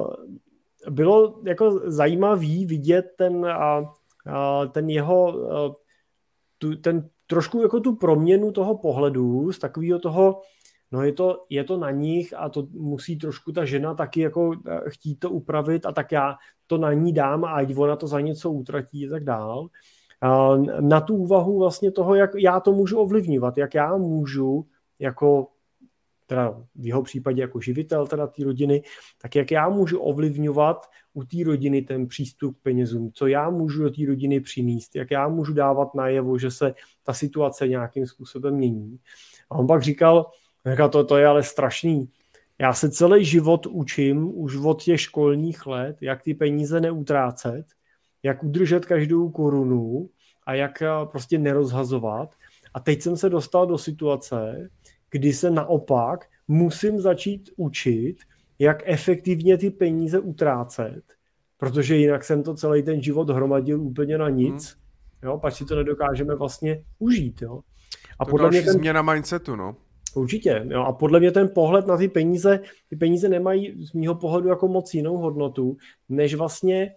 bylo jako zajímavý vidět ten, a, a, ten jeho, a, tu, ten trošku jako tu proměnu toho pohledu z takového toho, no je to, je to na nich a to musí trošku ta žena taky jako chtít to upravit a tak já to na ní dám a ať ona to za něco utratí a tak dál. na tu úvahu vlastně toho, jak já to můžu ovlivňovat, jak já můžu jako teda v jeho případě jako živitel teda té rodiny, tak jak já můžu ovlivňovat u té rodiny ten přístup k penězům, co já můžu do té rodiny přinést, jak já můžu dávat najevo, že se ta situace nějakým způsobem mění. A on pak říkal, říkal to, to je ale strašný. Já se celý život učím už od těch školních let, jak ty peníze neutrácet, jak udržet každou korunu a jak prostě nerozhazovat. A teď jsem se dostal do situace, kdy se naopak musím začít učit, jak efektivně ty peníze utrácet, protože jinak jsem to celý ten život hromadil úplně na nic, hmm. jo, pak si to nedokážeme vlastně užít. Jo. A to podle další mě ten... změna mindsetu, no. Určitě. Jo. A podle mě ten pohled na ty peníze, ty peníze nemají z mýho pohledu jako moc jinou hodnotu, než vlastně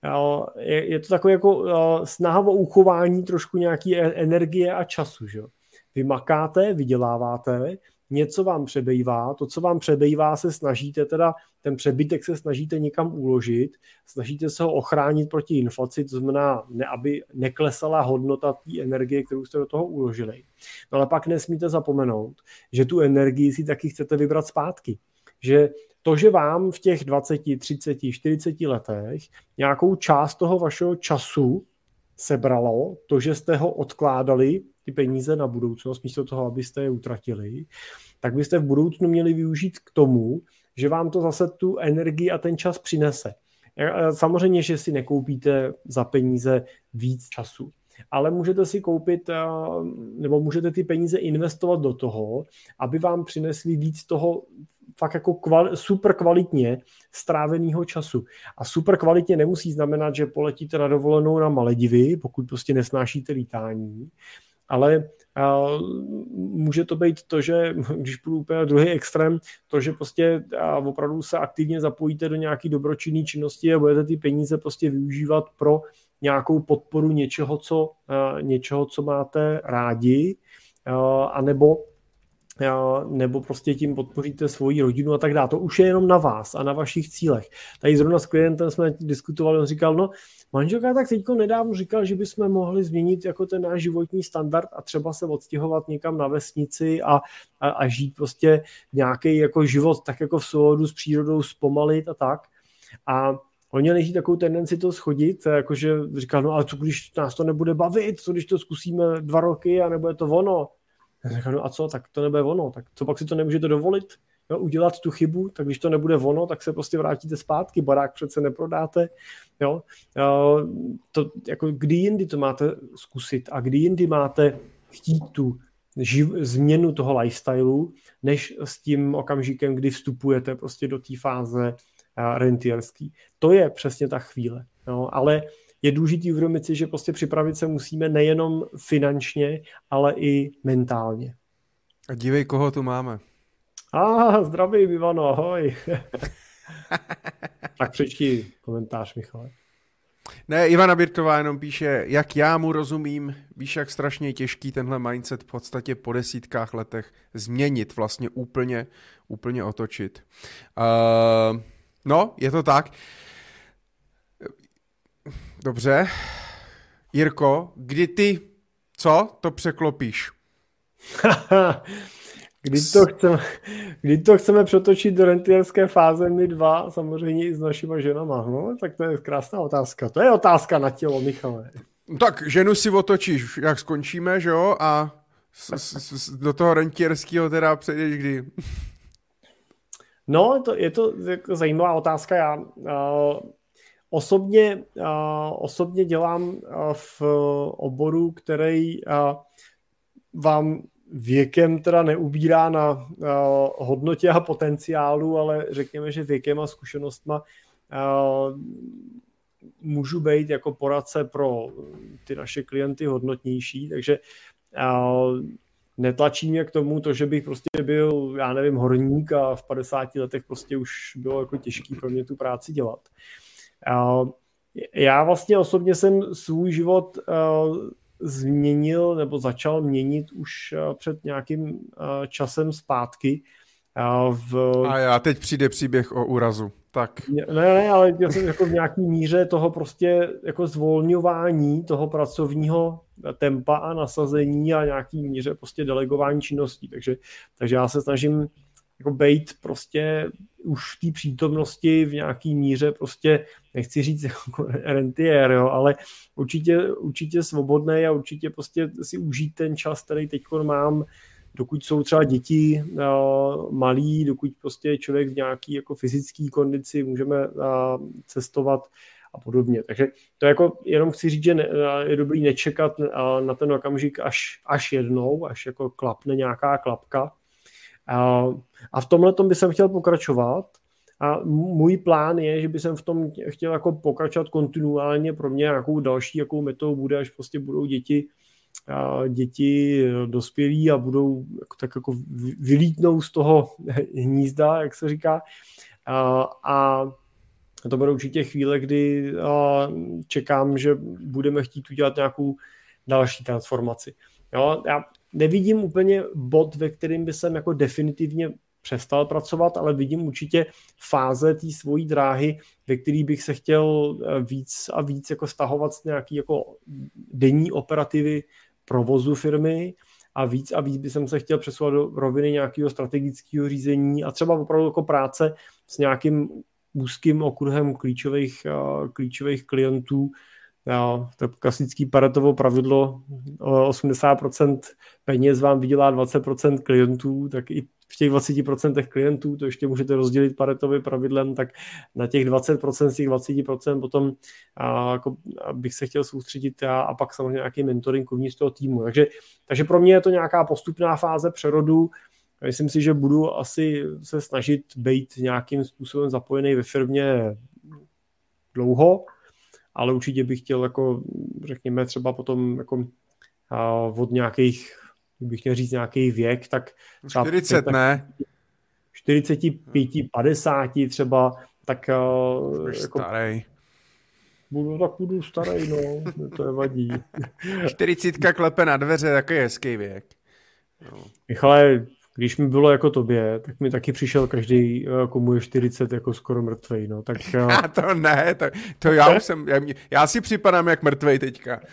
je, je to takové jako snaha o uchování trošku nějaký energie a času, že jo. Vy makáte, vyděláváte, něco vám přebývá, to, co vám přebývá, se snažíte teda, ten přebytek se snažíte někam uložit, snažíte se ho ochránit proti inflaci, to znamená, ne, aby neklesala hodnota té energie, kterou jste do toho uložili. No ale pak nesmíte zapomenout, že tu energii si taky chcete vybrat zpátky. Že to, že vám v těch dvaceti, třiceti, čtyřiceti letech nějakou část toho vašeho času sebralo, to, že jste ho odkládali, ty peníze na budoucnost, místo toho, abyste je utratili, tak byste v budoucnu měli využít k tomu, že vám to zase tu energii a ten čas přinese. Samozřejmě, že si nekoupíte za peníze víc času, ale můžete si koupit, nebo můžete ty peníze investovat do toho, aby vám přinesli víc toho fakt jako kval, super kvalitně stráveného času. A super kvalitně nemusí znamenat, že poletíte na dovolenou na Maledivy, pokud prostě nesnášíte lítání, ale uh, může to být to, že když půjdu úplně na druhý extrém, to, že prostě uh, opravdu se aktivně zapojíte do nějaké dobročinné činnosti a budete ty peníze prostě využívat pro nějakou podporu něčeho, co, uh, něčeho, co máte rádi, uh, anebo nebo prostě tím podpoříte svoji rodinu a tak dále. To už je jenom na vás a na vašich cílech. Tady zrovna s klientem jsme diskutovali, on říkal, no manželka tak teďko nedávno říkal, že bychom mohli změnit jako ten náš životní standard a třeba se odstěhovat někam na vesnici a, a, a žít prostě nějaký jako život tak jako v souladu s přírodou, zpomalit a tak. A oni měli takovou tendenci to schodit, jakože říkal, no ale co když nás to nebude bavit, co když to zkusíme dva roky a nebude to ono. Já říkám, no a co, tak to nebude ono, tak co pak si to nemůžete dovolit, jo, udělat tu chybu, tak když to nebude ono, tak se prostě vrátíte zpátky, barák přece neprodáte, jo, to, jako kdy jindy to máte zkusit a kdy jindy máte chtít tu živ, změnu toho lifestylu, než s tím okamžikem, kdy vstupujete prostě do té fáze rentierský. To je přesně ta chvíle, jo, ale je důležitý uvědomit si, že prostě připravit se musíme nejenom finančně, ale i mentálně. A dívej, koho tu máme. Ah, zdravím, Ivano, ahoj. Tak přečti komentář, Michale. Ne, Ivana Birtová jenom píše, jak já mu rozumím, víš, jak strašně těžký tenhle mindset v podstatě po desítkách letech změnit, vlastně úplně, úplně otočit. Uh, no, je to tak. Dobře. Jirko, kdy ty, co, to překlopíš? kdy, to chceme, kdy to chceme přetočit do rentierské fáze my dva, samozřejmě i s našima ženama, no? Tak to je krásná otázka. To je otázka na tělo, Michale. Tak ženu si otočíš, jak skončíme, že jo? A s, s, s, do toho rentierského teda přejdeš kdy? No, to, je to jako zajímavá otázka. Já... Uh, Osobně, uh, osobně dělám uh, v oboru, který uh, vám věkem teda neubírá na uh, hodnotě a potenciálu, ale řekněme, že věkem a zkušenostma uh, můžu být jako poradce pro ty naše klienty hodnotnější, takže uh, netlačí mě k tomu to, že bych prostě byl, já nevím, horník a v padesáti letech prostě už bylo jako těžký pro mě tu práci dělat. Já vlastně osobně jsem svůj život změnil nebo začal měnit už před nějakým časem zpátky. V... A já teď přijde příběh o úrazu. tak. Ne, ne, ale já jsem jako v nějaký míře toho prostě jako zvolňování toho pracovního tempa a nasazení a nějaký míře prostě delegování činností. Takže, takže já se snažím jako bejt prostě už v té přítomnosti v nějaký míře prostě, nechci říct jako rentier, jo, ale určitě, určitě svobodný a určitě prostě si užít ten čas, který teď mám, dokud jsou třeba děti uh, malí, dokud prostě je člověk v nějaký jako fyzické kondici, můžeme uh, cestovat a podobně. Takže to jako jenom chci říct, že ne, je dobrý nečekat uh, na ten okamžik až, až jednou, až jako klapne nějaká klapka. Uh, a v tomhle tom bych jsem chtěl pokračovat a můj plán je, že bych jsem v tom chtěl jako pokračovat kontinuálně. Pro mě nějakou další jakou metou bude, až prostě budou děti děti dospělí a budou jako, tak jako vylítnou z toho hnízda, jak se říká. A, a to bude určitě chvíle, kdy čekám, že budeme chtít udělat nějakou další transformaci. Jo, já nevidím úplně bod, ve kterým by jsem jako definitivně přestal pracovat, ale vidím určitě fáze té svojí dráhy, ve který bych se chtěl víc a víc jako stahovat z nějaký jako denní operativy provozu firmy a víc a víc bych se chtěl přesouvat do roviny nějakého strategického řízení a třeba opravdu jako práce s nějakým úzkým okruhem klíčových, klíčových klientů. To klasické Paretovo pravidlo, osmdesát procent peněz vám vydělá dvacet procent klientů, tak i v těch dvacet procent klientů, to ještě můžete rozdělit Paretovým pravidlem, tak na těch dvacet procent z těch dvacet procent potom a, jako, bych se chtěl soustředit já a pak samozřejmě nějaký mentoring uvnitř toho týmu. Takže, takže pro mě je to nějaká postupná fáze přerodu. Myslím si, že budu asi se snažit být nějakým způsobem zapojený ve firmě dlouho, ale určitě bych chtěl, jako, řekněme, třeba potom jako, a, od nějakých, bych chtěl říct nějaký věk, tak třeba čtyřicet, tak, ne? čtyřicet pět, padesát třeba, tak jako, starý. Budu, tak budu starý, no, to nevadí. čtyřicítka klepe na dveře, takový hezký věk. No. Michale, když mi bylo jako tobě, tak mi taky přišel každý, komu je čtyřicet, jako skoro mrtvej, no, tak... A to ne, to, to já už jsem, já, já si připadám jak mrtvej teďka.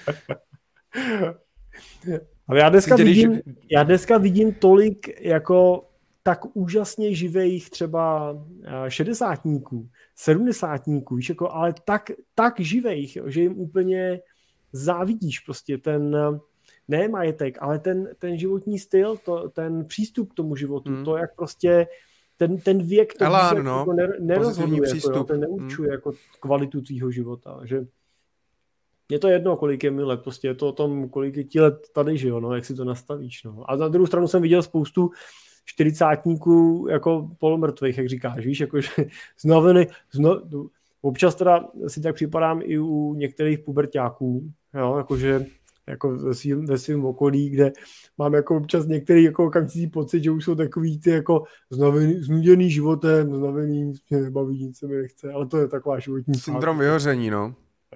Ale já dneska, vidím, já dneska vidím tolik jako tak úžasně živých třeba šedesátníků, sedmdesátníků, víš, jako, ale tak, tak živých, že jim úplně závidíš prostě ten, ne majetek, ale ten, ten životní styl, to, ten přístup k tomu životu, hmm. to, jak prostě ten, ten věk to Elán, víc, no, jako nerozhoduje, jako, jo, ten neurčuje hmm. jako kvalitu tvýho života, že je to jedno, kolik je mi let, prostě je to o tom, kolik je ti let tady, že jo, no, jak si to nastavíš, no. A na druhou stranu jsem viděl spoustu čtyřicátníků jako polomrtvých, jak říkáš, víš, jakože znovený, zno, občas teda si tak připadám i u některých puberťáků, jo, jakože jako ve svým, ve svým okolí, kde mám jako občas některý jako okamžitý pocit, že už jsou takový ty jako znovený, znuděný životem, znovený, nic mě nebaví, nic se mi nechce, ale to je taková životní syndrom fakt. Vyhoření, no.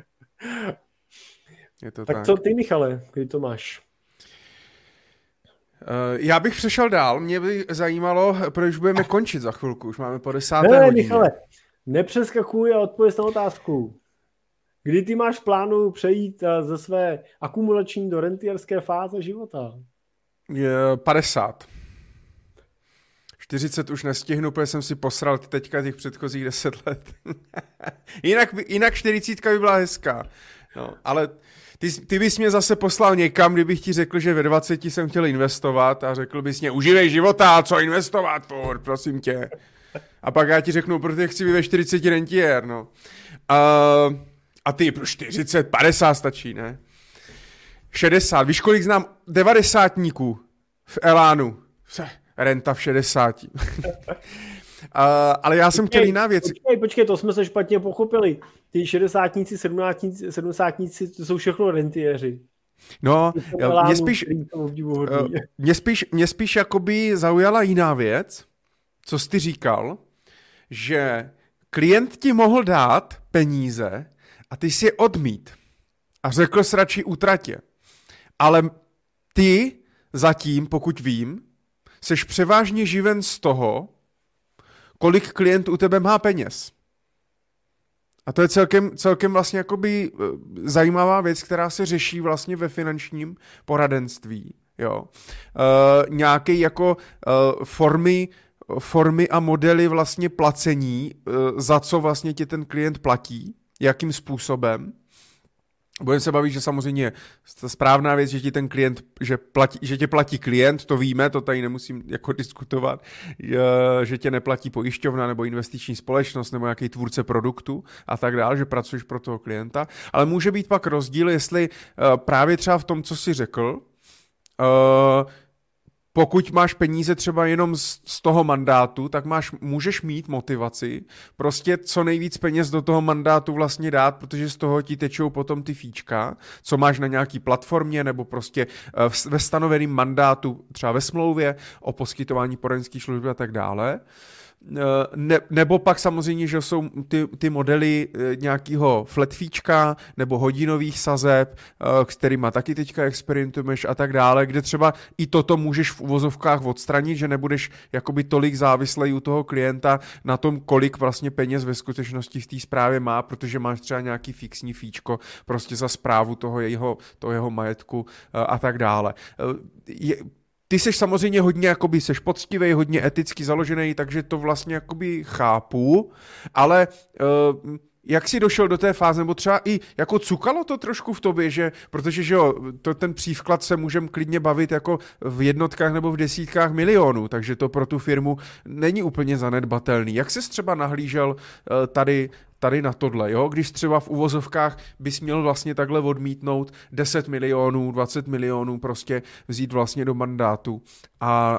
Je to tak, tak co ty, Michale, kdy to máš? Uh, já bych přešel dál, mě by zajímalo, proč budeme končit za chvilku, už máme po desáté ne, hodině. Michale, nepřeskakuj a odpověz na otázku. Kdy ty máš v plánu přejít ze své akumulační do rentierské fáze života? Je padesát. čtyřicet už nestihnu, protože jsem si posral teďka těch předchozích deset let. jinak, jinak čtyřicítka by byla hezká. No, ale ty, ty bys mě zase poslal někam, kdybych ti řekl, že ve dvaceti jsem chtěl investovat a řekl bys mě, užívej života, co investovat, furt, prosím tě. A pak já ti řeknu, protože chci být ve čtyřiceti rentier, no. Uh, a ty pro čtyřicet, padesát stačí, ne? šedesát, víš, kolik znám devadesátníků v Elánu? Renta v šedesáti. Uh, ale já jsem počkej, chtěl jiná věc. Počkej, počkej, to jsme se špatně pochopili. Ty šedesátníci, sedmdesátníci, sedmdesátníci, to jsou všechno rentiéři. No, mě spíš, uh, mě spíš, mě spíš jakoby zaujala jiná věc, co jsi ty říkal, že klient ti mohl dát peníze a ty si je odmít. A řekl jsi radši utratě. Ale ty zatím, pokud vím, seš převážně živen z toho, kolik klient u tebe má peněz. A to je celkem, celkem vlastně jakoby zajímavá věc, která se řeší vlastně ve finančním poradenství. Jo. Uh, nějaké jako uh, formy, formy a modely vlastně placení, uh, za co vlastně ti ten klient platí, jakým způsobem. Budeme se bavit, že samozřejmě ta správná věc, že ti ten klient, že, platí, že tě platí klient, to víme, to tady nemusím jako diskutovat, že tě neplatí pojišťovna nebo investiční společnost nebo nějaký tvůrce produktu a tak dále, že pracuješ pro toho klienta, ale může být pak rozdíl, jestli právě třeba v tom, co jsi řekl, pokud máš peníze třeba jenom z, z toho mandátu, tak máš, můžeš mít motivaci prostě co nejvíc peněz do toho mandátu vlastně dát, protože z toho ti tečou potom ty fíčka, co máš na nějaký platformě nebo prostě v, ve stanoveném mandátu, třeba ve smlouvě o poskytování poradenské služby a tak dále. Ne, nebo pak samozřejmě, že jsou ty, ty modely nějakého flatfíčka nebo hodinových sazeb, s kterýma taky teďka experimentuješ a tak dále, kde třeba i toto můžeš v uvozovkách odstranit, že nebudeš jakoby tolik závislej u toho klienta na tom, kolik vlastně peněz ve skutečnosti v té správě má, protože máš třeba nějaký fixní fíčko prostě za správu toho jeho, toho jeho majetku a tak dále. Je, Ty seš samozřejmě hodně, jakoby seš poctivý, hodně eticky založený, takže to vlastně jakoby chápu, ale uh, jak jsi došel do té fáze, nebo třeba i jako cukalo to trošku v tobě, že, protože že jo, to, ten přívklad se můžeme klidně bavit jako v jednotkách nebo v desítkách milionů, takže to pro tu firmu není úplně zanedbatelný. Jak jsi třeba nahlížel uh, tady tady na tohle, jo? Když třeba v uvozovkách bys měl vlastně takhle odmítnout deset milionů, dvacet milionů prostě vzít vlastně do mandátu a, a,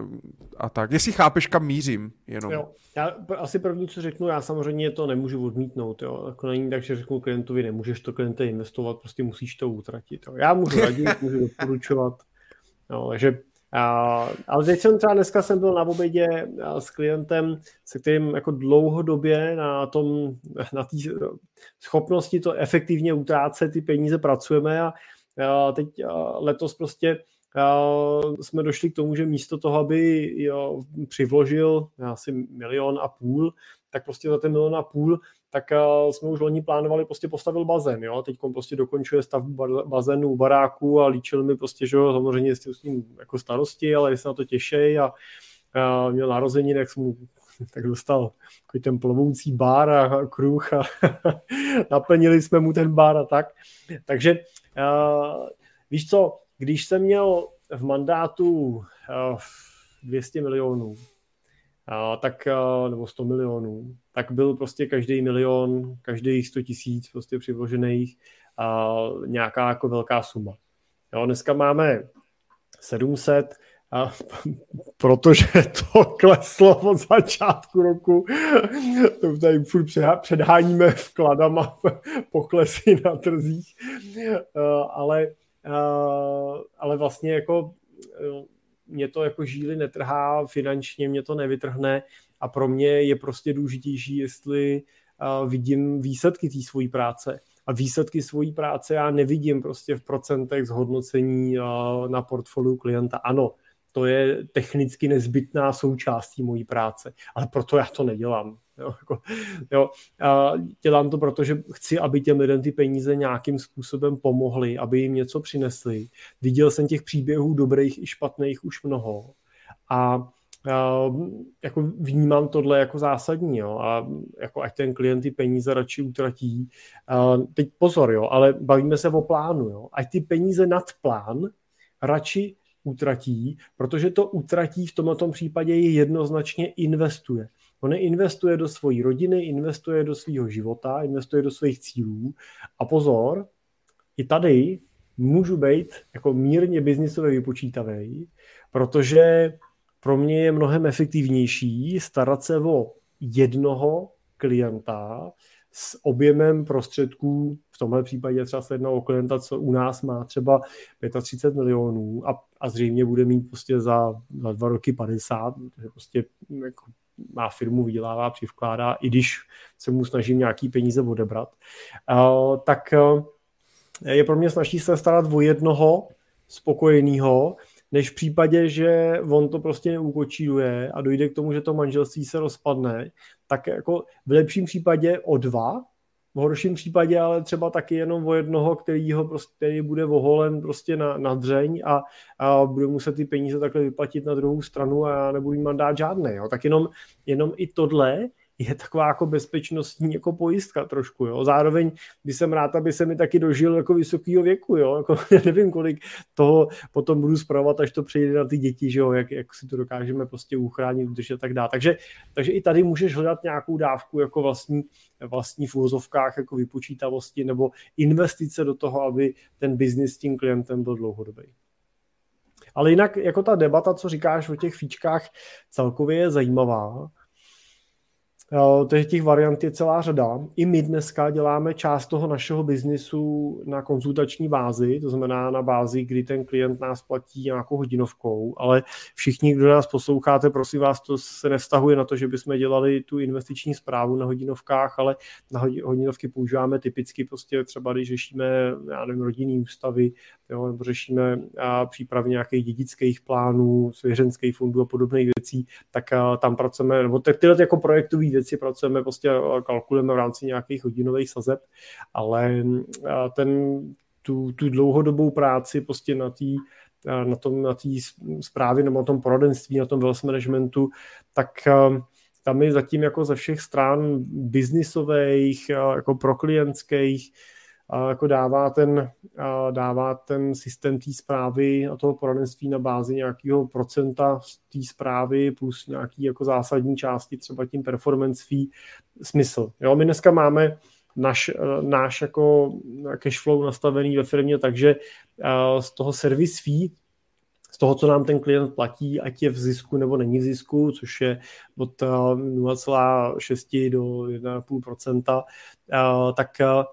a tak. Jestli chápeš, kam mířím jenom. Jo. Já asi první, co řeknu, já samozřejmě to nemůžu odmítnout, jo? Jako není tak, že řeknu klientovi, nemůžeš to kliente investovat, prostě musíš to utratit. Jo? Já můžu radit, můžu doporučovat, jo, takže A, ale teď jsem třeba dneska jsem byl na obědě s klientem, se kterým jako dlouhodobě na tom, na té schopnosti to efektivně utrácet ty peníze pracujeme a, a teď a letos prostě a jsme došli k tomu, že místo toho, aby jo, přivložil asi milion a půl, tak prostě za ten milion a půl tak uh, jsme už loni plánovali, prostě postavil bazén, jo, teď prostě dokončuje stavbu bazénu u baráku a líčil mi prostě, že jo, samozřejmě jestli s ním jako starosti, ale jestli na to těšej a uh, měl narozeniny, tak jsem mu tak dostal takový ten plovoucí bar a kruh a naplnili jsme mu ten bar a tak. Takže uh, víš co, když jsem měl v mandátu uh, dvě stě milionů, A, tak, nebo sto milionů, tak byl prostě každý milion, každých sto tisíc prostě přivložených a nějaká jako velká suma. Jo, dneska máme sedm set, a protože to kleslo od začátku roku, to tady furt předháníme vkladama poklesy na trzích, ale, ale vlastně jako mě to jako žíly netrhá, finančně mě to nevytrhne a pro mě je prostě důležitější, jestli uh, vidím výsledky té svojí práce. A výsledky svojí práce já nevidím prostě v procentech zhodnocení uh, na portfoliu klienta. Ano, to je technicky nezbytná součástí mojí práce, ale proto já to nedělám. Jo, jako, jo, a dělám to, protože chci, aby těm lidem ty peníze nějakým způsobem pomohly, aby jim něco přinesli. Viděl jsem těch příběhů dobrých i špatných už mnoho a, a jako vnímám tohle jako zásadní, jo, a jako ať ten klient ty peníze radši utratí. A teď pozor, jo, ale bavíme se o plánu, jo, ať ty peníze nad plán radši utratí, protože to utratí v tomto případě je jednoznačně investuje. On investuje do své rodiny, investuje do svého života, investuje do svých cílů. A pozor, i tady můžu být jako mírně biznisově vypočítavý, protože pro mě je mnohem efektivnější starat se o jednoho klienta s objemem prostředků, v tomhle případě třeba se jedná o klienta, co u nás má třeba třicet pět milionů a, a zřejmě bude mít prostě za, za dva roky padesát, protože prostě jako má firmu, vydělává, přivkládá, i když se mu snažím nějaký peníze odebrat, uh, tak uh, je pro mě snaží se starat o jednoho spokojeného, než v případě, že on to prostě neukočíruje a dojde k tomu, že to manželství se rozpadne, tak jako v lepším případě o dva, v horším případě, ale třeba taky jenom o jednoho, který ho prostě, který bude oholen prostě na, na dřeň a, a bude muset ty peníze takhle vyplatit na druhou stranu a já nebudu mít mandát žádný. Jo. Tak jenom, jenom i tohle je taková jako bezpečnostní jako pojistka trošku, jo. Zároveň by jsem rád, aby se mi taky dožil jako vysokýho věku, jo. Jako, nevím, kolik toho potom budu spravovat, až to přejde na ty děti, že jo, jak, jak si to dokážeme prostě uchránit, udržet a tak dále. Takže, takže i tady můžeš hledat nějakou dávku jako vlastní, vlastní v uvozovkách jako vypočítavosti nebo investice do toho, aby ten biznis s tím klientem byl dlouhodobý. Ale jinak jako ta debata, co říkáš o těch fíčkách, celkově je zajímavá. Těch variant je celá řada. I my dneska děláme část toho našeho biznisu na konzultační bázi, to znamená na bázi, kdy ten klient nás platí nějakou hodinovkou, ale všichni, kdo nás posloucháte, prosím vás, to se nevztahuje na to, že bychom dělali tu investiční správu na hodinovkách, ale na hodinovky používáme typicky prostě třeba, když řešíme, já nevím, rodinný ústavy, jo, nebo řešíme a, přípravy nějakých dědických plánů, svěřenských fondů a podobných věcí, tak a, tam pracujeme, nebo tyhle jako projektové věci pracujeme, prostě kalkulujeme v rámci nějakých hodinových sazeb, ale a, ten, tu, tu dlouhodobou práci prostě na té na tom, na té správě nebo na tom poradenství, na tom wealth managementu, tak a, tam je zatím jako ze všech stran biznisových, jako proklientských, jako dává ten, dává ten systém té správy a toho poradenství na bázi nějakého procenta z té správy plus nějaký jako zásadní části, třeba tím performance fee, smysl. Jo, my dneska máme náš, náš jako cash flow nastavený ve firmě, takže z toho service fee, z toho, co nám ten klient platí, ať je v zisku nebo není v zisku, což je od nula celá šest do jedna celá pět procenta, tak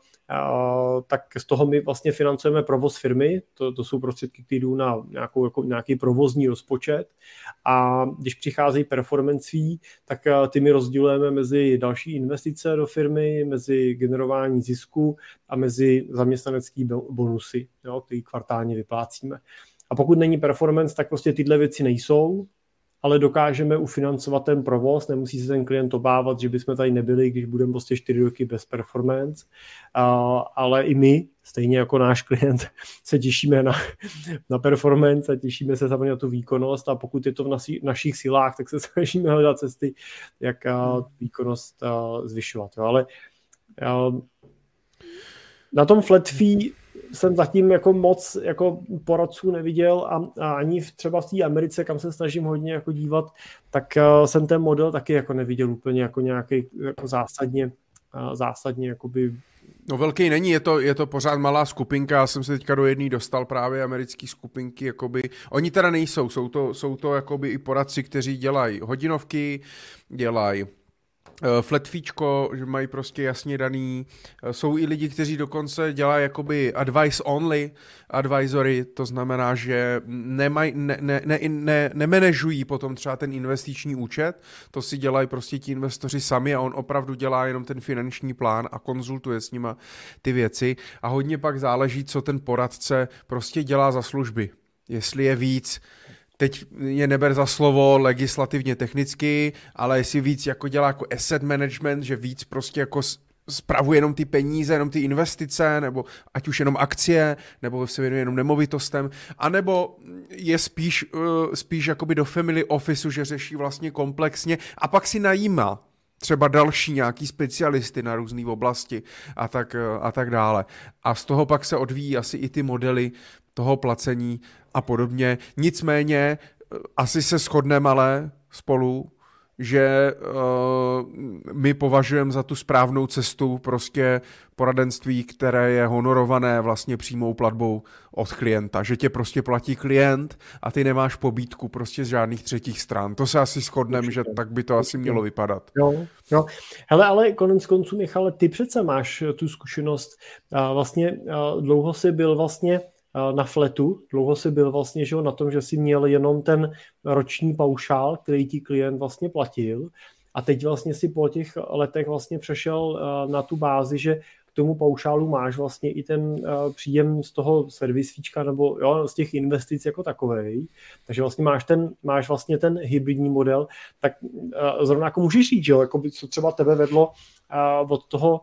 Uh, tak z toho my vlastně financujeme provoz firmy, to, to jsou prostředky, které jdou na nějakou, jako, nějaký provozní rozpočet a když přicházejí performance fee, tak uh, ty my rozdělujeme mezi další investice do firmy, mezi generování zisku a mezi zaměstnanecký bonusy, jo, který kvartálně vyplácíme. A pokud není performance, tak prostě tyhle věci nejsou, ale dokážeme ufinancovat ten provoz, nemusí se ten klient obávat, že bychom tady nebyli, když budeme prostě čtyři roky bez performance, uh, ale i my, stejně jako náš klient, se těšíme na, na performance a těšíme se samozřejmě na tu výkonnost a pokud je to v nasi, našich silách, tak se snažíme hledat cesty, jak uh, výkonnost uh, zvyšovat. Jo. Ale uh, na tom flat fee jsem zatím jako moc jako poradců neviděl a, a ani v, třeba v té Americe, kam se snažím hodně jako dívat, tak uh, jsem ten model taky jako neviděl úplně jako nějaký jako zásadně, uh, zásadně jakoby. No velký není, je to, je to pořád malá skupinka, já jsem se teďka do jedné dostal právě americké skupinky, jakoby, oni teda nejsou, jsou to, jsou to jakoby i poradci, kteří dělají hodinovky, dělají flatfíčko, že mají prostě jasně daný. Jsou i lidi, kteří dokonce dělají jakoby advice only advisory, to znamená, že nemaj, ne, ne, ne, ne, nemenežují potom třeba ten investiční účet, to si dělají prostě ti investoři sami a on opravdu dělá jenom ten finanční plán a konzultuje s nima ty věci a hodně pak záleží, co ten poradce prostě dělá za služby. Jestli je víc, teď je neber za slovo legislativně technicky, ale jestli víc jako dělá jako asset management, že víc prostě jako spravuje jenom ty peníze, jenom ty investice, nebo ať už jenom akcie, nebo se věnuje jenom nemovitostem, anebo je spíš, spíš jakoby do family officeu, že řeší vlastně komplexně a pak si najímá třeba další nějaký specialisty na různé oblasti a tak, a tak dále. A z toho pak se odvíjí asi i ty modely toho placení a podobně. Nicméně asi se shodneme ale spolu, že uh, my považujeme za tu správnou cestu prostě poradenství, které je honorované vlastně přímou platbou od klienta, že tě prostě platí klient a ty nemáš pobídku prostě z žádných třetích stran. To se asi shodneme, že tak by to asi mělo vypadat. Jo, jo. Hele, ale konec konců, Michale, ty přece máš tu zkušenost. Vlastně dlouho jsi byl vlastně na fletu, dlouho jsi byl vlastně že, na tom, že jsi měl jenom ten roční paušál, který ti klient vlastně platil a teď vlastně si po těch letech vlastně přešel na tu bázi, že k tomu paušálu máš vlastně i ten příjem z toho servisíčka nebo jo, z těch investic jako takovej, takže vlastně máš, ten, máš vlastně ten hybridní model, tak zrovna jako můžeš říct, že jo, jako by, co třeba tebe vedlo od toho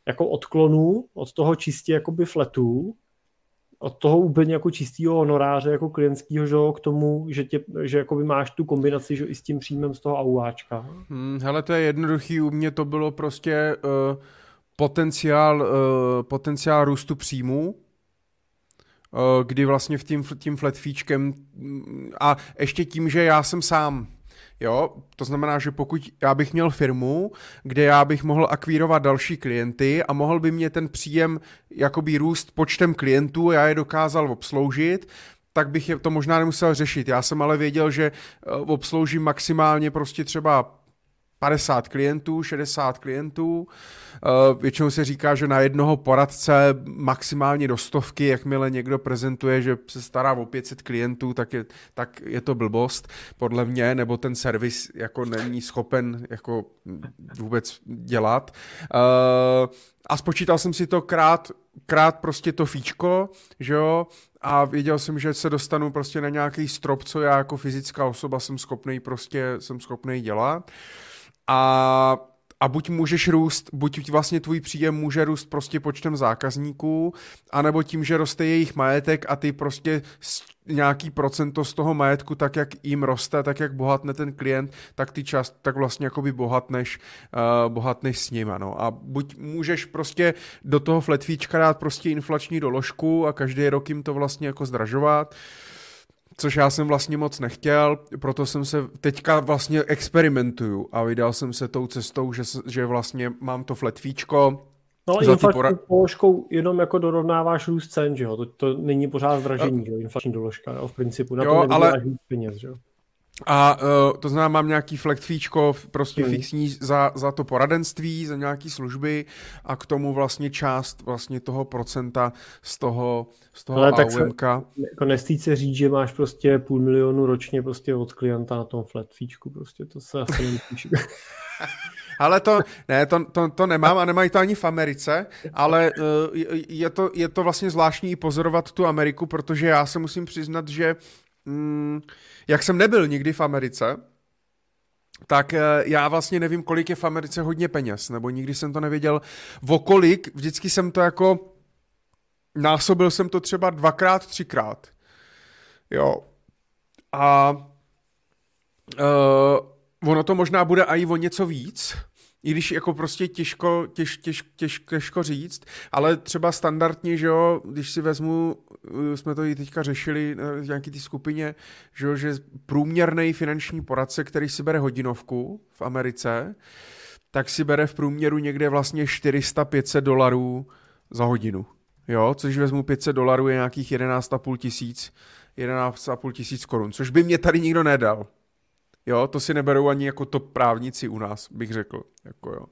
jako odklonu od toho čistě jakoby fletu, od toho úplně jako čistého honoráře, jako klientského, že k tomu, že, tě, že jakoby máš tu kombinaci, že i s tím příjmem z toho AUáčka. Hmm, hele, to je jednoduchý, u mě to bylo prostě uh, potenciál, uh, potenciál růstu příjmů, uh, kdy vlastně v tím, tím flat feečkem a ještě tím, že já jsem sám. Jo, to znamená, že pokud já bych měl firmu, kde já bych mohl akvírovat další klienty a mohl by mě ten příjem jakoby růst počtem klientů, já je dokázal obsloužit, tak bych je to možná nemusel řešit. Já jsem ale věděl, že obsloužím maximálně prostě třeba padesát klientů, šedesát klientů. Většinou se říká, že na jednoho poradce maximálně do stovky, jakmile někdo prezentuje, že se stará o pět set klientů, tak je, tak je to blbost, podle mě, nebo ten servis jako není schopen jako vůbec dělat. A spočítal jsem si to krát, krát prostě to fíčko, že jo, a věděl jsem, že se dostanu prostě na nějaký strop, co já jako fyzická osoba jsem schopnej prostě, jsem schopnej dělat. A, a buď můžeš růst, buď vlastně tvůj příjem může růst prostě počtem zákazníků, anebo tím, že roste jejich majetek a ty prostě nějaký procento z toho majetku, tak jak jim roste, tak jak bohatne ten klient, tak ty čas, tak vlastně jakoby bohatneš, uh, bohatneš s ním, ano. A buď můžeš prostě do toho flat feečka dát prostě inflační doložku a každý rok jim to vlastně jako zdražovat, což já jsem vlastně moc nechtěl, proto jsem se teďka vlastně experimentuju a vydal jsem se tou cestou, že, že vlastně mám to flat feečko. No ale inflační pora... položkou jenom jako dorovnáváš růst cen, že jo? To, to není pořád zdražení, že jo? Inflační doložka, jo? V principu. Na jo, to nevyděláš ale... víc peněz, že jo? A uh, to znamená, mám nějaký flat feečko prostě hmm. fixní za, za to poradenství, za nějaký služby a k tomu vlastně část vlastně toho procenta z toho, z toho ale A U M ka. Tak se, jako nestýd se říct, že máš prostě půl milionu ročně prostě od klienta na tom flat feečku, prostě to se asi nepíše. Ale to, ne, to, to, to nemám a nemají to ani v Americe, ale uh, je, to, je to vlastně zvláštní pozorovat tu Ameriku, protože já se musím přiznat, že mm, jak jsem nebyl nikdy v Americe, tak já vlastně nevím, kolik je v Americe hodně peněz, nebo nikdy jsem to nevěděl o kolik, vždycky jsem to jako, násobil jsem to třeba dvakrát, třikrát. Jo. A uh, ono to možná bude i o něco víc, i když jako prostě těžko, těž, těž, těž, těžko říct, ale třeba standardně, že jo, když si vezmu, jsme to i teďka řešili v nějaký té skupině, že jo, že průměrný finanční poradce, který si bere hodinovku v Americe, tak si bere v průměru někde vlastně čtyři sta pět set dolarů za hodinu. Jo, což vezmu pět set dolarů je nějakých jedenáct a půl tisíc, jedenáct a půl tisíc korun, což by mě tady nikdo nedal. Jo, to si neberou ani jako top právníci u nás, bych řekl. Jako jo. Uh,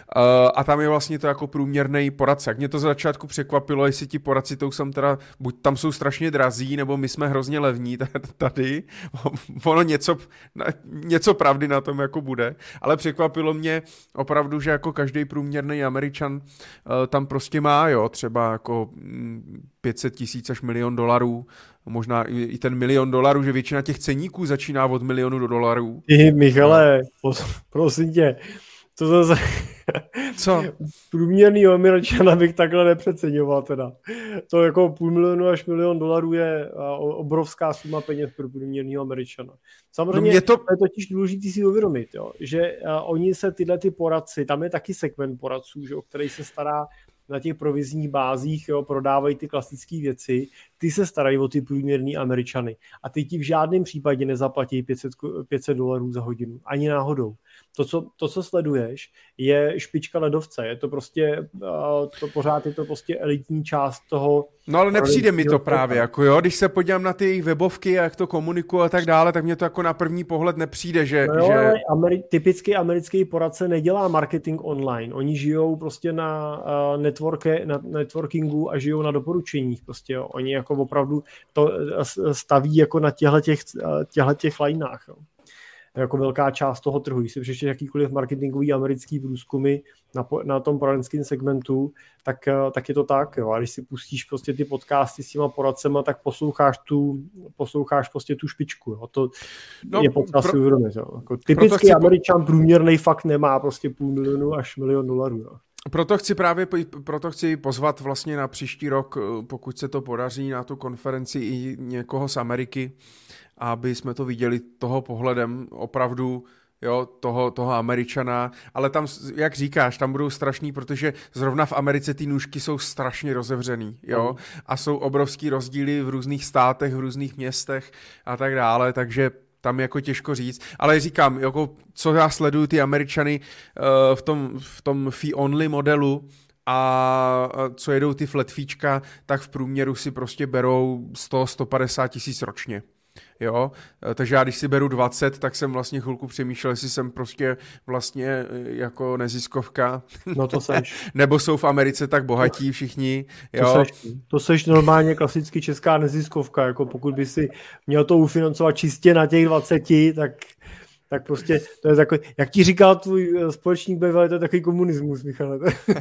a tam je vlastně to jako průměrný poradce. Jak mě to z začátku překvapilo, jestli ti poradci, to jsem teda, buď tam jsou strašně drazí, nebo my jsme hrozně levní tady. Ono něco, něco pravdy na tom jako bude. Ale překvapilo mě opravdu, že jako každý průměrný Američan uh, tam prostě má, jo, třeba jako pět set tisíc až milion dolarů, možná i ten milion dolarů, že většina těch ceníků začíná od milionu do dolarů. Ty, Michale, no. prosím tě, to zase... Co? Průměrný Američana bych takhle nepřeceňoval teda. To jako půl milionu až milion dolarů je obrovská suma peněz pro průměrného Američana. Samozřejmě no to... je totiž důležité si uvědomit, jo, že oni se tyhle ty poradci, tam je taky segment poradců, že, o který se stará na těch provizních bázích, jo, prodávají ty klasické věci, ty se starají o ty průměrný Američany a ty ti v žádném případě nezaplatí pět set dolarů za hodinu, ani náhodou. To co, to, co sleduješ, je špička ledovce, je to prostě, to pořád je to prostě elitní část toho. No ale nepřijde mi to právě, jako jo, když se podívám na ty jejich webovky a jak to komunikují a tak dále, tak mě to jako na první pohled nepřijde, že... No jo, že... ale Ameri- typický americký poradce nedělá marketing online, oni žijou prostě na, uh, networke, na networkingu a žijou na doporučeních, prostě jo. Oni jako opravdu to staví jako na těchto těch, těchto těch lineách, jo. Jako velká část toho trhu. Když si přečteš jakýkoliv marketingový americký průzkumy na, na tom poradenském segmentu, tak, tak je to tak. Jo. A když si pustíš prostě ty podcasty s těma poradcema, tak posloucháš tu, posloucháš prostě tu špičku. Jo. To no, je potřeba si uvědomit. Jako typický Američan průměrný fakt nemá prostě půl milionu až milion dolarů. Jo. Proto chci právě proto chci pozvat vlastně na příští rok, pokud se to podaří, na tu konferenci i někoho z Ameriky, aby jsme to viděli toho pohledem opravdu, jo, toho, toho Američana, ale tam, jak říkáš, tam budou strašný, protože zrovna v Americe ty nůžky jsou strašně rozevřený, jo, a jsou obrovský rozdíly v různých státech, v různých městech a tak dále, takže tam jako těžko říct, ale říkám, jako, co já sleduju ty Američany uh, v tom, v tom fee-only modelu a co jedou ty flatfíčka, tak v průměru si prostě berou sto až sto padesát tisíc ročně. Jo, takže já když si beru dvacet, tak jsem vlastně chvilku přemýšlel, jestli jsem prostě vlastně jako neziskovka. No to seš. Nebo jsou v Americe tak bohatí všichni. Jo. To seš, to seš normálně klasicky česká neziskovka, jako pokud by si měl to ufinancovat čistě na těch dvaceti, tak, tak prostě to je takový, jak ti říkal tvůj společník Bevel, to je takový komunismus, Michale.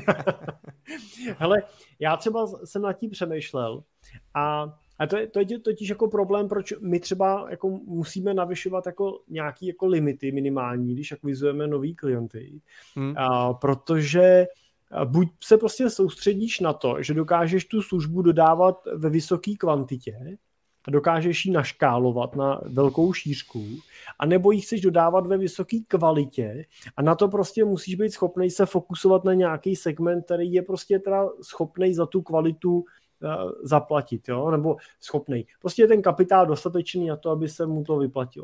Hele, já třeba jsem nad tím přemýšlel a A to je, to je totiž jako problém, proč my třeba jako musíme navyšovat jako nějaký jako limity minimální, když akvizujeme nový klienty, hmm. a, protože buď se prostě soustředíš na to, že dokážeš tu službu dodávat ve vysoké kvantitě a dokážeš ji naškálovat na velkou šířku, anebo ji chceš dodávat ve vysoké kvalitě a na to prostě musíš být schopnej se fokusovat na nějaký segment, který je prostě teda schopnej za tu kvalitu zaplatit, jo? Nebo schopnej. Prostě je ten kapitál dostatečný na to, aby se mu to vyplatilo.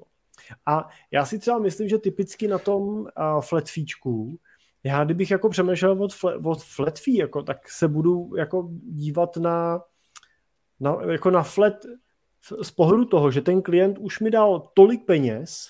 A já si třeba myslím, že typicky na tom uh, flat feečku, já kdybych jako přemýšlel od, fl- od flat fee, jako, tak se budu jako dívat na, na, jako na flat z pohledu toho, že ten klient už mi dal tolik peněz,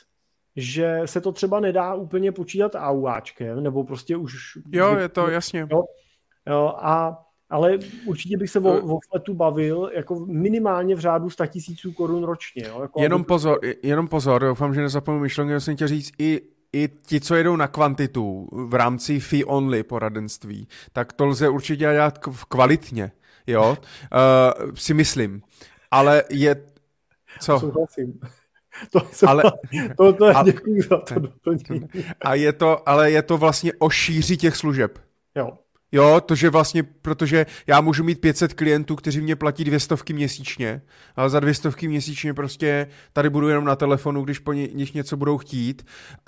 že se to třeba nedá úplně počítat AUáčkem, nebo prostě už... Jo, je to jasně. Jo, jo, a ale určitě bych se o, o fletu bavil jako minimálně v řádu sta tisíců korun ročně. Jo? Jako jenom, aby... pozor, jenom pozor, doufám, že nezapomenu myšlenku, já jsem chtěl říct, i, i ti, co jedou na kvantitu v rámci fee-only poradenství, tak to lze určitě dělat kvalitně, jo, uh, si myslím. Ale je... Co? Souhlasím. To, ale, to, to je ale, děkuji za to doplnění. A je to, ale je to vlastně o šíři těch služeb. Jo. Jo, to, že vlastně, protože já můžu mít pět set klientů, kteří mě platí dvě stovky měsíčně, ale za dvě stovky měsíčně prostě tady budu jenom na telefonu, když po nich něco budou chtít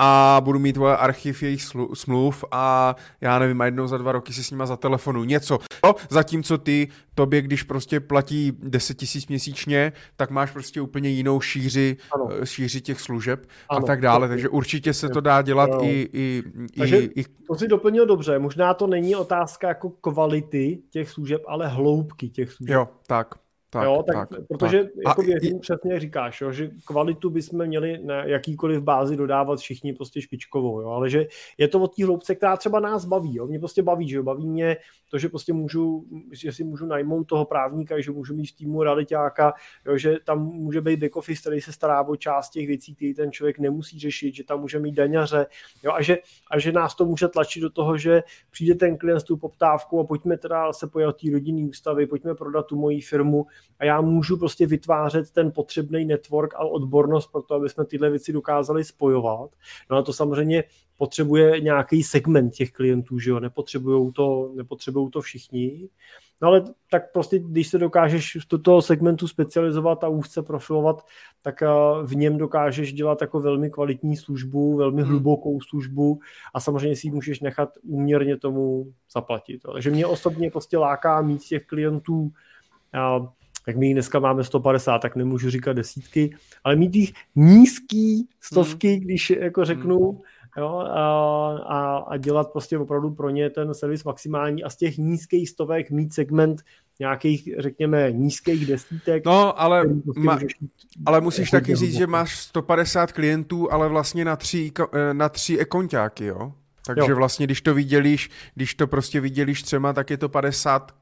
a budu mít tvoje archiv jejich slu, smluv a já nevím, a jednou za dva roky si s nima za telefonu něco. No, zatímco ty, tobě, když prostě platí deset tisíc měsíčně, tak máš prostě úplně jinou šíři, šíři těch služeb ano. a tak dále, takže určitě se to dá dělat no. i, i, takže i... to si doplnil dobře, možná to není otázka jako kvality těch služeb, ale hloubky těch služeb. Jo, tak. Tak, jo, tak, tak, protože tak. jako A věřím, i... přesně říkáš, jo, že kvalitu bychom měli na jakýkoliv bázi dodávat všichni prostě špičkovou, jo, ale že je to od té hloubce, která třeba nás baví, jo, mě prostě baví, že jo, baví mě to, že prostě můžu, že si můžu najmout toho právníka, že můžu mít v týmu realitáka, jo, že tam může být back office, který se stará o část těch věcí, které ten člověk nemusí řešit, že tam může mít daňaře, jo, a že, a že nás to může tlačit do toho, že přijde ten klient s tou poptávkou a pojďme teda se pojat té rodinné ústavy, pojďme prodat tu moji firmu a já můžu prostě vytvářet ten potřebný network a odbornost pro to, aby jsme tyhle věci dokázali spojovat. No a to samozřejmě potřebuje nějaký segment těch klientů, že jo, nepotřebujou to, nepotřebujou to všichni. No ale tak prostě, když se dokážeš do toho segmentu specializovat a úzce profilovat, tak v něm dokážeš dělat jako velmi kvalitní službu, velmi hlubokou službu a samozřejmě si ji můžeš nechat úměrně tomu zaplatit. Takže mě osobně prostě láká mít těch klientů, a jak my dneska máme sto padesát, tak nemůžu říkat desítky, ale mít jich nízký stovky, hmm. když jako řeknu, hmm. jo, a, a, a dělat prostě opravdu pro ně ten servis maximální a z těch nízkých stovek mít segment nějakých, řekněme, nízkých desítek. No, ale, prostě ma, ale musíš taky říct, že máš sto padesát klientů, ale vlastně na tři, na tři ekonťáky, jo? Takže jo. vlastně, když to vydělíš, když to prostě vydělíš třema, tak je to padesát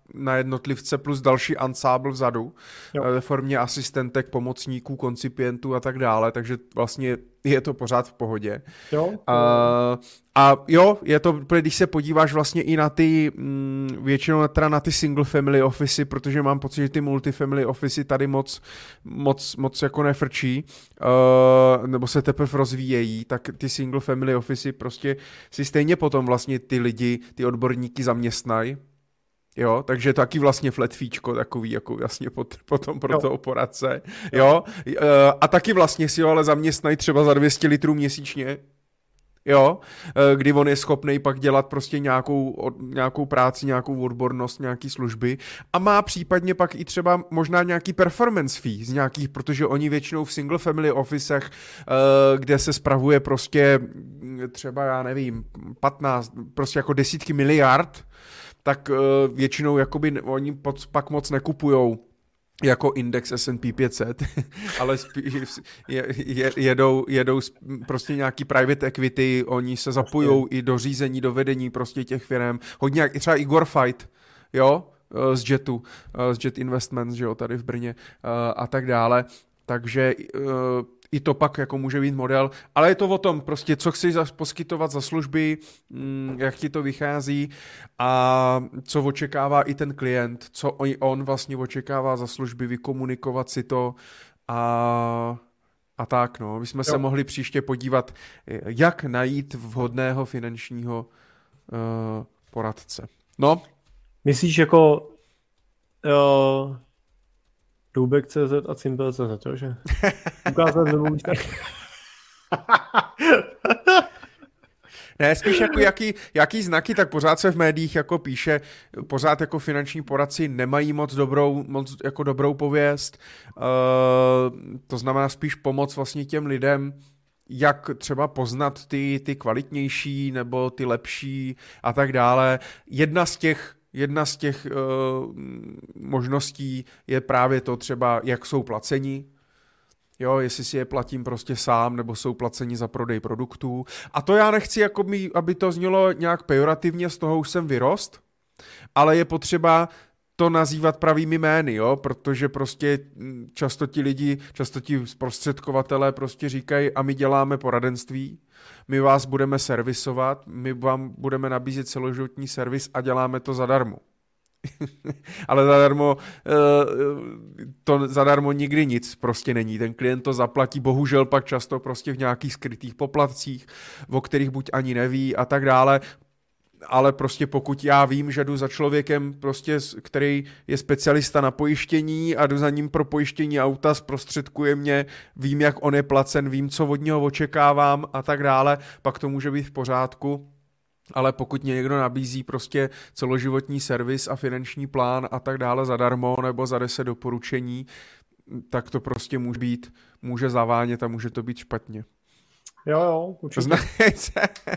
na jednotlivce plus další ensemble vzadu jo. ve formě asistentek, pomocníků, koncipientů a tak dále, takže vlastně je to pořád v pohodě. Jo. A, a jo, je to, když se podíváš vlastně i na ty, mm, většinou teda na ty single family office, protože mám pocit, že ty multifamily office tady moc, moc, moc jako nefrčí, uh, nebo se teprve rozvíjejí, tak ty single family office prostě si stejně potom vlastně ty lidi, ty odborníky zaměstnají. Jo, takže taky vlastně flat feečko takový, jako jasně pot, potom pro jo. toho poradce, jo, jo. A taky vlastně si ho ale zaměstnají třeba za dvě stě litrů měsíčně, jo, kdy on je schopný pak dělat prostě nějakou, nějakou práci, nějakou odbornost, nějaký služby a má případně pak i třeba možná nějaký performance fee z nějakých, protože oni většinou v single family officech, kde se spravuje prostě třeba, já nevím, patnáct, prostě jako desítky miliard, tak uh, většinou jakoby oni pod, pak moc nekupujou jako index S and P pět set, ale spíš je, je, jedou, jedou prostě nějaký private equity, oni se zapojou i do řízení, do vedení prostě těch firm. Hodně jak třeba Igor Fight, jo, z Jetu, z Jet Investments, že jo, tady v Brně a tak dále. Takže i to pak jako může být model, ale je to o tom prostě, co chceš poskytovat za služby, jak ti to vychází a co očekává i ten klient, co on vlastně očekává za služby, vykomunikovat si to a, a tak, no. My jsme jo. se mohli příště podívat, jak najít vhodného finančního uh, poradce. No. Myslíš jako uh... Doubek tečka cé zet a Cimpel tečka cé zet, jo, že? Ukázat nebo Ne, spíš jako jaký, jaký znaky, tak pořád se v médiích jako píše, pořád jako finanční poradci nemají moc dobrou, moc jako dobrou pověst, uh, to znamená spíš pomoc vlastně těm lidem, jak třeba poznat ty, ty kvalitnější nebo ty lepší a tak dále. Jedna z těch Jedna z těch uh, možností je právě to třeba, jak jsou placeni, jo, jestli si je platím prostě sám, nebo jsou placeni za prodej produktů. A to já nechci, jako mi, aby to znělo nějak pejorativně, z toho už jsem vyrost, ale je potřeba to nazývat pravými jmény, jo, protože prostě často ti lidi, často ti zprostředkovatelé prostě říkají, a my děláme poradenství, my vás budeme servisovat, my vám budeme nabízet celoživotní servis a děláme to zadarmo. Ale zadarmo, to zadarmo nikdy nic prostě není. Ten klient to zaplatí, bohužel pak často prostě v nějakých skrytých poplatcích, o kterých buď ani neví a tak dále. Ale prostě pokud já vím, že jdu za člověkem, prostě, který je specialista na pojištění a jdu za ním pro pojištění auta, zprostředkuje mě, vím, jak on je placen, vím, co od něho očekávám a tak dále, pak to může být v pořádku. Ale pokud mě někdo nabízí prostě celoživotní servis a finanční plán a tak dále zadarmo nebo za deset doporučení, tak to prostě může být, může zavánět a může to být špatně. Jo, jo, určitě. Znajte.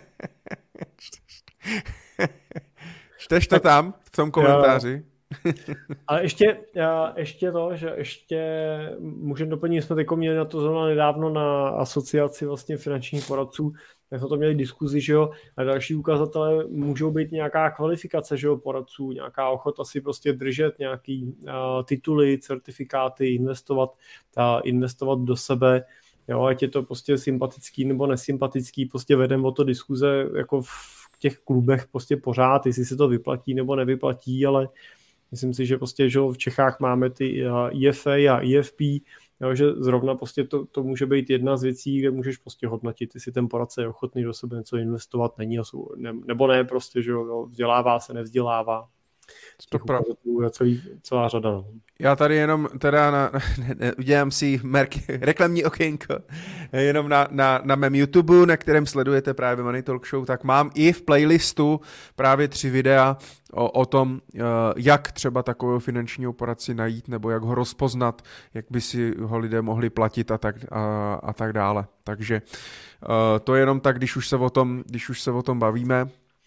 Čteš to tam, v tom komentáři? Ale ještě, ještě to, že ještě můžeme doplnit, jsme teď měli na to zrovna nedávno na asociaci vlastně finančních poradců, tak jsme to měli diskuzi, že jo, a další ukazatele můžou být nějaká kvalifikace, že jo, poradců, nějaká ochota si prostě držet nějaký uh, tituly, certifikáty, investovat, uh, investovat do sebe, jo, ať je to prostě sympatický nebo nesympatický, prostě vedeme o to diskuze jako v těch klubech prostě pořád, jestli se to vyplatí nebo nevyplatí, ale myslím si, že prostě, že v Čechách máme ty I F A a I F P, jo, že zrovna prostě to, to může být jedna z věcí, kde můžeš prostě hodnotit, jestli ten poradce je ochotný do sebe něco investovat, není, nebo ne, prostě, že jo, vzdělává se, nevzdělává. Je celý, celá řada. No. Já tady jenom teda na, ne, ne, udělám si merk, reklamní okénko, jenom na, na, na mém YouTube, na kterém sledujete právě Money Talk Show, tak mám i v playlistu právě tři videa o, o tom, jak třeba takového finančního poradci najít, nebo jak ho rozpoznat, jak by si ho lidé mohli platit a tak, a, a tak dále. Takže to je jenom tak, když už se o tom, když už se o tom bavíme.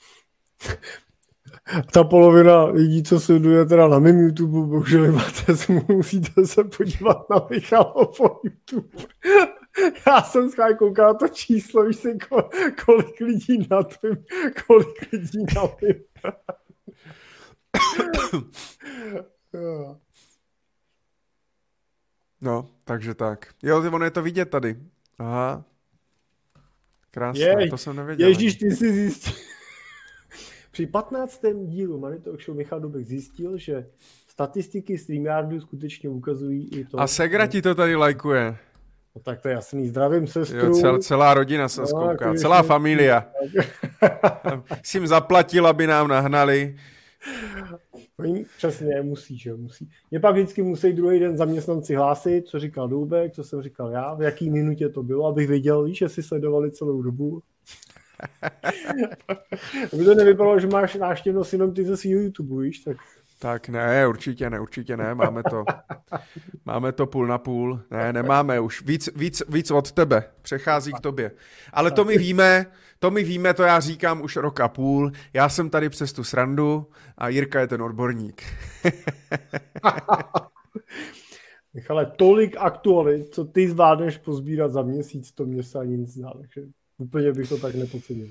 Ta polovina lidí, co sleduje teda na mém YouTube, bohužel máte, musíte se podívat na Michalovo YouTube. Já jsem schválně koukal na to číslo, víš si, kolik lidí na tvým, kolik lidí na tvým. No, takže tak. Jo, ono je to vidět tady. Aha. Krásné, Jej, to jsem nevěděl. Ježíš, ty jsi zjistil. Při patnáctém dílu Money Talk Show Michal Dubek zjistil, že statistiky StreamYardu skutečně ukazují i to. A Segra ti to tady lajkuje. No tak to je jasný. Zdravím sestru. Jo, cel, celá rodina se no, kouká, celá je... familia. Jsi jim zaplatil, aby nám nahnali. Oni přesně, musí, že musí. Mě pak vždycky musí druhý den zaměstnanci hlásit, co říkal Doubek, co jsem říkal já, v jaký minutě to bylo, abych věděl, víš, jestli sledovali celou dobu. Aby to nevypadalo, že máš návštěvnost jenom ty ze svého YouTube, víš, tak... Tak ne, určitě ne, určitě ne, máme to, máme to půl na půl, ne, nemáme už, víc, víc, víc od tebe, přechází k tobě. Ale to my víme, to my víme, to já říkám už rok a půl, já jsem tady přes tu srandu a Jirka je ten odborník. Michale, tolik aktualit, co ty zvládneš pozbírat za měsíc, to mě se ani nic dá, takže úplně bych to tak nepocenil.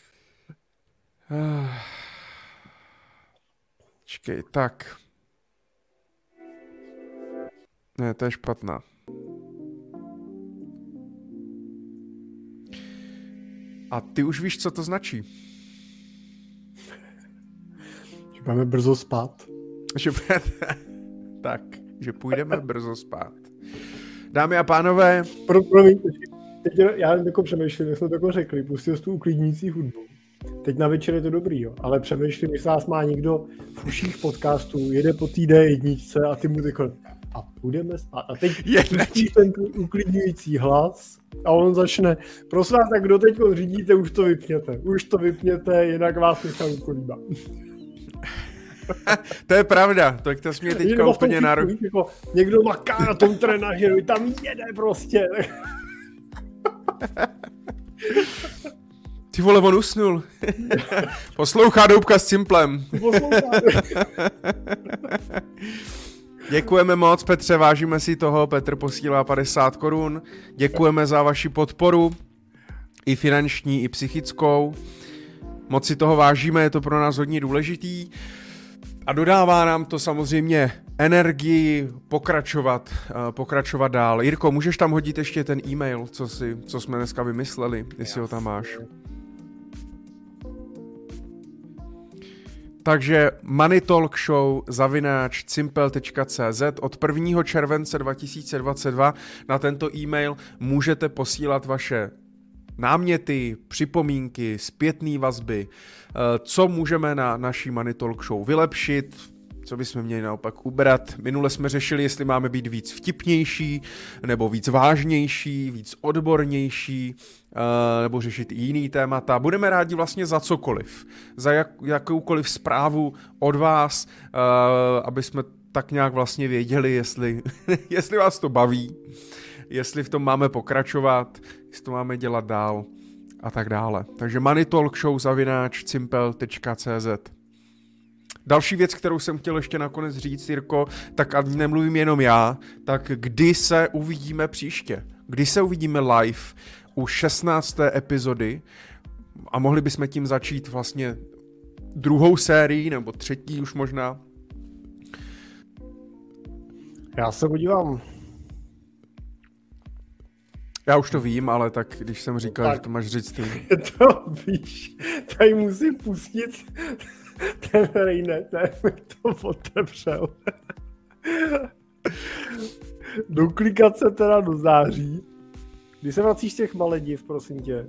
Čekej, tak. Ne, to je špatná. A ty už víš, co to značí? Že budeme brzo spát. Že tak, že půjdeme brzo spát. Dámy a pánové... Pro, promiň, teď já jako přemýšlím, jak jsme to jako řekli, pustil jsi tu uklidnící hudbu. Teď na večer je to dobrý, jo, ale přemýšlím, jestli nás má někdo v uších podcastů, jede po té dé jedničce a ty mu takhle a půjdeme spát. A teď pustí ten uklidňující hlas a on začne, prosím vás, tak kdo teď řídíte, už to vypněte. Už to vypněte, jinak vás nechám ukolíbat. To je pravda, tak to jsi mě teďka úplně nárok. Jako, někdo maká na tom trenažeru, tam jede prostě. Ty vole, on usnul. Poslouchá Doubka s Cimplem. Děkujeme moc, Petře, vážíme si toho. Petr posílá padesát korun. Děkujeme za vaši podporu, i finanční, i psychickou. Moc si toho vážíme, je to pro nás hodně důležitý. A dodává nám to samozřejmě energii pokračovat, pokračovat dál. Jirko, můžeš tam hodit ještě ten e-mail, co, si, co jsme dneska vymysleli, jestli ho tam máš. Takže moneytalkshow zavináč cimpel tečka cé zet od prvního července dva tisíce dvacet dva na tento e-mail můžete posílat vaše náměty, připomínky, zpětné vazby, co můžeme na naší Money Talk Show vylepšit, co bychom měli naopak ubrat. Minule jsme řešili, jestli máme být víc vtipnější, nebo víc vážnější, víc odbornější, nebo řešit i jiný témata. Budeme rádi vlastně za cokoliv, za jak, jakoukoliv zprávu od vás, aby jsme tak nějak vlastně věděli, jestli, jestli vás to baví, jestli v tom máme pokračovat, jestli to máme dělat dál a tak dále. Takže moneytalkshow zavináč cimpel tečka cé zet. Další věc, kterou jsem chtěl ještě nakonec říct, Jirko, tak a nemluvím jenom já, tak kdy se uvidíme příště? Kdy se uvidíme live u šestnácté epizody a mohli bychom tím začít vlastně druhou sérii, nebo třetí už možná? Já se podívám. Já už to vím, ale tak když jsem říkal, tak, že to máš říct ty. To víš, tady musím pustit ten Rejne, ten mi to otevřel. Doklikat se teda do září. Kdy se vracíš z těch Malediv, prosím tě?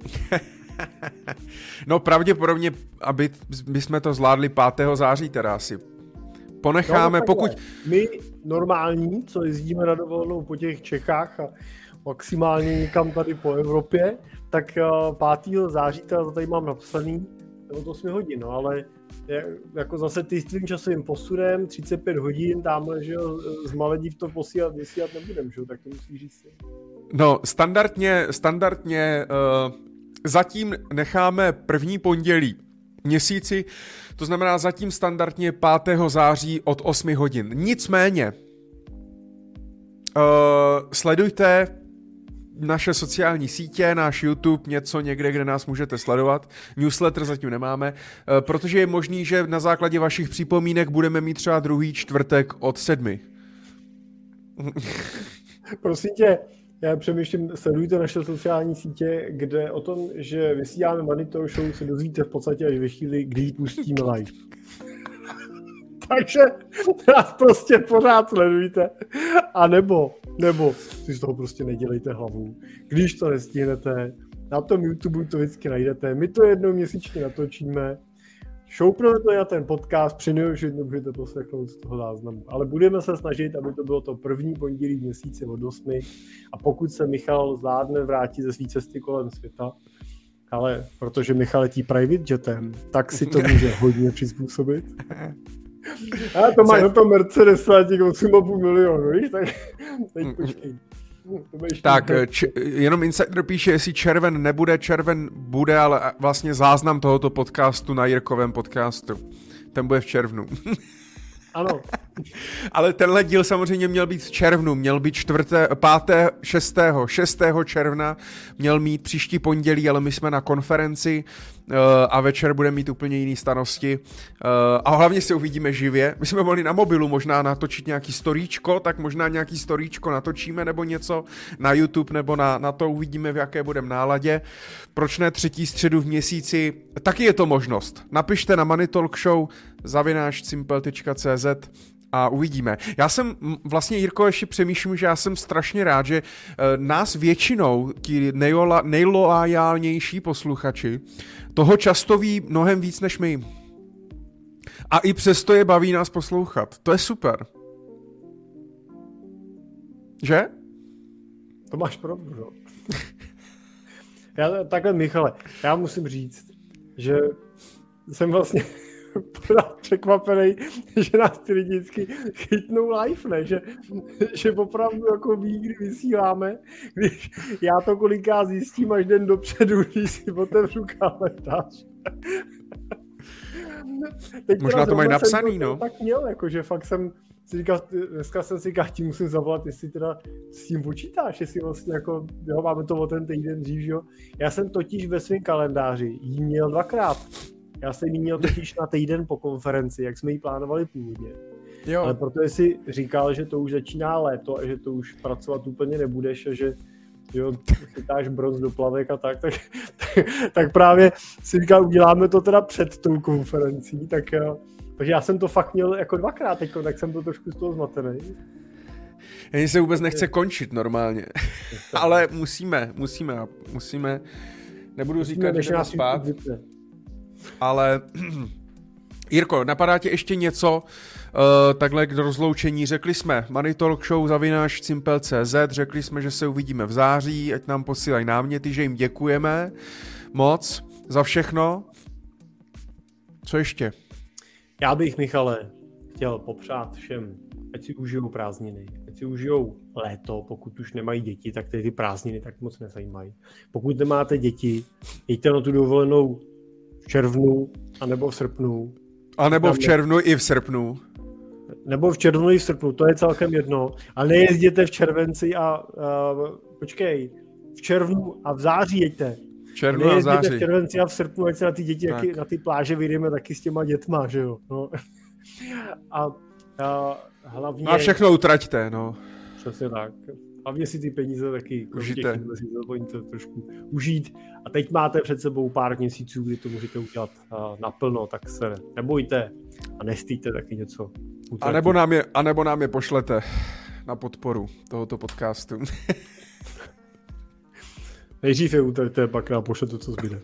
No pravděpodobně, aby bychom to zvládli pátého září teda asi. Ponecháme, no, pokud... My normální, co jezdíme na dovolenou po těch Čechách a maximálně někam tady po Evropě, tak pátého září teda to tady mám napsaný, nebo osm hodin, no, ale jako zase ty s tvým časovým posudem, třicet pět hodin, tamhle, že jo, z Malediv to posílat, vysílat nebudem, že jo, tak to musíš říct. No, standardně, standardně uh, zatím necháme první pondělí měsíci, to znamená zatím standardně pátého září od osm hodin. Nicméně, uh, sledujte naše sociální sítě, náš YouTube, něco někde, kde nás můžete sledovat. Newsletter zatím nemáme, protože je možný, že na základě vašich připomínek budeme mít třeba druhý čtvrtek od sedmi. Prosím tě, já přemýšlím, sledujte naše sociální sítě, kde o tom, že vysíláme Money Talk Show, se dozvíte v podstatě až ve chvíli, kdy ji pustíme live. Takže nás prostě pořád sledujte. A nebo, nebo si z toho prostě nedělejte hlavu. Když to nestihnete, na tom YouTube to vždycky najdete. My to jednou měsíčně natočíme. Šoupneme to na ten podcast, při nejhorším to můžete poslechnout z toho záznamu. Ale budeme se snažit, aby to bylo to první pondělí v měsíci od osmi. A pokud se Michal zvládne vrátit ze své cesty kolem světa, ale protože Michal letí private jetem, tak si to může hodně přizpůsobit. A to má na tom Mercedes těch osm a půl milionu, víš? Tak teď počkej. Tak, č- jenom Insider píše, jestli červen nebude, červen bude, ale vlastně záznam tohoto podcastu na Jirkovém podcastu. Ten bude v červnu. Ano. Ale tenhle díl samozřejmě měl být v červnu, měl být čtvrté, páté, šestého, šestého června, měl mít příští pondělí, ale my jsme na konferenci uh, a večer budeme mít úplně jiný starosti. Uh, a hlavně se uvidíme živě. My jsme mohli na mobilu možná natočit nějaký storíčko, tak možná nějaký storíčko natočíme nebo něco na YouTube nebo na, na to uvidíme, v jaké budeme náladě. Proč ne třetí středu v měsíci? Taky je to možnost. Napište na Money Talk Show zavináč cimpel tečka cé zet a uvidíme. Já jsem vlastně, Jirko, ještě přemýšlím, že já jsem strašně rád, že nás většinou ti nejloa, nejloajálnější posluchači toho často ví mnohem víc než my. A i přesto je baví nás poslouchat. To je super. Že? To máš pravdu, no. Já, takhle, Michale, já musím říct, že jsem vlastně pořád překvapený, že nás ty lidi vždycky chytnou live, ne? Že, že opravdu jako ví, kdy vysíláme, když já to kolikrát zjistím až den dopředu, když si otevřu kalendář. Teď možná to mají napsaný, to, no. Tak měl, jako, že fakt jsem si říkal, dneska jsem si říkal, ti musím zavolat, jestli teda s tím počítáš, jestli vlastně jako, jo, máme to o ten týden dřív, jo. Já jsem totiž ve svém kalendáři jí měl dvakrát. Já jsem jí měl totiž na týden po konferenci, jak jsme ji plánovali původně. Jo. Ale protože jsi říkal, že to už začíná léto a že to už pracovat úplně nebudeš a že jo, chytáš bronz do plavek a tak, tak, tak, tak právě si říkal, uděláme to teda před tou konferencí, tak takže já jsem to fakt měl jako dvakrát teďko, tak jsem to trošku z toho zmatený. Ani se vůbec nechce končit normálně, ale musíme, musíme, musíme, nebudu říkat, že jdeme spát, ale Jirko, napadá tě ještě něco uh, takhle k rozloučení? Řekli jsme Money Talk Show zavináč cimpel tečka cé zet, řekli jsme, že se uvidíme v září, ať nám posílají náměty, že jim děkujeme moc za všechno. Co ještě? Já bych, Michale, chtěl popřát všem, ať si užijou prázdniny, ať si užijou léto, pokud už nemají děti, tak ty prázdniny tak moc nezajímají. Pokud nemáte děti, jděte na tu dovolenou v červnu, anebo v srpnu. A nebo v červnu i v srpnu. Nebo v červnu i v srpnu, to je celkem jedno. Ale nejezděte v červenci a, a počkej, v červnu a v září jeďte. V červnu a v září. v červenci a v srpnu, ať se na ty děti, taky, na ty pláže vyjdeme taky s těma dětma, že jo. No. A, a hlavně... A všechno utraťte, no. Přesně tak. Hlavně si ty peníze taky užijte. To trošku užít. A teď máte před sebou pár měsíců, kdy to můžete udělat naplno, tak se nebojte a nestýďte taky něco utratit. A nebo nám je, a nebo nám je pošlete na podporu tohoto podcastu. Nejdřív je utraťte, pak nám pošlete, co zbyde.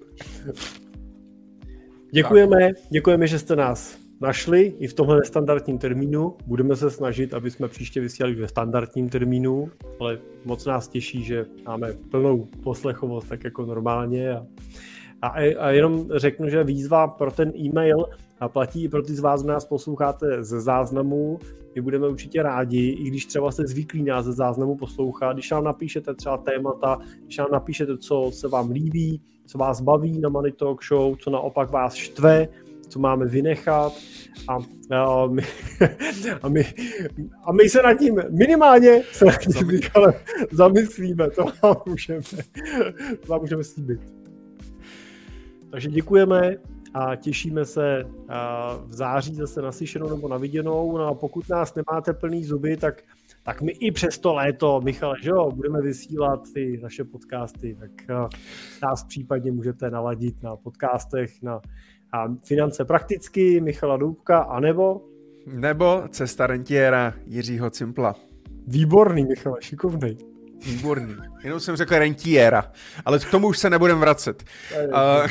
Děkujeme, děkujeme, že jste nás našli i v tomhle nestandardním termínu. Budeme se snažit, aby jsme příště vysílali ve standardním termínu, ale moc nás těší, že máme plnou poslechovost tak jako normálně. A, a, a jenom řeknu, že výzva pro ten e-mail a platí i pro ty z vás, kdo nás posloucháte ze záznamu. My budeme určitě rádi, i když třeba jste zvyklí nás ze záznamu poslouchat, když nám napíšete třeba témata, když nám napíšete, co se vám líbí, co vás baví na Money Talk Show, co naopak vás štve, co máme vynechat a, a, my, a, my, a my se nad tím minimálně se nad tím Michale, zamyslíme, to vám můžeme, to vám můžeme slíbit. Takže děkujeme a těšíme se v září zase na slyšenou nebo na viděnou. No a pokud nás nemáte plný zuby, tak, tak my i přes to léto, Michale, že jo, budeme vysílat ty naše podcasty, tak nás případně můžete naladit na podcastech, na a Finance prakticky Michala Doubka, anebo? Nebo Cesta rentiéra Jiřího Cimpla. Výborný, Michale, šikovnej. Výborný. Jenom jsem řekl rentiéra, ale k tomu už se nebudem vracet. Uh,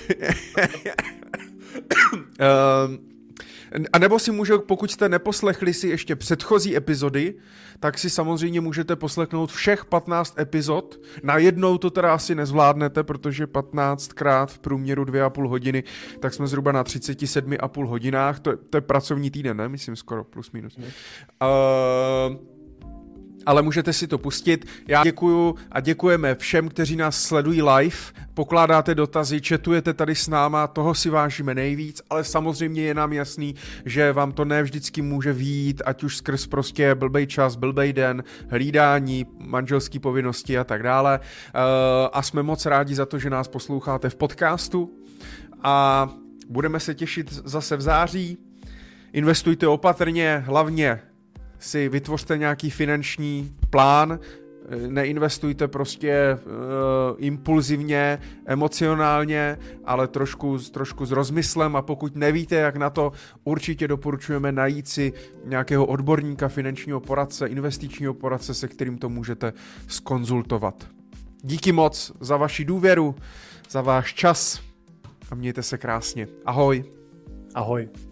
uh, a nebo si můžete, pokud jste neposlechli si ještě předchozí epizody, tak si samozřejmě můžete poslechnout všech patnáct epizod. Najednou to teda asi nezvládnete, protože patnáctkrát v průměru dvě a půl hodiny, tak jsme zhruba na třicet sedm a půl hodinách. To, to je pracovní týden, ne? Myslím skoro plus minus. Uh, ale můžete si to pustit. Já děkuju a děkujeme všem, kteří nás sledují live, pokládáte dotazy, chatujete tady s náma, toho si vážíme nejvíc, ale samozřejmě je nám jasný, že vám to ne vždycky může vyjít, ať už skrz prostě blbej čas, blbej den, hlídání, manželský povinnosti a tak dále. A jsme moc rádi za to, že nás posloucháte v podcastu a budeme se těšit zase v září. Investujte opatrně, hlavně si vytvořte nějaký finanční plán, neinvestujte prostě uh, impulzivně, emocionálně, ale trošku, trošku s rozmyslem a pokud nevíte, jak na to, určitě doporučujeme najít si nějakého odborníka, finančního poradce, investičního poradce, se kterým to můžete zkonzultovat. Díky moc za vaši důvěru, za váš čas a mějte se krásně. Ahoj. Ahoj.